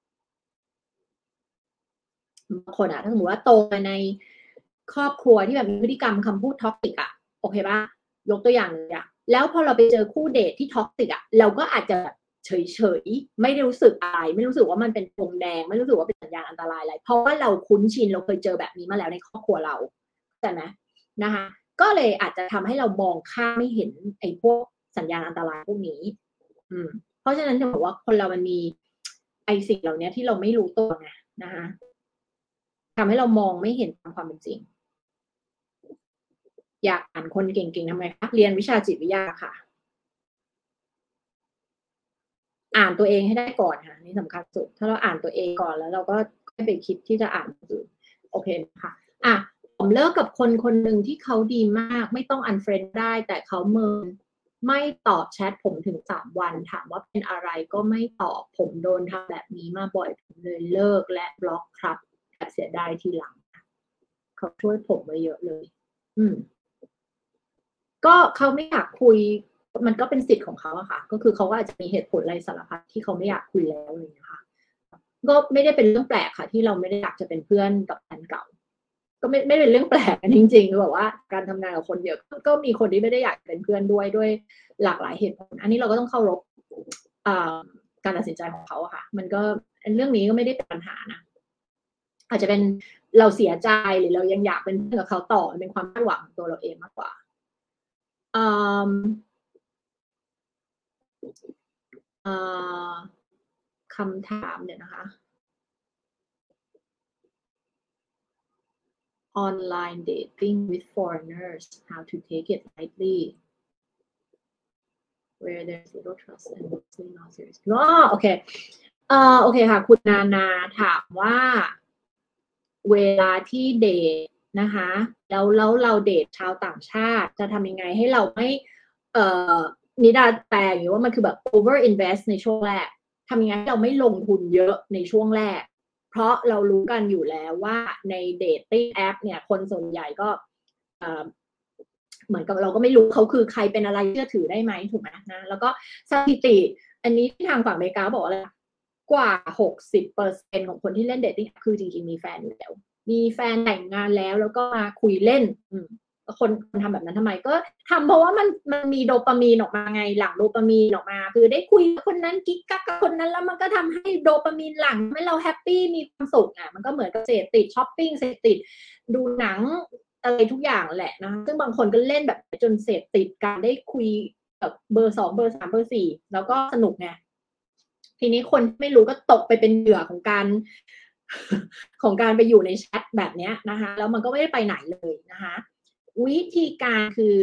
บางคนอะถ้าสมมติว่าโตมาในครอบครัวที่แบบมีพฤติกรรมคำพูดท็อกซิกอะโอเคป่ะยกตัวอย่างเลยอะแล้วพอเราไปเจอคู่เดทที่ท็อกซิกอะเราก็อาจจะเฉยๆไม่รู้สึกอะไรไม่รู้สึกว่ามันเป็นธงแดงไม่รู้สึกว่าเป็นสัญญาณอันตรายอะไรเพราะว่าเราคุ้นชินเราเคยเจอแบบนี้มาแล้วในครอบครัวเราใช่ไหมนะคะก็เลยอาจจะทำให้เรามองข้ามไม่เห็นไอ้พวกสัญญาณอันตรายพวกนี้อืมเพราะฉะนั้นจะบอกว่าคนเรามันมีไอ้สิ่งเหล่านี้ที่เราไม่รู้ตัวไงนะคะทำให้เรามองไม่เห็นตามความเป็นจริงอยากอ่านคนเก่งๆทำไงคะเรียนวิชาจิตวิทยาค่ะอ่านตัวเองให้ได้ก่อนค่ะนี่สำคัญสุดถ้าเราอ่านตัวเองก่อนแล้วเราก็ไปคิดที่จะอ่านคนอื่นโอเคนะคะอ่ะผมเลิกกับคนคนหนึ่งที่เขาดีมากไม่ต้องอันเฟรนด์ได้แต่เขาเมินไม่ตอบแชทผมถึงสามวันถามว่าเป็นอะไรก็ไม่ตอบผมโดนทำแบบนี้มาบ่อยผมเลยเลิกและบล็อกครับแต่เสียดายทีหลังเขาช่วยผมไว้เยอะเลยอืมก็เขาไม่อยากคุยมันก็เป็นสิทธิ์ของเขาอะค่ะก็คือเขาก็อาจจะมีเหตุผลอะไรสารพัดที่เขาไม่อยากคุยแล้วอะไรอย่างเงี้ยค่ะก็ไม่ได้เป็นเรื่องแปลกค่ะที่เราไม่ได้อยากจะเป็นเพื่อนกับแฟนเก่าก็ไม่ไม่เป็นเรื่องแปลกจริงๆคือแบบว่าการทำงานกับคนเยอะก็มีคนที่ไม่ได้อยากเป็นเพื่อนด้วยด้วยหลากหลายเหตุผลอันนี้เราก็ต้องเคารพการตัดสินใจของเขาอะค่ะมันก็เรื่องนี้ก็ไม่ได้เป็นปัญหานะอาจจะเป็นเราเสียใจหรือเรายังอยากเป็นเพื่อนกับเขาต่อเป็นความคาดหวังของตัวเราเองมากกว่าคำถามเนี่ยนะคะ online dating with foreigners how to take it lightly where there's little trust and mostly not serious อ๋อโอเคเอ่อโอเคค่ะคุณนานาถามว่าเวลาที่เดทนะคะแล้วแล้วเราเดทชาวต่างชาติจะทำยังไงให้เราไม่เอ่อนิดาแปลอย่างนี้ว่ามันคือแบบ over invest ในช่วงแรกทำยังไงให้เราไม่ลงทุนเยอะในช่วงแรกเพราะเรารู้กันอยู่แล้วว่าในเดทติ้งแอปเนี่ยคนส่วนใหญ่ก็เหมือนกับเราก็ไม่รู้เขาคือใครเป็นอะไรเชื่อถือได้ไหมถูกไหมนะแล้วก็สถิติอันนี้ที่ทางฝั่งอเมริกาบอกอะไรกว่า หกสิบเปอร์เซ็นต์ ของคนที่เล่นเดทติ้งคือจริงๆมีแฟนอยู่แล้วมีแฟนแต่งงานแล้วแล้วก็มาคุยเล่นคนคนทำแบบนั้นทำไมก็ทำเพราะว่ามันมันมีโดปามีนออกมาไงหลั่งโดปามีนออกมาคือได้คุยกับคนนั้นกิ๊กกักกับคนนั้นแล้วมันก็ทำให้โดปามีนหลั่งให้เราแฮปปี้มีความสุขอ่ะมันก็เหมือนกับเสพติดช้อปปิ้งเสพติดดูหนังอะไรทุกอย่างแหละนะซึ่งบางคนก็เล่นแบบจนเสพติดการได้คุยกับเบอร์สองเบอร์สามเบอร์สี่แล้วก็สนุกไงทีนี้คนไม่รู้ก็ตกไปเป็นเหยื่อของการของการไปอยู่ในแชทแบบนี้นะคะแล้วมันก็ไม่ได้ไปไหนเลยนะคะวิธีการคือ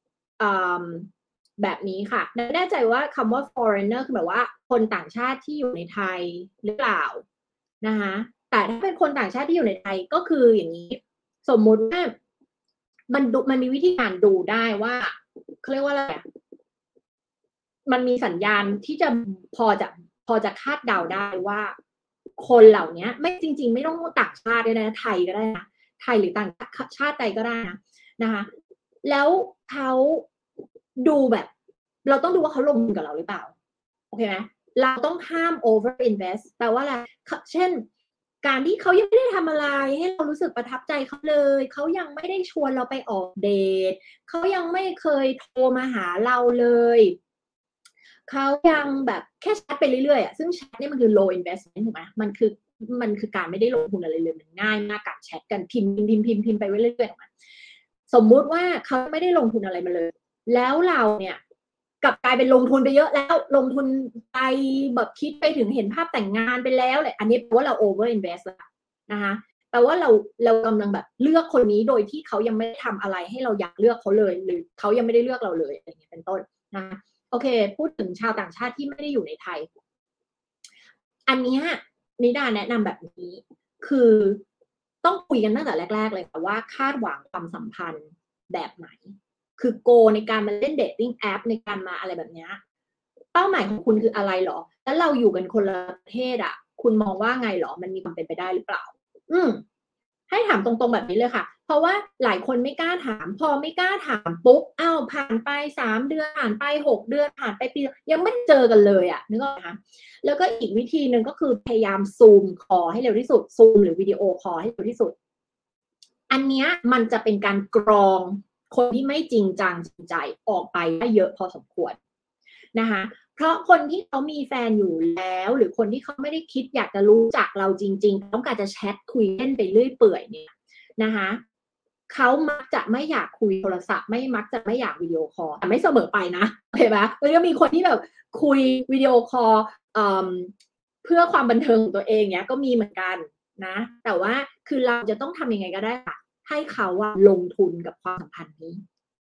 แบบนี้ค่ะไม่แน่ใจว่าคำว่า foreigner คือแบบว่าคนต่างชาติที่อยู่ในไทยหรือเปล่านะคะแต่ถ้าเป็นคนต่างชาติที่อยู่ในไทยก็คืออย่างนี้สมมุติว่ามันดูมันมีวิธีการดูได้ว่าเขาเรียกว่าอะไรมันมีสัญญาณที่จะพอจะพอจะคาดเดาได้ว่าคนเหล่านี้ไม่จริงๆไม่ต้องต่างชาติด้วยนะไทยก็ได้นะไทยหรือต่างชาติใดก็ได้นะนะคะแล้วเขาดูแบบเราต้องดูว่าเขาลงทุนกับเราหรือเปล่าโอเคไหมเราต้องห้าม over invest แปลว่าอะไรเช่นการที่เขายังไม่ได้ทำอะไรให้เรารู้สึกประทับใจเขาเลยเขายังไม่ได้ชวนเราไปออกเดทเขายังไม่เคยโทรมาหาเราเลยเขายังแบบแค่แชทไปเรื่อยๆอ่ะซึ่งแชทนี่มันคือ low investment ถูกไหมมันคือมันคือการไม่ได้ลงทุนอะไรเลยมันง่ายมากการแชทกันพิมพ์พิมพ์พิมพ์พิมพ์ไปเรื่อยๆสมมุติว่าเขาไม่ได้ลงทุนอะไรมาเลยแล้วเราเนี่ยกลับกลายเป็นลงทุนไปเยอะแล้วลงทุนไปแบบคิดไปถึงเห็นภาพแต่งงานไปแล้วเลยอันนี้แปลว่าเรา over invest แล้วนะคะแปลว่าเราเรากำลังแบบเลือกคนนี้โดยที่เขายังไม่ได้ทำอะไรให้เราอยากเลือกเขาเลยหรือเขายังไม่ได้เลือกเราเลยอะไรอย่างเงี้ยเป็นต้นนะโอเคพูดถึงชาวต่างชาติที่ไม่ได้อยู่ในไทยอันนี้นิดาแนะนำแบบนี้คือต้องคุยกันตั้งแต่แรกๆเลยค่ะว่าคาดหวังความสัมพันธ์แบบไหนคือโกในการมาเล่นเดทติ้งแอปในการมาอะไรแบบนี้เป้าหมายของคุณคืออะไรหรอแล้วเราอยู่กันคนละประเทศอ่ะคุณมองว่าไงหรอมันมีความเป็นไปได้หรือเปล่าอืมให้ถามตรงๆแบบนี้เลยค่ะเพราะว่าหลายคนไม่กล้าถามพอไม่กล้าถามปุ๊บอ้าวผ่านไปสามเดือนผ่านไปหกเดือนผ่านไปปียังไม่เจอกันเลยอ่ะนึกออกไหมคะแล้วก็อีกวิธีหนึ่งก็คือพยายามซูมคอให้เร็วที่สุดซูมหรือวิดีโอคอให้เร็วที่สุดอันนี้มันจะเป็นการกรองคนที่ไม่จริงจังจริงใจออกไปได้เยอะพอสมควรนะคะเพราะคนที่เขามีแฟนอยู่แล้วหรือคนที่เขาไม่ได้คิดอยากจะรู้จักเราจริงๆต้องการจะแชทคุยเล่นไปเรื่อยเปื่อยเนี่ยนะคะเขามักจะไม่อยากคุยโทรศัพท์ไม่มักจะไม่อยากวิดีโอคอลแต่ไม่เสมอไปนะโอเคไหมมันก็มีคนที่แบบคุยวิดีโอคอลเพื่อความบันเทิงของตัวเองเนี้ยก็มีเหมือนกันนะแต่ว่าคือเราจะต้องทำยังไงก็ได้ค่ะให้เขาว่าลงทุนกับความสัมพันธ์นี้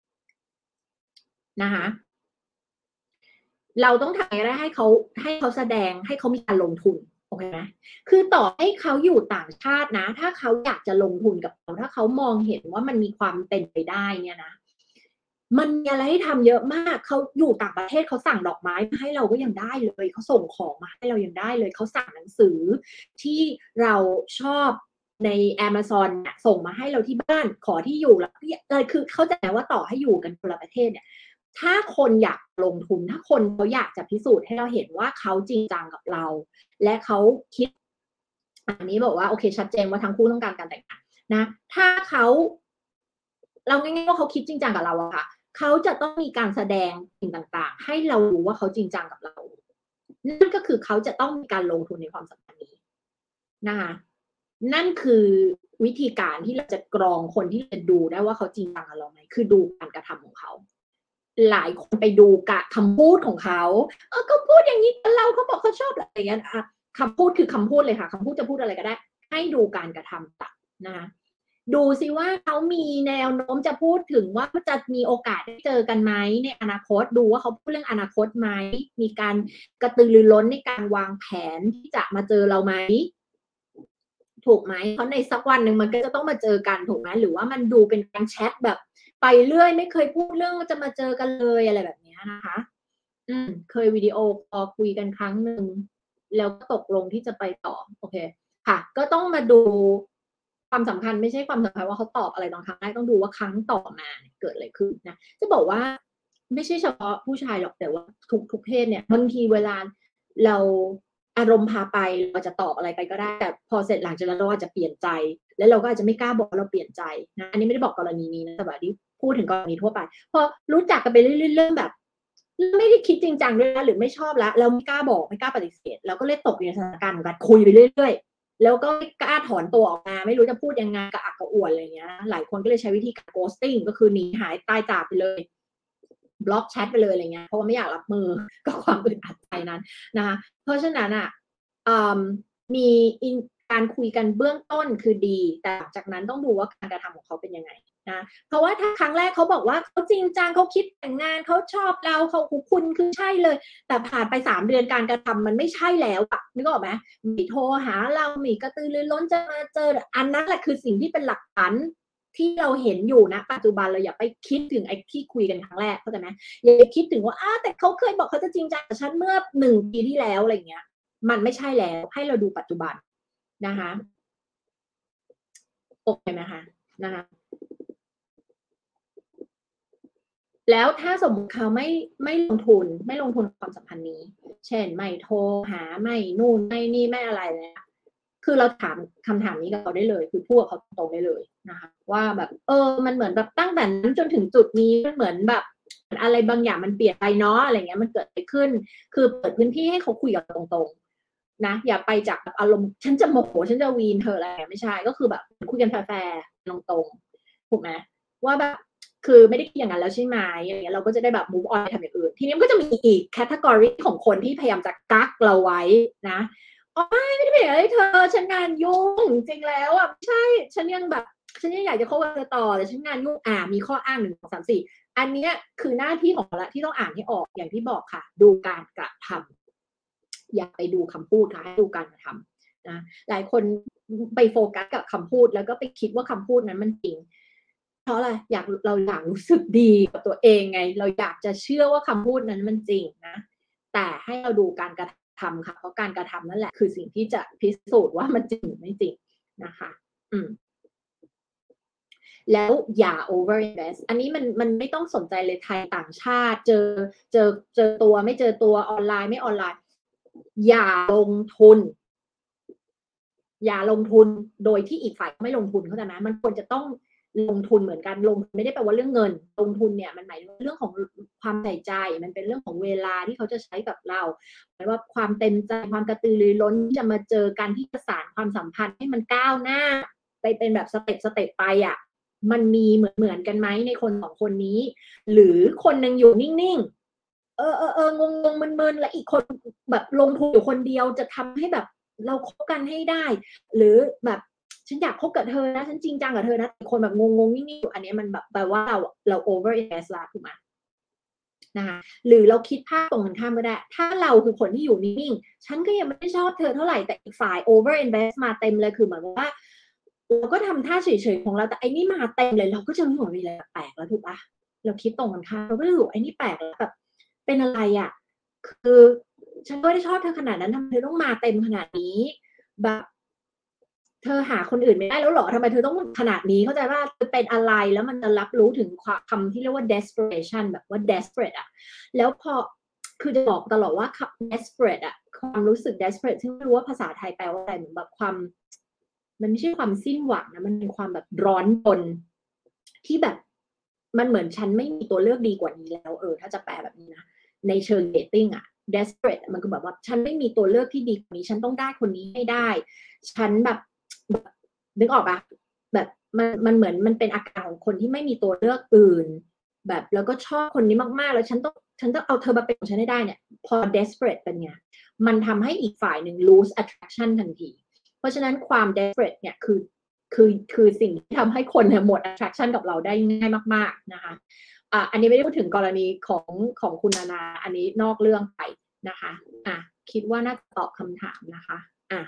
นะคะเราต้องทำอะไรให้เขาให้เขาแสดงให้เขามีการลงทุนโอเคไหมคือต่อให้เขาอยู่ต่างชาตินะถ้าเขาอยากจะลงทุนกับเราถ้าเขามองเห็นว่ามันมีความเป็นไปได้เนี่ยนะมันมีอะไรให้ทำเยอะมากเขาอยู่ต่างประเทศเขาสั่งดอกไม้มาให้เราก็ยังได้เลยเขาส่งของมาให้เรายังได้เลยเขาสั่งหนังสือที่เราชอบใน Amazon เนี่ยส่งมาให้เราที่บ้านขอที่อยู่แล้วอะไรคือเข้าใจว่าต่อให้อยู่กันคนละประเทศเนี่ยถ้าคนอยากลงทุนถ้าคนเขาอยากจะพิสูจน์ให้เราเห็นว่าเขาจริงจังกับเราและเขาคิดอันนี้บอกว่าโอเคชัดเจนว่าทั้งคู่ต้องการการแต่งงานนะถ้าเขาเราง่ายๆว่าเขาคิดจริงจังกับเราอะค่ะเขาจะต้องมีการแสดงสิ่งต่างๆให้เรารู้ว่าเขาจริงจังกับเรานั่นก็คือเขาจะต้องมีการลงทุนในความสัมพันธ์นี้นะคะนั่นคือวิธีการที่เราจะกรองคนที่จะดูได้ว่าเขาจริงจังกับเราไหมคือดูการกระทำของเขาหลายคนไปดูกะคำพูดของเขาเออเขาพูดอย่างนี้กับเราเขาบอกเขาชอบอะไรอย่างเงี้ยอะคำพูดคือคำพูดเลยค่ะคำพูดจะพูดอะไรก็ได้ให้ดูการกระทำตัดนะคะดูสิว่าเขามีแนวโน้มจะพูดถึงว่าจะมีโอกาสได้เจอกันไหมในอนาคตดูว่าเขาพูดเรื่องอนาคตไหมมีการกระตือรือร้นในการวางแผนที่จะมาเจอเราไหมถูกไหมเพราะในสักวันหนึ่งมันก็จะต้องมาเจอกันถูกไหมหรือว่ามันดูเป็นการแชทแบบไปเรื่อยไม่เคยพูดเรื่องว่าจะมาเจอกันเลยอะไรแบบนี้นะคะอืมเคยวิดีโอคอลคุยกันครั้งหนึ่งแล้วก็ตกลงที่จะไปต่อโอเคค่ะก็ต้องมาดูความสำคัญไม่ใช่ความสำคัญว่าเขาตอบอะไรตอนครั้งแรกต้องดูว่าครั้งต่อมาเกิดอะไรขึ้นนะจะบอกว่าไม่ใช่เฉพาะผู้ชายหรอกแต่ว่าทุกทุกเพศเนี่ยบางทีเวลาเราอารมณ์พาไปเราจะตอบอะไรไปก็ได้แต่พอเสร็จหลังจากนั้นเราอาจจะเปลี่ยนใจแล้วเราก็อาจจะไม่กล้าบอกว่าเราเปลี่ยนใจนะอันนี้ไม่ได้บอกกรณีนี้นะแต่แบบที่พูดถึงกรณีทั่วไปพอรู้จักกันไปเรื่อยๆเริ่มแบบไม่ได้คิดจริงจังด้วยนะหรือไม่ชอบแล้วเราไม่กล้าบอกไม่กล้าปฏิเสธเราก็เลยตกอยู่ในสถานการณ์ของการคุยไปเรื่อยๆแล้วก็ไม่กล้าถอนตัวออกมาไม่รู้จะพูดยังไงกระอักกระอ่วนอะไรอย่างเงี้ยหลายคนก็เลยใช้วิธีการ ghosting ก็คือหนีหายตายจากไปเลยบล็อกแชทไปเลยอะไรเงี้ยเพราะว่าไม่อยากรับมือกับความอึดอัดใจนั้นนะคะเพราะฉะนั้นอ่ะมีการคุยกันเบื้องต้นคือดีแต่หลังจากนั้นต้องดูว่าการกระทำของเขาเป็นยังไงนะเพราะว่าถ้าครั้งแรกเขาบอกว่าเขาจริงจังเขาคิดแต่งงานเขาชอบเราเขาคุณคือใช่เลยแต่ผ่านไปสามเดือนการกระทำมันไม่ใช่แล้วอะนึกออกไหมมีโทรหาเรามีกระตือรือร้นจะมาเจออันนั้นแหละคือสิ่งที่เป็นหลักฐานที่เราเห็นอยู่นะปัจจุบันเราอย่าไปคิดถึงไอ้ที่คุยกันครั้งแรกเข้าใจไหมอย่าไปคิดถึงว่าอ้าแต่เขาเคยบอกเขาจะจริงจังกับฉันเมื่อหนึ่งปีที่แล้วอะไรเงี้ยมันไม่ใช่แล้วให้เราดูปัจจุบันนะคะโอเคไหมคะนะคะแล้วถ้าสมมติเขาไม่ไม่ลงทุนไม่ลงทุนความสัมพันธ์นี้เช่นไม่โทรหาไม่นู่นไม่นี่ไม่อะไรเลยคือเราถามคำถามนี้กับเขาได้เลยคือพูดกับเขาตรงได้เลยนะคะว่าแบบเออมันเหมือนแบบตั้งแต่นั้นจนถึงจุดนี้มันเหมือนแบบอะไรบางอย่างมันเปลี่ยนไปเนาะอะไรเงี้ยมันเกิดอะไรขึ้นคือเปิดพื้นที่ให้เขาคุยกับตรงๆนะอย่าไปจากอารมณ์ฉันจะโมโหฉันจะวีนเธออะไรไม่ใช่ก็คือแบบคุยกันแฟร์ๆตรงๆถูกไหมว่าแบบคือไม่ได้คิดอย่างนั้นแล้วใช่ไหมอะไรเงี้ยเราก็จะได้แบบ move on ไปทำอย่างอื่นทีนี้มันก็จะมีอีก category ของคนที่พยายามจะกักเราไว้นะอ๋อไม่ไม่ได้เป็นอย่างไรเธอฉันงานยุ่งจริงแล้วอ่ะไม่ใช่ฉันยังแบบฉันยังอยากจะคบกับเธอต่อแต่ฉันงานยุ่งอ่ามีข้ออ้างหนึ่งสองสามสี่อันนี้คือหน้าที่ของเราที่ต้องอ่านให้ออกอย่างที่บอกค่ะดูการกระทำอย่าไปดูคำพูดค่ะให้ดูการกระทำนะหลายคนไปโฟกัสกับคำพูดแล้วก็ไปคิดว่าคำพูดนั้นมันจริงเพราะอะไรอยากเราอยากรู้สึกดีกับตัวเองไงเราอยากจะเชื่อว่าคำพูดนั้นมันจริงนะแต่ให้เราดูการกระทำค่ะเพราะการกระทำนั่นแหละคือสิ่งที่จะพิสูจน์ว่ามันจริงหรือไม่จริงนะคะอืมแล้วอย่า over invest อันนี้มันมันไม่ต้องสนใจเลยไทยต่างชาติเจอเจอเจอตัวไม่เจอตัวออนไลน์ไม่ออนไลน์อย่าลงทุนอย่าลงทุนโดยที่อีกฝ่ายไม่ลงทุนเข้าใจไหมมันควรจะต้องลงทุนเหมือนกันลงไม่ได้แปลว่าเรื่องเงินลงทุนเนี่ยมันหมายถึงเรื่องของความใส่ใจมันเป็นเรื่องของเวลาที่เขาจะใช้กับเราหมายว่าความเต็มใจความกระตือรือร้นที่จะมาเจอกันที่จะสานความสัมพันธ์ให้มันก้าวหน้าไปเป็นแบบสเต็ปสเต็ปไปอ่ะมันมีเหมือนเหมือนกันไหมในคนสองคนนี้หรือคนหนึ่งอยู่นิ่งๆเออเออเอองงงมึนๆและอีกคนแบบลงทุนอยู่คนเดียวจะทำให้แบบเราคบกันให้ได้หรือแบบฉันอยากคบกับเธอนะฉันจริงจังกับเธอนะคนแบบงงๆนิ่งๆอยู่อันนี้มันแบบแปลว่าเราเรา over invest ละถูกไหมนะคะหรือเราคิดภาพตรงกันข้ามก็ได้ถ้าเราคือคนที่อยู่นิ่งๆฉันก็ยังไม่ได้ชอบเธอเท่าไหร่แต่อีกฝ่าย over invest มาเต็มเลยคือเหมือนว่าเราก็ทำท่าเฉยๆของเราแต่ไอ้นี่มาเต็มเลยเราก็จะรู้ว่ามีอะไรแปลกแล้วถูกปะเราคิดตรงกันข้ามเราก็รู้ไอ้นี่แปลกแล้วแบบเป็นอะไรอ่ะคือฉันก็ไม่ได้ชอบเธอขนาดนั้นทำไมเธอต้องมาเต็มขนาดนี้แบบเธอหาคนอื่นไม่ได้แล้วเหรอทำไมเธอต้องขนาดนี้เข้าใจว่าเธอเป็นอะไรแล้วมันจะรับรู้ถึงคำที่เรียกว่า desperation แบบว่า desperate อะแล้วพอคือจะบอกตลอดว่า desperate อะความรู้สึก desperate ซึ่งไม่รู้ว่าภาษาไทยแปลว่าอะไรเหมือนแบบความมันไม่ใช่ความสิ้นหวังนะมันเป็นความแบบร้อนรนที่แบบมันเหมือนฉันไม่มีตัวเลือกดีกว่านี้แล้วเออถ้าจะแปลแบบนี้นะในเชิง dating อะ desperate มันก็แบบว่าฉันไม่มีตัวเลือกที่ดีกว่านี้ฉันต้องได้คนนี้ให้ได้ฉันแบบนึกออกปะแบบมันมันเหมือนมันเป็นอาการของคนที่ไม่มีตัวเลือกอื่นแบบแล้วก็ชอบคนนี้มากๆแล้วฉันต้องฉันต้องเอาเธอมาเป็นของฉันให้ได้เนี่ยพอ desperate เป็นไงมันทำให้อีกฝ่ายหนึ่ง lose attraction ทันทีเพราะฉะนั้นความ desperate เนี่ยคือคือคือสิ่งที่ทำให้คนเนี่ยหมด attraction กับเราได้ง่ายมากๆนะคะอ่ะอันนี้ไม่ได้พูดถึงกรณีของของคุณนานาอันนี้นอกเรื่องไปนะคะอ่ะคิดว่าน่าจะตอบคำถามนะคะอ่ะ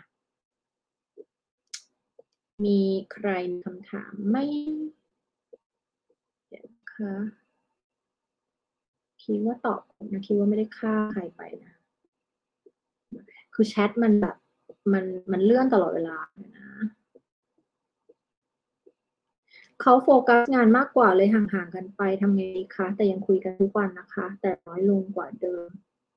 มีใครมีคำถามไหมเดี๋ยวนะคะคิดว่าตอบนะคิดว่าไม่ได้ฆ่าใครไปนะคือแชทมันแบบมันมันเลื่อนตลอดเวลานะเขาโฟกัสงานมากกว่าเลยห่างๆกันไปทำไงดีคะแต่ยังคุยกันทุกวันนะคะแต่น้อยลงกว่าเดิม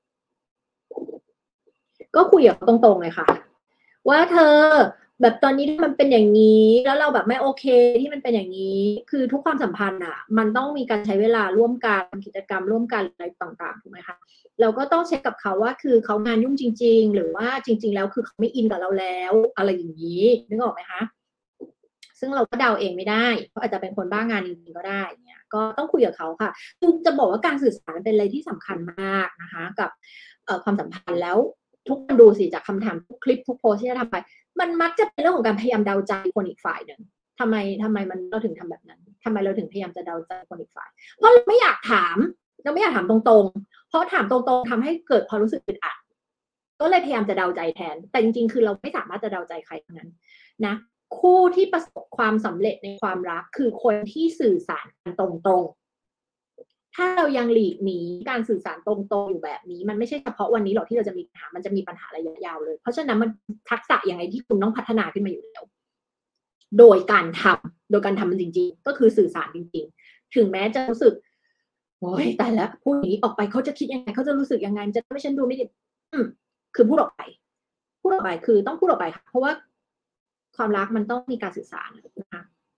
ก็คุยกับตรงๆเลยค่ะว่าเธอแบบตอนนี้มันเป็นอย่างนี้แล้วเราแบบไม่โอเคที่มันเป็นอย่างนี้คือทุกความสัมพันธ์อ่ะมันต้องมีการใช้เวลาร่วมกันทำกิจกรรมร่วมกันอะไรต่างๆถูกไหมคะเราก็ต้องเช็คกับเขาว่าคือเขางานยุ่งจริงๆหรือว่าจริงๆแล้วคือเขาไม่อินกับเราแล้วอะไรอย่างนี้นึกออกไหมคะซึ่งเราก็เดาเองไม่ได้เขาอาจจะเป็นคนบ้างานจริงๆก็ได้เนี่ยก็ต้องคุยกับเขาค่ะคือจะบอกว่าการสื่อสารเป็นอะไรที่สำคัญมากนะคะกับความสัมพันธ์แล้วทุกคนดูสิจากคำถามทุกคลิปทุกโพสที่จะทำไปมันมักจะเป็นเรื่องของการพยายามเดาใจคนอีกฝ่ายหนึ่งทำไมทำไมมันเราถึงทำแบบนั้นทำไมเราถึงพยายามจะเดาใจคนอีกฝ่ายเพราะเราไม่อยากถามเราไม่อยากถามตรงๆเพราะถามตรงๆทำให้เกิดความรู้สึกอึดอัดก็เลยพยายามจะเดาใจแทนแต่จริงๆคือเราไม่สามารถจะเดาใจใครทั้งนั้นนะคู่ที่ประสบความสำเร็จในความรักคือคนที่สื่อสารกันตรงๆถ้าเรายังหลีกหนีการสื่อสารตรงๆอยู่แบบนี้มันไม่ใช่เฉพาะวันนี้หรอกที่เราจะมีปัญหามันจะมีปัญหาระยะยาวเลยเพราะฉะนั้นมันทักษะยังไงที่คุณต้องพัฒนาขึ้นมาอยู่แล้วโดยการทำโดยการทำมันจริงๆก็คือสื่อสารจริงๆถึงแม้จะรู้สึกโอ้ยแต่แล้วพูดอย่างนี้ออกไปเขาจะคิดยังไงเขาจะรู้สึกยังไงจะทำให้ฉันดูไม่ดีคือพูดออกไปพูดออกไปคือต้องพูดออกไปค่ะเพราะว่าความรักมันต้องมีการสื่อสารนะคะ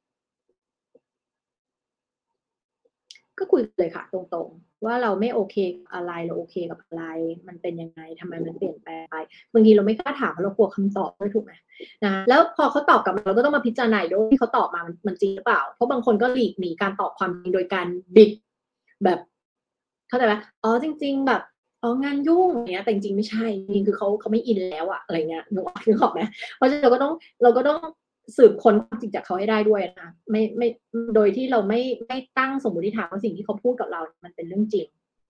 ก็คุยเลยค่ะตรงๆว่าเราไม่โอเคกับอะไรเราโอเคกับอะไรมันเป็นยังไงทำไมมันเปลี่ยนแปลงไปบางทีเราไม่กล้าถามเรากลัวคำตอบด้วยถูกไหมนะแล้วพอเขาตอบกลับมาเราก็ต้องมาพิจารณาด้วยที่เขาตอบมามันจริงหรือเปล่าเพราะบางคนก็หลีกหนีการตอบความจริงโดยการบิดแบบเข้าใจไหมอ๋อจริงๆแบบอ๋องานยุ่งอย่างเงี้ยแต่จริงๆไม่ใช่จริงคือเขาเขาไม่อินแล้วอะอะไรเงี้ยนึกออกนึกออกไหมเพราะฉะนั้นเราก็ต้องเราก็ต้องสืบค้นความจริงจากเขาให้ได้ด้วยนะคะไม่ไม่โดยที่เราไม่ไม่ตั้งสมมติฐานว่าสิ่งที่เขาพูดกับเรามันเป็นเรื่องจริง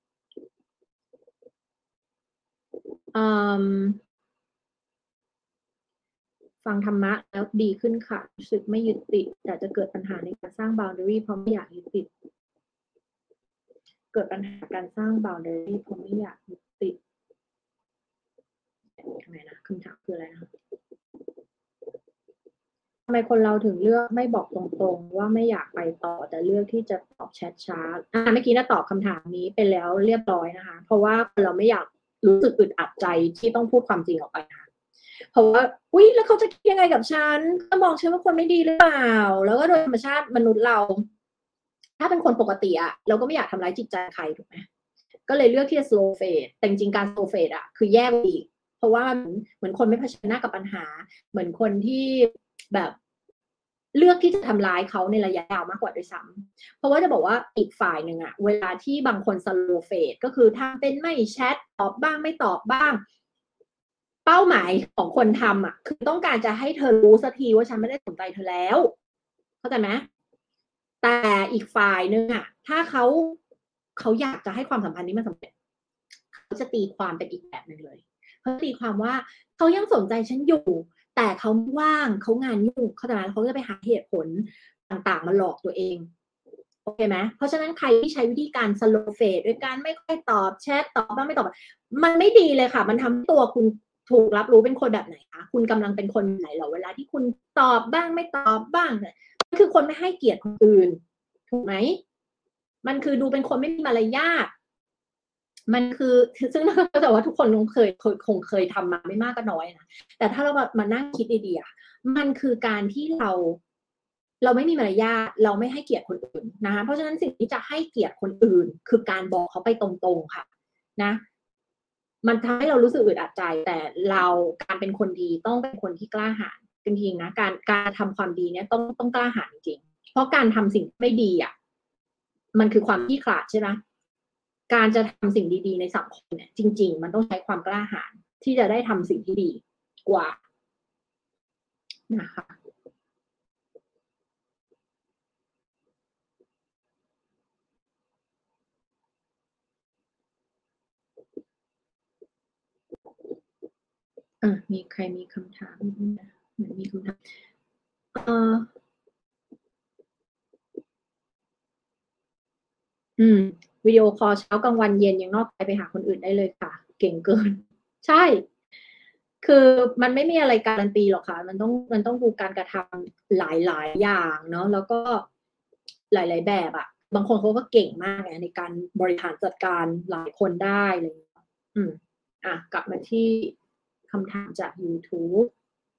ฟังธรรมะแล้วดีขึ้นค่ะรู้สึกไม่ยึดติดแต่จะเกิดปัญหาในการสร้าง boundary เพราะไม่อยากยึดติดเกิดปัญหาการสร้าง boundary เพราะไม่อยากยึดติดทำไมนะคำถามคืออะไรนะทำไมคนเราถึงเลือกไม่บอกตรงๆว่าไม่อยากไปต่อแต่เลือกที่จะตอบแชทช้าอ่าเมื่อกี้น่าตอบคำถามนี้ไปแล้วเรียบร้อยนะคะเพราะว่าเราไม่อยากรู้สึกอึดอัดใจที่ต้องพูดความจริงออกไปค่ะเพราะว่าอุ๊ยแล้วเขาจะคิดยังไงกับฉันก็มองฉันว่าคนไม่ดีหรือเปล่าแล้วก็โดยธรรมชาติมนุษย์เราถ้าเป็นคนปกติอะเราก็ไม่อยากทำร้ายจิตใจใครถูกไหมก็เลยเลือกที่จะ slow fade แต่จริงๆการ slow fade อะคือแย่อีกเพราะว่าเหมือนคนไม่เผชิญหน้ากับปัญหาเหมือนคนที่แบบเลือกที่จะทำร้ายเขาในระยะยาวมากกว่าด้วยซ้ำเพราะว่าจะบอกว่าอีกฝ่ายหนึ่งอะเวลาที่บางคน slow fade ก็คือทำเป็นไม่แชทตอบบ้างไม่ตอบบ้างเป้าหมายของคนทำอ่ะคือต้องการจะให้เธอรู้สักทีว่าฉันไม่ได้สนใจเธอแล้วเข้าใจไหมแต่อีกฝ่ายนึงอ่ะถ้าเขาเขาอยากจะให้ความสัมพันธ์นี้มันสำเร็จเขาจะตีความเป็นอีกแบบหนึ่งเลยเขาตีความว่าเขายังสนใจฉันอยู่แต่เขาไม่ว่างเขางานยุ่งเขาใจไหมเขาจะไปหาเหตุผลต่างๆมาหลอกตัวเองโอเคไหมเพราะฉะนั้นใครที่ใช้วิธีการ slow fade ด้วยการไม่ค่อยตอบแชทตอบบ้างไม่ตอบมันไม่ดีเลยค่ะมันทำตัวคุณถูกรับรู้เป็นคนแบบไหนคะคุณกำลังเป็นคนไหนเหรอเวลาที่คุณตอบบ้างไม่ตอบบ้างเนี่ยมันคือคนไม่ให้เกียรติคนอื่นถูกไหมมันคือดูเป็นคนไม่มีมารยาทมันคือซึ่งแต่ว่าทุกคนคงเคยคงเคยทำมาไม่มากก็น้อยนะแต่ถ้าเรามานั่งคิดดีๆมันคือการที่เราเราไม่มีมารยาทเราไม่ให้เกียรติคนอื่นนะคะเพราะฉะนั้นสิ่งที่จะให้เกียรติคนอื่นคือการบอกเขาไปตรงๆค่ะนะมันทำให้เรารู้สึกอึดอัดใจแต่เราการเป็นคนดีต้องเป็นคนที่กล้าหาญจริงๆนะการการทำความดีเนี่ยต้องต้องกล้าหาญจริงๆเพราะการทำสิ่งไม่ดีอ่ะมันคือความขี้ขลาดใช่ไหมการจะทำสิ่งดีๆในสังคมเนี่ยจริงๆมันต้องใช้ความกล้าหาญที่จะได้ทำสิ่งที่ดีกว่านะคะอ่ะมีใครมีคำถามเหมือนมีคำถามเอ่ออืมวิดีโอคอลเช้ากลางวันเย็นยังนอกใจไปหาคนอื่นได้เลยค่ะเก่งเกินใช่คือมันไม่มีอะไรการันตีหรอกค่ะมันต้องมันต้องดูการกระทำหลายๆอย่างเนาะแล้วก็หลายๆแบบอะบางคนเขาก็เก่งมากไงในการบริหารจัดการหลายคนได้อะไรอย่างเงี้ยอืมอ่ะกลับมาที่คำถามจาก YouTube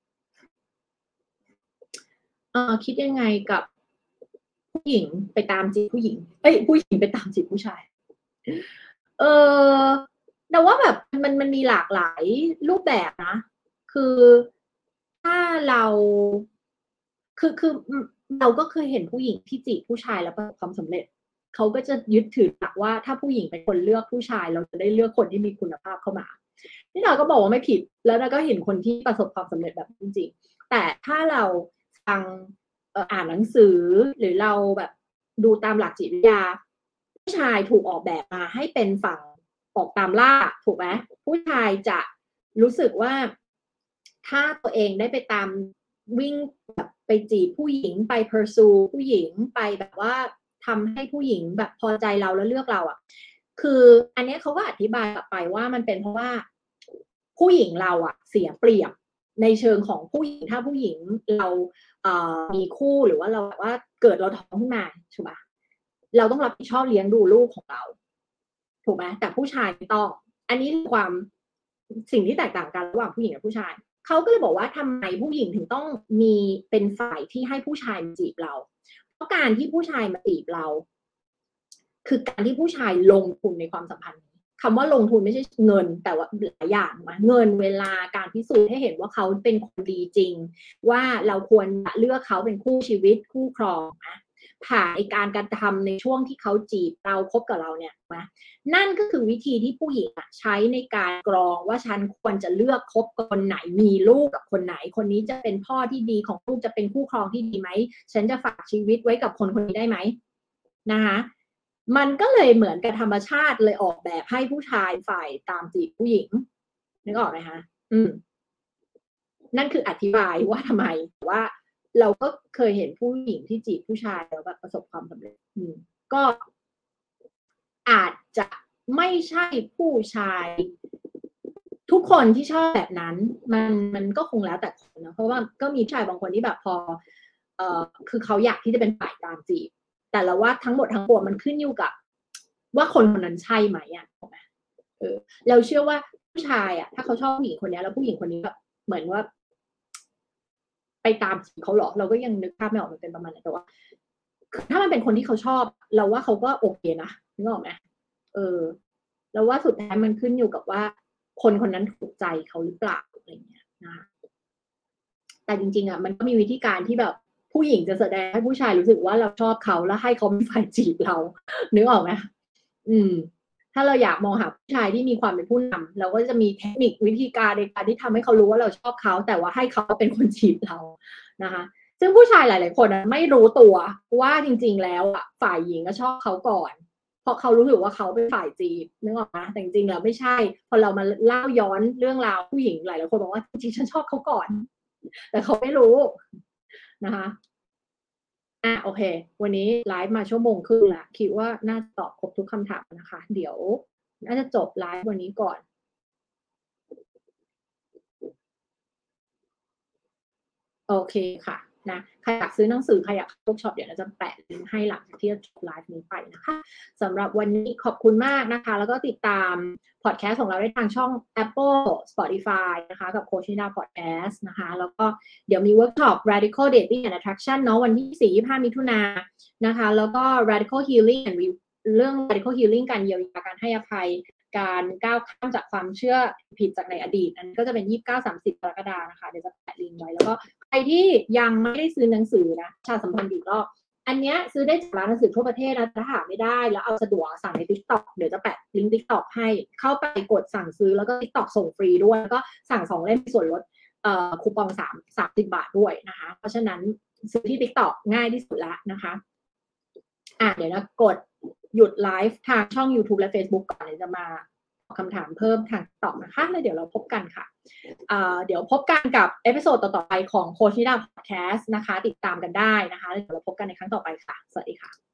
เอ่อคิดยังไงกับผู้หญิงไปตามจีบผู้หญิงเอ้ยผู้หญิงไปตามจีบผู้ชายเออแต่ว่าแบบมันมันมีหลากหลายรูปแบบนะคือถ้าเราคือคือเราก็เคยเห็นผู้หญิงที่จีบผู้ชายแล้วประสบความสำเร็จเขาก็จะยึดถือหลักว่าถ้าผู้หญิงเป็นคนเลือกผู้ชายเราจะได้เลือกคนที่มีคุณภาพเข้ามานี่เราก็บอกว่าไม่ผิดแล้วเราก็เห็นคนที่ประสบความสำเร็จแบบจริงๆแต่ถ้าเราฟังอ่านหนังสือหรือเราแบบดูตามหลักจิตวิทยาผู้ชายถูกออกแบบมาให้เป็นฝั่งออกตามล่าถูกไหมผู้ชายจะรู้สึกว่าถ้าตัวเองได้ไปตามวิ่งแบบไปจีบผู้หญิงไป pursue ผู้หญิงไปแบบว่าทำให้ผู้หญิงแบบพอใจเราแล้วเลือกเราอ่ะคืออันนี้เขาก็อธิบายกลับไปว่ามันเป็นเพราะว่าผู้หญิงเราอ่ะเสียเปรียบในเชิงของผู้หญิงถ้าผู้หญิงเราเอ่อมีคู่หรือว่าเราแบบว่าเกิดเราท้องขึ้นมาใช่ปะเราต้องรับผิดชอบเลี้ยงดูลูกของเราถูกไหมแต่ผู้ชายไม่ต้องอันนี้คือความสิ่งที่แตกต่างกันระหว่างผู้หญิงกับผู้ชายเขาก็เลยบอกว่าทำไมผู้หญิงถึงต้องมีเป็นฝ่ายที่ให้ผู้ชายมาจีบเราเพราะการที่ผู้ชายมาจีบเราคือการที่ผู้ชายลงทุนในความสัมพันธ์คำว่าลงทุนไม่ใช่เงินแต่ว่าหลายอย่างมาเงินเวลาการพิสูจน์ให้เห็นว่าเขาเป็นคนดีจริงว่าเราควรเลือกเขาเป็นคู่ชีวิตคู่ครองนะผ่านการกระทำในช่วงที่เขาจีบเราคบกับเราเนี่ยนะนั่นก็คือวิธีที่ผู้หญิงใช้ในการกรองว่าฉันควรจะเลือกคบคนไหนมีลูกกับคนไหนคนนี้จะเป็นพ่อที่ดีของลูกจะเป็นคู่ครองที่ดีไหมฉันจะฝากชีวิตไว้กับคนคนนี้ได้ไหมนะคะมันก็เลยเหมือนกับธรรมชาติเลยออกแบบให้ผู้ชายฝ่ายตามจีบผู้หญิงนึกออกไหมคะอืมนั่นคืออธิบายว่าทำไมว่าเราก็เคยเห็นผู้หญิงที่จีบผู้ชายแล้วแบบประสบความสำเร็จอืมก็อาจจะไม่ใช่ผู้ชายทุกคนที่ชอบแบบนั้นมันมันก็คงแล้วแต่คนนะเพราะว่าก็มีผู้ชายบางคนที่แบบพอเอ่อคือเขาอยากที่จะเป็นฝ่ายตามจีบแต่ละว่าทั้งหมดทั้งปวงมันขึ้นอยู่กับว่าคนคนนั้นใช่ไหมอ่ะถูกไหมเออเราเชื่อว่าผู้ชายอ่ะถ้าเขาชอบผู้หญิงคนนี้แล้วผู้หญิงคนนี้แบบเหมือนว่าไปตามจีบเขาหรอเราก็ยังนึกภาพไม่ออกมันเป็นประมาณนั้นแต่ว่าถ้ามันเป็นคนที่เขาชอบเราว่าเขาก็โอเคนะนึกออกไหมเออแล้วว่าสุดท้ายมันขึ้นอยู่กับว่าคนคนนั้นถูกใจเขาหรือเปล่าอะไรเงี้ยนะแต่จริงๆอ่ะมันก็มีวิธีการที่แบบผู้หญิงจะแสดงให้ผู้ชายรู้สึกว่าเราชอบเขาแล้วให้เขาเป็นฝ่ายจีบเรานึกออกไหมอืมถ้าเราอยากมองหาผู้ชายที่มีความเป็นผู้นำเราก็จะมีเทคนิควิธีการในการที่ทำให้เขารู้ว่าเราชอบเขาแต่ว่าให้เขาเป็นคนจีบเรานะคะซึ่งผู้ชายหลายๆคนไม่รู้ตัวว่าจริงๆแล้วอ่ะฝ่ายหญิงก็ชอบเขาก่อนเพราะเขารู้สึกว่าเขาเป็นฝ่ายจีบนึกออกไหมแต่จริงๆแล้วไม่ใช่พอเรามาเล่าย้อนเรื่องราวผู้หญิงหลายๆคนบอกว่าจริงๆฉันชอบเขาก่อนแต่เขาไม่รู้นะคะอ่ะโอเควันนี้ไลฟ์มาชั่วโมงครึ่งละคิดว่าน่าจะตอบครบทุกคำถามนะคะเดี๋ยวน่าจะจบไลฟ์วันนี้ก่อนโอเคค่ะนะใครอยากซื้อหนังสือใครอยากเข้าเวิร์กช็อปเดี๋ยวเราจะแปะลิงก์ให้หลังจากที่จบไลฟ์นี้ไปนะคะสำหรับวันนี้ขอบคุณมากนะคะแล้วก็ติดตามพอดแคสต์ของเราได้ทางช่อง Apple Spotify นะคะกับโคชนิดาพอดแคสต์นะคะแล้วก็เดี๋ยวมีเวิร์กช็อป Radical Dating and Attraction เนาะวันที่ สี่ถึงยี่สิบห้า มิถุนายนนะคะแล้วก็ Radical Healing and เรื่อง Radical Healing การเยียวยาการให้อภัยการก้าวข้ามจากความเชื่อผิดจากในอดีตอันนี้ก็จะเป็น ยี่สิบเก้าถึงสามสิบ กรกฎาคมนะคะเดี๋ยวจะแปะลิงก์ไว้แล้วก็ใครที่ยังไม่ได้ซื้อหนังสือนะประชาสัมพันธ์อยู่ก็อันเนี้ยซื้อได้จากร้านหนังสือทั่วประเทศนะถ้าหาไม่ได้แล้วเอาสะดวกสั่งใน TikTok เดี๋ยวจะแปะลิงก์ TikTok ให้เข้าไปกดสั่งซื้อแล้วก็ TikTok ส่งฟรีด้วยแล้วก็สั่งสองเล่มมีส่วนลดเอ่อคูปอง3 30บาทด้วยนะคะเพราะฉะนั้นซื้อที่ TikTok ง่ายที่สุดแล้วนะคะอ่ะเดี๋ยวนะกดหยุดไลฟ์ทางช่อง YouTube และ Facebook ก่อนเดี๋ยวจะมาคำถามเพิ่มทางต่อนะคะแล้วเดี๋ยวเราพบกันค่ะเดี๋ยวพบกันกับเอพิโซดต่อๆไปของโคชนิดาพอดแคสต์นะคะติดตามกันได้นะคะแล้วเดี๋ยวเราพบกันในครั้งต่อไปค่ะสวัสดีค่ะ